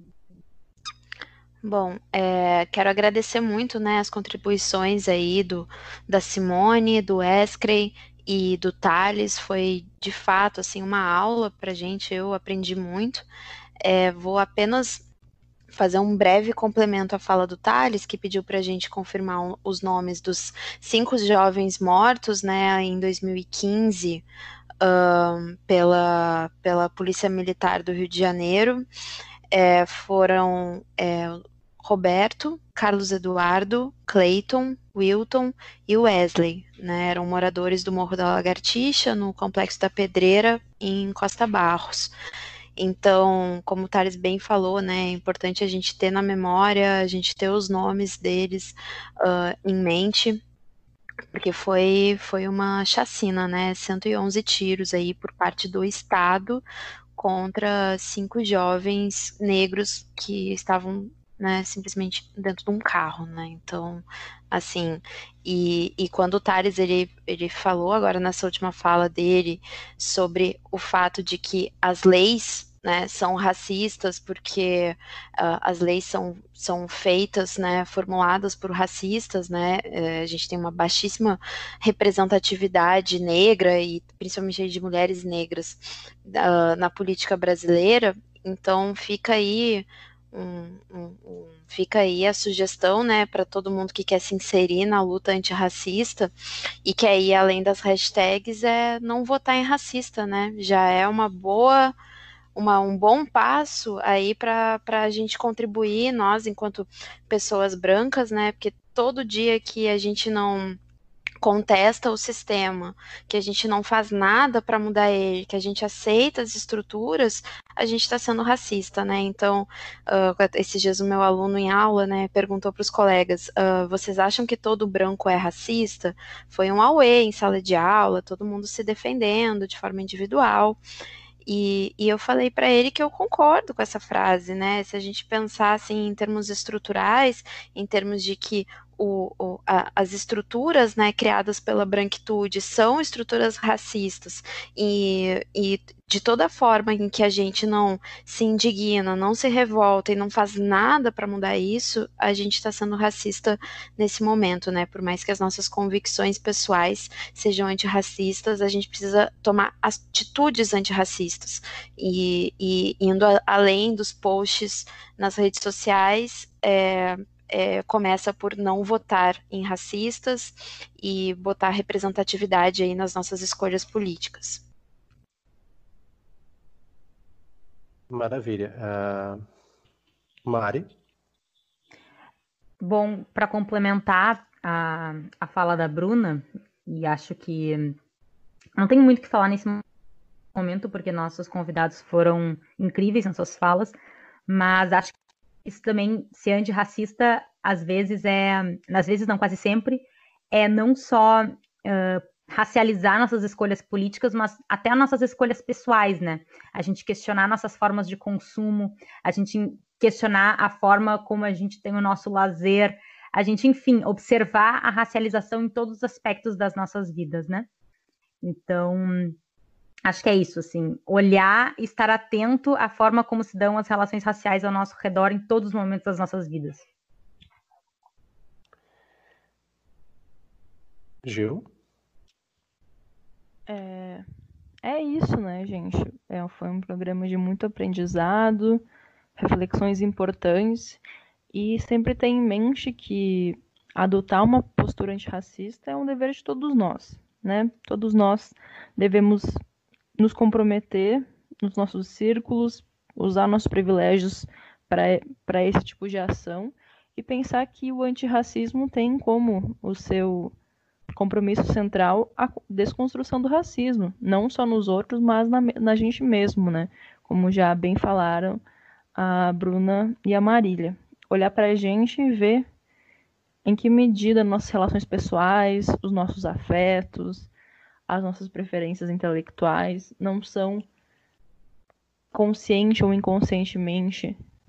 Bom, é, quero agradecer muito, né, as contribuições aí do, da Simone, do Escrey e do Thales. Foi, de fato, assim, uma aula para a gente, eu aprendi muito. É, vou apenas fazer um breve complemento à fala do Thales, que pediu para a gente confirmar um, os nomes dos cinco jovens mortos, né, em dois mil e quinze, um, pela, pela Polícia Militar do Rio de Janeiro. É, foram é, Roberto, Carlos Eduardo, Clayton, Wilton e Wesley, né, eram moradores do Morro da Lagartixa, no Complexo da Pedreira, em Costa Barros. Então, como o Thales bem falou, né, é importante a gente ter na memória, a gente ter os nomes deles uh, em mente, porque foi, foi uma chacina, né, cento e onze tiros aí por parte do Estado contra cinco jovens negros que estavam, né, simplesmente dentro de um carro, né, então, assim, e, e quando o Thales, ele, ele falou agora nessa última fala dele sobre o fato de que as leis, né, são racistas porque uh, as leis são, são feitas, né, formuladas por racistas, né, uh, a gente tem uma baixíssima representatividade negra e principalmente de mulheres negras uh, na política brasileira, então fica aí um, um, um, fica aí a sugestão, né, para todo mundo que quer se inserir na luta antirracista e que aí, além das hashtags, é não votar em racista, né, já é uma boa Uma, um bom passo aí para a gente contribuir, nós, enquanto pessoas brancas, né? Porque todo dia que a gente não contesta o sistema, que a gente não faz nada para mudar ele, que a gente aceita as estruturas, a gente está sendo racista, né? Então, uh, esses dias o meu aluno em aula, né, perguntou para os colegas, uh, vocês acham que todo branco é racista? Foi um auê em sala de aula, todo mundo se defendendo de forma individual. E, e eu falei para ele que eu concordo com essa frase, né? Se a gente pensar assim, em termos estruturais, em termos de que o, o, a, as estruturas, né, criadas pela branquitude são estruturas racistas e, e de toda forma em que a gente não se indigna, não se revolta e não faz nada para mudar isso, a gente está sendo racista nesse momento, né? Por mais que as nossas convicções pessoais sejam antirracistas, a gente precisa tomar atitudes antirracistas e, e indo a, além dos posts nas redes sociais, é, É, começa por não votar em racistas e botar representatividade aí nas nossas escolhas políticas. Maravilha. Uh, Mari? Bom, para complementar a, a fala da Bruna, e acho que não tenho muito o que falar nesse momento, porque nossos convidados foram incríveis nas suas falas, mas acho que isso também, ser antirracista, às vezes é, às vezes não, quase sempre, é não só uh, racializar nossas escolhas políticas, mas até nossas escolhas pessoais, né? A gente questionar nossas formas de consumo, a gente questionar a forma como a gente tem o nosso lazer, a gente, enfim, observar a racialização em todos os aspectos das nossas vidas, né? Então, acho que é isso, assim, olhar e estar atento à forma como se dão as relações raciais ao nosso redor em todos os momentos das nossas vidas. Gil? É, é isso, né, gente? É, foi um programa de muito aprendizado, reflexões importantes, e sempre ter em mente que adotar uma postura antirracista é um dever de todos nós, né? Todos nós devemos nos comprometer nos nossos círculos, usar nossos privilégios para esse tipo de ação e pensar que o antirracismo tem como o seu compromisso central a desconstrução do racismo, não só nos outros, mas na, na gente mesmo, né? Como já bem falaram a Bruna e a Marília. Olhar para a gente e ver em que medida nossas relações pessoais, os nossos afetos, as nossas preferências intelectuais não são consciente ou inconscientemente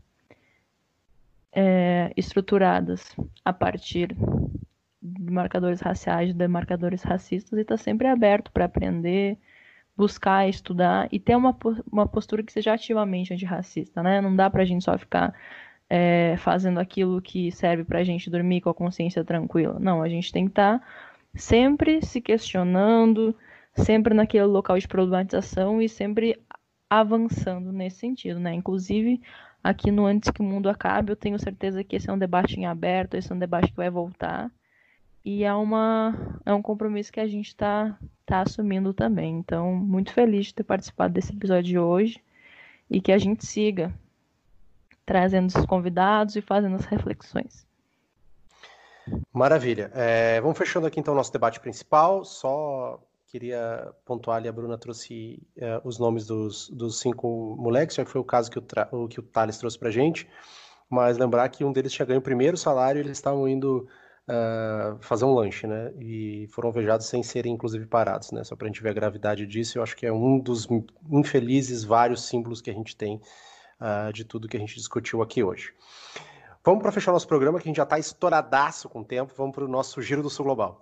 é, estruturadas a partir de marcadores raciais, de marcadores racistas, e está sempre aberto para aprender, buscar, estudar e ter uma, uma postura que seja ativamente antirracista, né? Não dá para a gente só ficar é, fazendo aquilo que serve para a gente dormir com a consciência tranquila. Não, a gente tem que estar tá sempre se questionando, sempre naquele local de problematização e sempre avançando nesse sentido, né? Inclusive, aqui no Antes que o Mundo Acabe, eu tenho certeza que esse é um debate em aberto, esse é um debate que vai voltar, e é, uma, é um compromisso que a gente está tá assumindo também. Então, muito feliz de ter participado desse episódio de hoje, e que a gente siga trazendo os convidados e fazendo as reflexões. Maravilha. É, vamos fechando aqui, então, o nosso debate principal. Só queria pontuar ali, a Bruna trouxe uh, os nomes dos, dos cinco moleques, já que foi o caso que o, tra- o, que o Thales trouxe pra gente, mas lembrar que um deles tinha ganho o primeiro salário e eles estavam indo uh, fazer um lanche, né? E foram alvejados sem serem, inclusive, parados, né? Só pra gente ver a gravidade disso. Eu acho que é um dos infelizes vários símbolos que a gente tem uh, de tudo que a gente discutiu aqui hoje. Vamos para fechar nosso programa, que a gente já está estouradaço com o tempo. Vamos para o nosso Giro do Sul Global.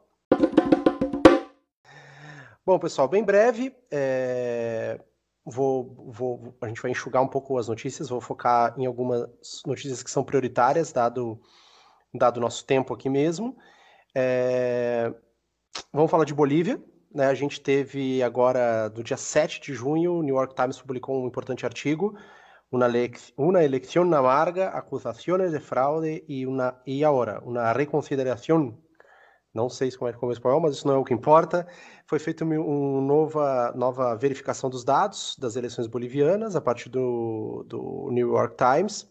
Bom, pessoal, bem breve, é... vou, vou, a gente vai enxugar um pouco as notícias, vou focar em algumas notícias que são prioritárias, dado dado o nosso tempo aqui mesmo. É... Vamos falar de Bolívia, né? A gente teve agora, do dia sete de junho, o New York Times publicou um importante artigo, Una, una elección amarga, acusaciones de fraude y, una, y ahora, una reconsideración. Não sei como é que é o espanhol, mas isso não é o que importa. Foi feita uma um nova, nova verificação dos dados das eleições bolivianas a partir do, do New York Times.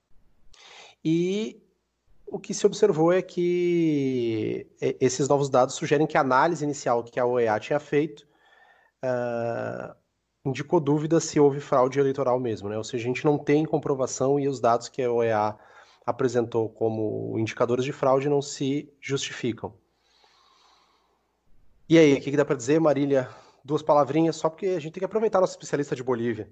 E o que se observou é que esses novos dados sugerem que a análise inicial que a O E A tinha feito uh, indicou dúvida se houve fraude eleitoral mesmo, né? Ou seja, a gente não tem comprovação e os dados que a O E A apresentou como indicadores de fraude não se justificam. E aí, o que, que dá para dizer, Marília? Duas palavrinhas, só porque a gente tem que aproveitar nosso especialista de Bolívia.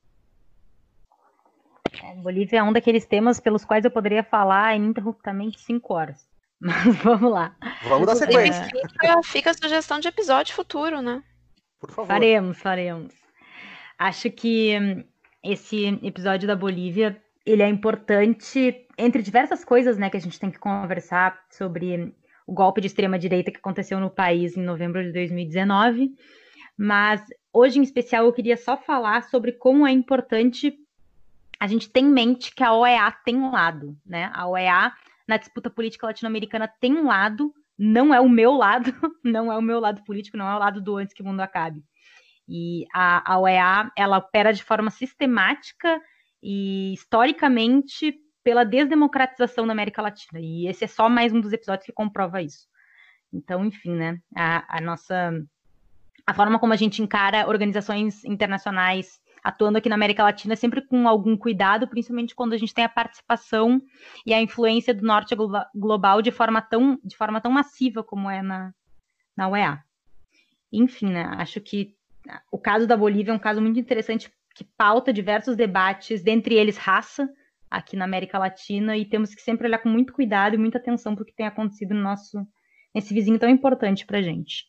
É, Bolívia é um daqueles temas pelos quais eu poderia falar ininterruptamente cinco horas. Mas vamos lá. Vamos dar sequência. Fica, fica a sugestão de episódio futuro, né? Por favor. Faremos, faremos. Acho que esse episódio da Bolívia, ele é importante, entre diversas coisas, né, que a gente tem que conversar sobre o golpe de extrema-direita que aconteceu no país em novembro de dois mil e dezenove, mas hoje, em especial, eu queria só falar sobre como é importante a gente ter em mente que a O E A tem um lado, né? A O E A, na disputa política latino-americana, tem um lado, não é o meu lado, não é o meu lado político, não é o lado do Antes que o Mundo Acabe. E a, a O E A, ela opera de forma sistemática e historicamente pela desdemocratização da América Latina. E esse é só mais um dos episódios que comprova isso. Então, enfim, né, a, a nossa... A forma como a gente encara organizações internacionais atuando aqui na América Latina é sempre com algum cuidado, principalmente quando a gente tem a participação e a influência do norte global de forma tão, de forma tão massiva como é na, na O E A. Enfim, né, acho que o caso da Bolívia é um caso muito interessante que pauta diversos debates, dentre eles raça, aqui na América Latina, e temos que sempre olhar com muito cuidado e muita atenção para o que tem acontecido no nosso, nesse vizinho tão importante para a gente.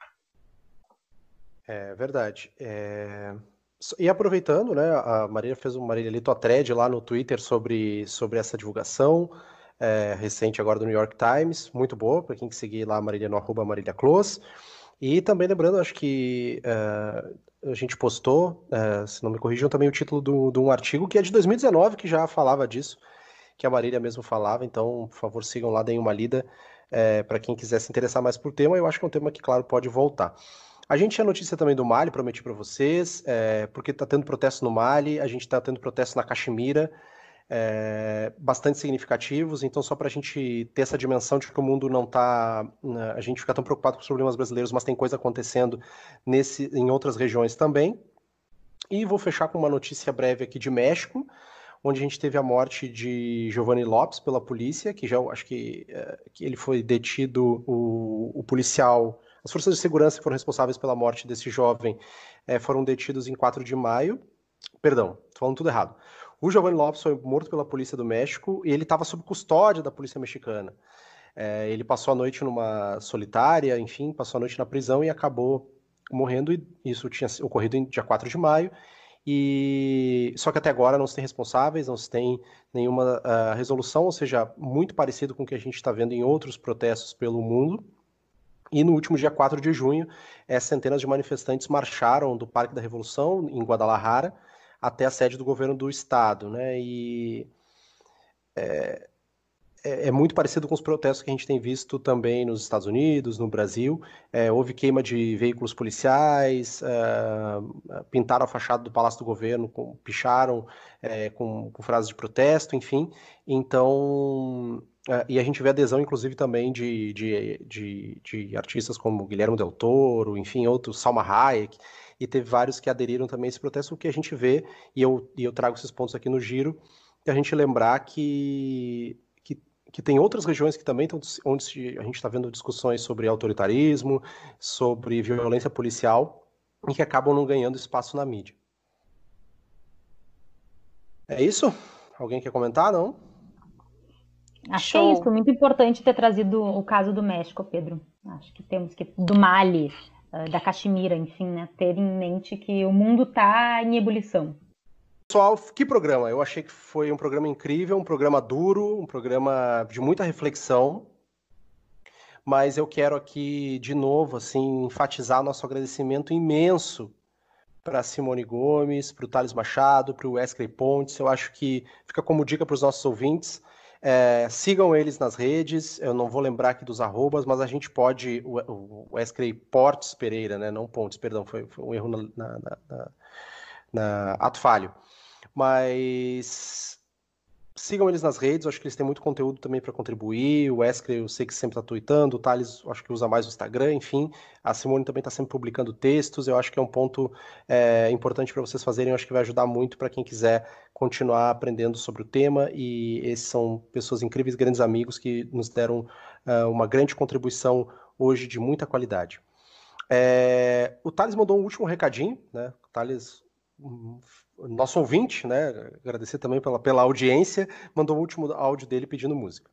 É verdade. É... E aproveitando, né, a Marília fez um Marília Lito thread lá no Twitter sobre, sobre essa divulgação é, recente agora do New York Times, muito boa, para quem que seguir lá a Marília no arroba Marília Close. E também lembrando, acho que uh, a gente postou, uh, se não me corrijam, também o título de um artigo que é de dois mil e dezenove, que já falava disso, que a Marília mesmo falava, então, por favor, sigam lá, deem uma lida, uh, para quem quiser se interessar mais por tema. Eu acho que é um tema que, claro, pode voltar. A gente tinha notícia também do Mali, prometi para vocês, é, porque está tendo protesto no Mali, a gente está tendo protesto na Caxemira, é, bastante significativos, então só para a gente ter essa dimensão de que o mundo não está, a gente fica tão preocupado com os problemas brasileiros, mas tem coisa acontecendo nesse, em outras regiões também. E vou fechar com uma notícia breve aqui de México, onde a gente teve a morte de Giovanni Lopes pela polícia, que já acho que, é, que ele foi detido, o, o policial... As forças de segurança que foram responsáveis pela morte desse jovem é, foram detidos em quatro de maio. Perdão, tô falando tudo errado. O Giovanni Lopes foi morto pela polícia do México e ele estava sob custódia da polícia mexicana. É, ele passou a noite numa solitária, enfim, passou a noite na prisão e acabou morrendo, e isso tinha ocorrido em dia quatro de maio, e só que até agora não se tem responsáveis, não se tem nenhuma uh, resolução, ou seja, muito parecido com o que a gente está vendo em outros protestos pelo mundo. E no último dia quatro de junho, é, centenas de manifestantes marcharam do Parque da Revolução, em Guadalajara, até a sede do governo do estado, né? E é, é, é muito parecido com os protestos que a gente tem visto também nos Estados Unidos, no Brasil. É, houve queima de veículos policiais, é, pintaram a fachada do Palácio do Governo, com, picharam é, com, com frases de protesto, enfim. Então, é, e a gente vê adesão, inclusive, também de, de, de, de artistas como Guilherme Del Toro, enfim, outros, Salma Hayek, e teve vários que aderiram também a esse protesto. O que a gente vê, e eu, e eu trago esses pontos aqui no giro, é a gente lembrar que, que, que tem outras regiões que também estão, onde a gente está vendo discussões sobre autoritarismo, sobre violência policial, e que acabam não ganhando espaço na mídia. É isso? Alguém quer comentar, não? Acho que é isso, muito importante ter trazido o caso do México, Pedro. Acho que temos que, do Mali, da Caxemira, enfim, né, ter em mente que o mundo está em ebulição. Pessoal, que programa? Eu achei que foi um programa incrível, um programa duro, um programa de muita reflexão, mas eu quero aqui, de novo, assim, enfatizar nosso agradecimento imenso para Simone Gomes, para o Thales Machado, para o Wesley Pontes. Eu acho que fica como dica para os nossos ouvintes. É, sigam eles nas redes, eu não vou lembrar aqui dos arrobas, mas a gente pode, o, o Wesley Portes Pereira, né, não Pontes, perdão, foi, foi um erro na, na, na, na, na ato falho, mas sigam eles nas redes, eu acho que eles têm muito conteúdo também para contribuir. O Wesley eu sei que sempre está tweetando, o Thales eu acho que usa mais o Instagram, enfim, a Simone também está sempre publicando textos. Eu acho que é um ponto é, importante para vocês fazerem, eu acho que vai ajudar muito para quem quiser continuar aprendendo sobre o tema, e esses são pessoas incríveis, grandes amigos que nos deram uh, uma grande contribuição hoje de muita qualidade. É, o Thales mandou um último recadinho, né? O Thales, um, nosso ouvinte, né? Agradecer também pela, pela audiência, mandou o último áudio dele pedindo música.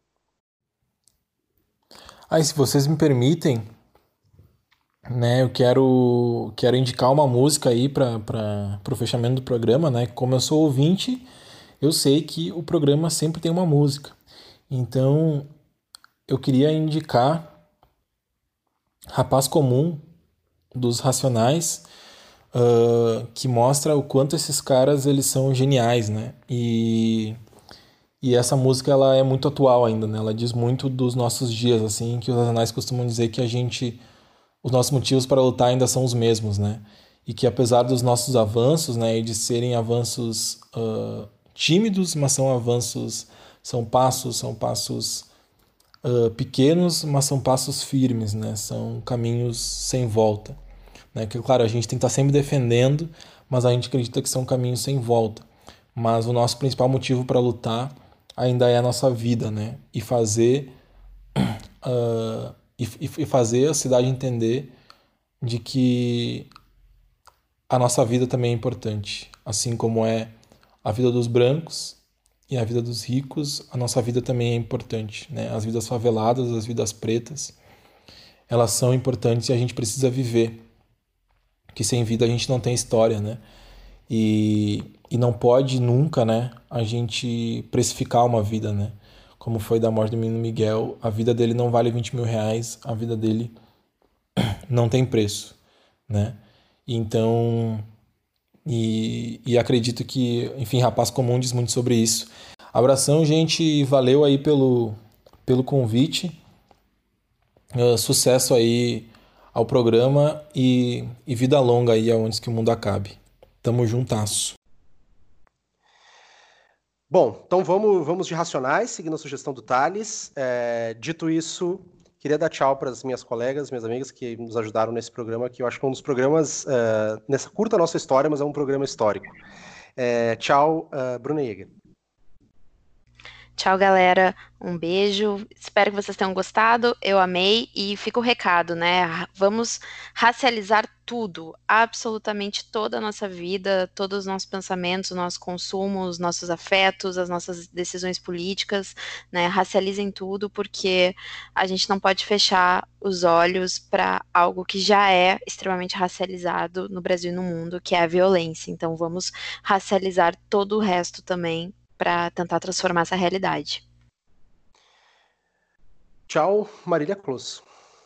Aí, se vocês me permitem, né, eu quero, quero indicar uma música aí para o fechamento do programa, né? Como eu sou ouvinte, eu sei que o programa sempre tem uma música. Então, eu queria indicar Rapaz Comum, dos Racionais, uh, que mostra o quanto esses caras eles são geniais, né? E, e essa música ela é muito atual ainda, né? Ela diz muito dos nossos dias, assim, que os Racionais costumam dizer que a gente... os nossos motivos para lutar ainda são os mesmos, né? E que apesar dos nossos avanços, né, e de serem avanços uh, tímidos, mas são avanços, são passos, são passos uh, pequenos, mas são passos firmes, né? São caminhos sem volta, né? Que claro, a gente tem que estar sempre defendendo, mas a gente acredita que são caminhos sem volta. Mas o nosso principal motivo para lutar ainda é a nossa vida, né? E fazer uh, e fazer a cidade entender de que a nossa vida também é importante. Assim como é a vida dos brancos e a vida dos ricos, a nossa vida também é importante, né? As vidas faveladas, as vidas pretas, elas são importantes e a gente precisa viver. Porque sem vida a gente não tem história, né? E, e não pode nunca, né, a gente precificar uma vida, né? Como foi da morte do menino Miguel, a vida dele não vale vinte mil reais, a vida dele não tem preço, né? Então, e, e acredito que, enfim, Rapaz Comum diz muito sobre isso. Abração, gente, e valeu aí pelo, pelo convite. Uh, sucesso aí ao programa e, e vida longa aí aonde que o mundo acabe. Tamo juntasso. Bom, então vamos, vamos de Racionais, seguindo a sugestão do Thales. É, dito isso, queria dar tchau para as minhas colegas, minhas amigas que nos ajudaram nesse programa, que eu acho que é um dos programas, uh, nessa curta nossa história, mas é um programa histórico. É, tchau, uh, Bruna Jäger. Tchau, galera. Um beijo. Espero que vocês tenham gostado. Eu amei. E fica o recado, né? Vamos racializar tudo, absolutamente toda a nossa vida, todos os nossos pensamentos, o nosso consumo, os nossos afetos, as nossas decisões políticas, né? Racializem tudo, porque a gente não pode fechar os olhos para algo que já é extremamente racializado no Brasil e no mundo, que é a violência. Então, vamos racializar todo o resto também para tentar transformar essa realidade. Tchau, Marília Close.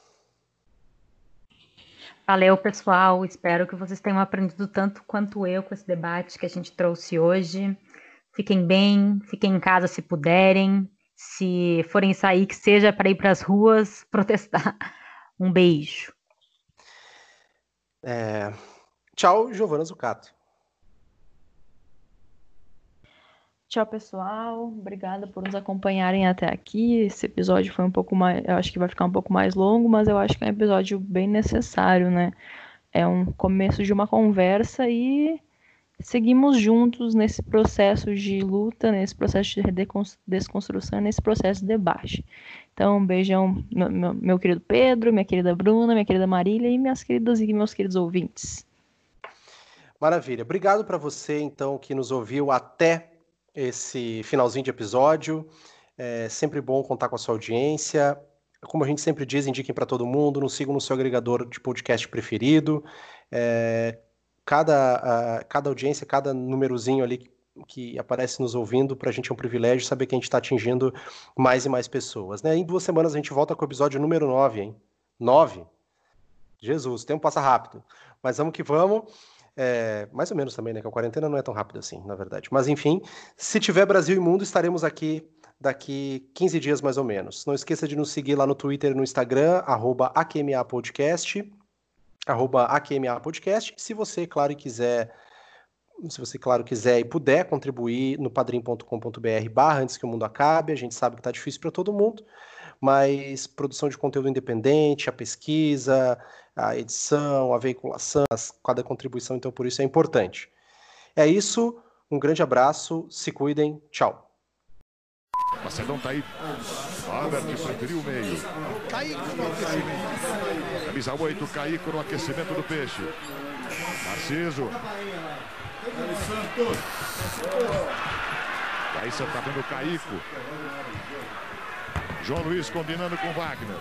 Valeu, pessoal. Espero que vocês tenham aprendido tanto quanto eu com esse debate que a gente trouxe hoje. Fiquem bem, fiquem em casa se puderem. Se forem sair, que seja para ir para as ruas protestar. Um beijo. É... Tchau, Giovana Zucato. Tchau, pessoal. Obrigada por nos acompanharem até aqui. Esse episódio foi um pouco mais... Eu acho que vai ficar um pouco mais longo, mas eu acho que é um episódio bem necessário, né? É um começo de uma conversa e seguimos juntos nesse processo de luta, nesse processo de desconstrução, nesse processo de debate. Então, um beijão, meu, meu, meu querido Pedro, minha querida Bruna, minha querida Marília e minhas queridas e meus queridos ouvintes. Maravilha. Obrigado para você, então, que nos ouviu até esse finalzinho de episódio. É sempre bom contar com a sua audiência. Como a gente sempre diz, indiquem para todo mundo, nos sigam no seu agregador de podcast preferido. É, cada, a, cada audiência, cada númerozinho ali que aparece nos ouvindo, para a gente é um privilégio saber que a gente está atingindo mais e mais pessoas, né? Em duas semanas a gente volta com o episódio número nove, hein? nove? Jesus, o tempo passa rápido. Mas vamos que vamos. É, mais ou menos também, né? Que a quarentena não é tão rápida assim, na verdade. Mas enfim, se tiver Brasil e Mundo, estaremos aqui daqui quinze dias mais ou menos. Não esqueça de nos seguir lá no Twitter e no Instagram, arroba A Q M A Podcast, arroba A Q M A Podcast. Se você, claro, quiser, se você, claro, quiser e puder contribuir no padrim ponto com ponto br barra antes que o mundo acabe, a gente sabe que tá difícil para todo mundo, mas produção de conteúdo independente, a pesquisa, a edição, a veiculação, cada contribuição, então por isso é importante. É isso, um grande abraço, se cuidem, tchau. Macedão tá aí. Albert preferiu o meio. Caico no aquecimento. Camisa oito, Caico no aquecimento do peixe. Narciso. Aí você tá vendo o Caico. João Luiz combinando com Wagner.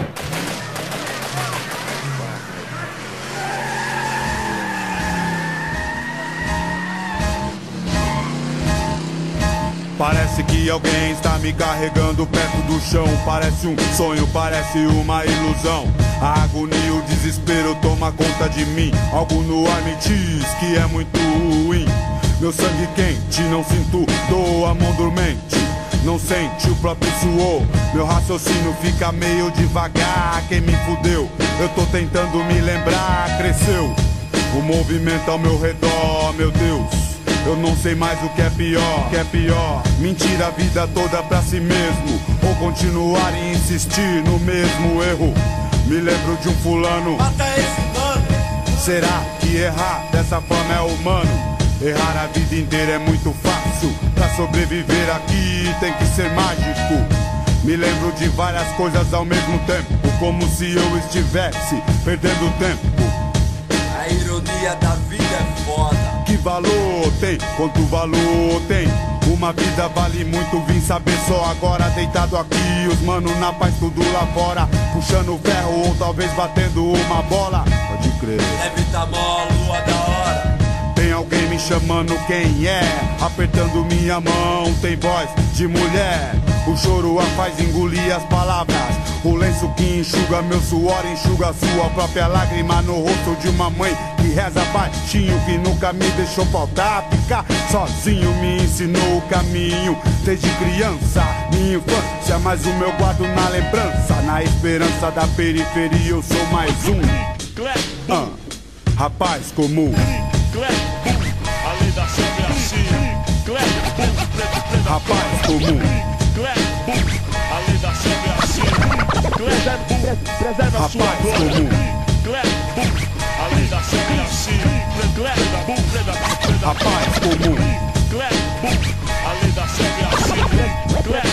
Parece que alguém está me carregando perto do chão. Parece um sonho, parece uma ilusão. A agonia e o desespero toma conta de mim. Algo no ar me diz que é muito ruim. Meu sangue quente, não sinto dor, a mão dormente não sente o próprio suor. Meu raciocínio fica meio devagar. Quem me fudeu? Eu tô tentando me lembrar. Cresceu o movimento ao meu redor, meu Deus. Eu não sei mais o que é pior, que é pior. Mentir a vida toda pra si mesmo, ou continuar e insistir no mesmo erro. Me lembro de um fulano. Mata esse mano. Será que errar dessa forma é humano? Errar a vida inteira é muito fácil. Pra sobreviver aqui tem que ser mágico. Me lembro de várias coisas ao mesmo tempo, como se eu estivesse perdendo tempo. A ironia da vida é foda. Que valor tem? Quanto valor tem? Uma vida vale muito, vim saber só agora. Deitado aqui, os mano na paz, tudo lá fora, puxando ferro ou talvez batendo uma bola. Pode crer. Deve tá mó, lua da hora. Tem alguém me chamando, quem é? Apertando minha mão, tem voz de mulher. O choro a faz engolir as palavras. O lenço que enxuga meu suor, enxuga sua própria lágrima no rosto de uma mãe que reza baixinho, que nunca me deixou faltar. Ficar sozinho me ensinou o caminho desde criança, minha infância, mas o meu guardo na lembrança. Na esperança da periferia eu sou mais um ah, rapaz comum. Rapaz comum. Preserva a sua glória. Além da cena assim, rapaz comum. Além da cena assim,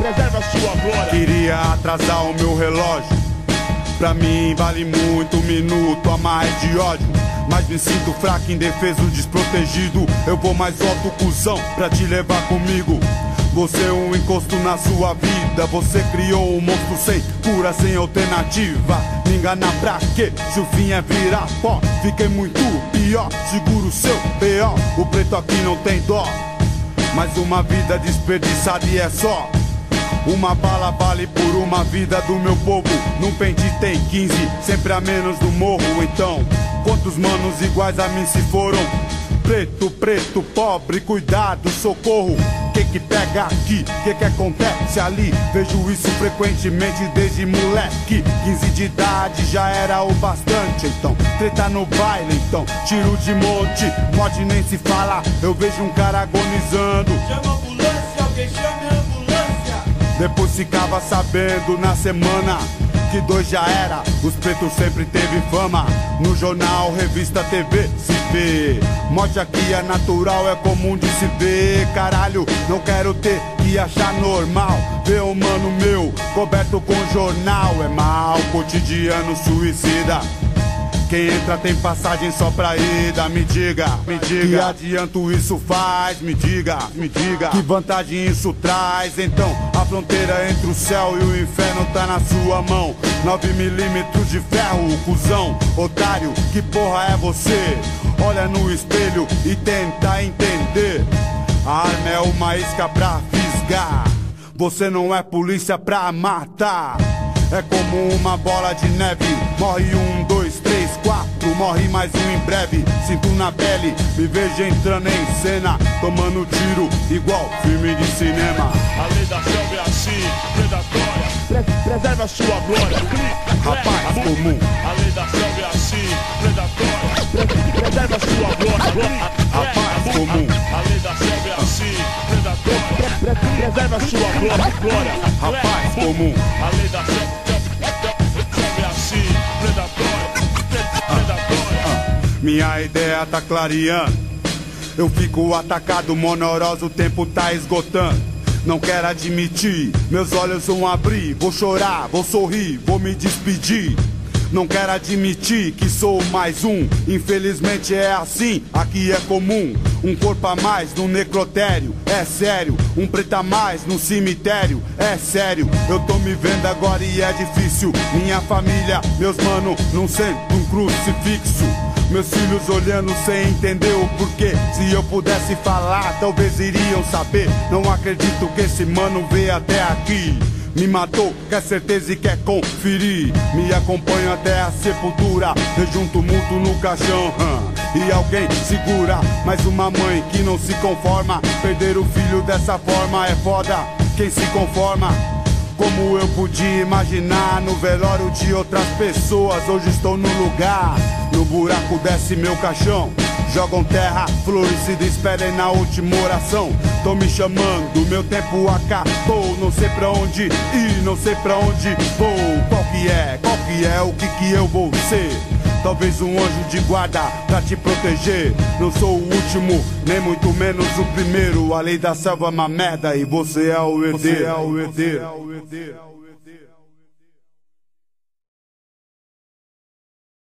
preserva sua glória. Queria atrasar o meu relógio, pra mim vale muito um minuto a mais de ódio. Mas me sinto fraco, indefeso, desprotegido. Eu vou mais alto, cuzão, pra te levar comigo. Você é um encosto na sua vida. Você criou um monstro sem cura, sem alternativa. Me enganar pra quê? Se o fim é virar pó. Fiquei muito pior, seguro o seu P O. O preto aqui não tem dó. Mais uma vida desperdiçada e é só. Uma bala vale por uma vida do meu povo. Num pente tem quinze, sempre a menos do morro. Então, quantos manos iguais a mim se foram? Preto, preto, pobre, cuidado, socorro. Que que pega aqui? Que que acontece ali? Vejo isso frequentemente desde moleque. quinze de idade já era o bastante. Então, treta no baile, então, tiro de monte. Morte nem se fala, eu vejo um cara agonizando. Chama a ambulância, alguém chame a ambulância. Depois ficava sabendo na semana que dois já era, os pretos sempre teve fama. No jornal, revista, T V, se vê. Morte aqui é natural, é comum de se ver. Caralho, não quero ter que achar normal ver um mano meu coberto com jornal. É mal, cotidiano suicida. Quem entra tem passagem só pra ida. Me diga, me diga, que adianto isso faz? Me diga, me diga, que vantagem isso traz? Então, a fronteira entre o céu e o inferno tá na sua mão. Nove milímetros de ferro, cuzão, otário, que porra é você? Olha no espelho e tenta entender. A arma é uma isca pra fisgar. Você não é polícia pra matar. É como uma bola de neve. Morre um, dois, três, quatro. Morre mais um em breve. Sinto na pele, me vejo entrando em cena, tomando tiro igual filme de cinema. A lei da selva é assim, predatória. Pre preserva sua glória. Rapaz comum. A lei da selva é assim, predatória. Pre preserva sua glória. Rapaz comum. A lei da selva é assim, predatória. Pre pre preserva sua glória. glória. Rapaz comum. A lei da selva é assim, predatória. Predatória. Minha ideia tá clareando. Eu fico atacado, monoroso, o tempo tá esgotando. Não quero admitir, meus olhos vão abrir. Vou chorar, vou sorrir, vou me despedir. Não quero admitir que sou mais um. Infelizmente é assim, aqui é comum. Um corpo a mais no necrotério, é sério. Um preto a mais no cemitério, é sério. Eu tô me vendo agora e é difícil. Minha família, meus mano, não sento um crucifixo. Meus filhos olhando sem entender o porquê. Se eu pudesse falar, talvez iriam saber. Não acredito que esse mano veio até aqui. Me matou, quer certeza e quer conferir. Me acompanho até a sepultura. Vejo um tumulto no caixão, hum, e alguém segura. Mas uma mãe que não se conforma. Perder o filho dessa forma é foda. Quem se conforma? Como eu podia imaginar no velório de outras pessoas. Hoje estou no lugar, no buraco desce meu caixão. Jogam terra, flores, se despedem na última oração. Tão me chamando, meu tempo acabou. Não sei pra onde ir, não sei pra onde vou. Qual que é, qual que é, o que que eu vou ser? Talvez um anjo de guarda pra te proteger. Não sou o último, nem muito menos o primeiro. A lei da selva é uma merda e você é o herdeiro.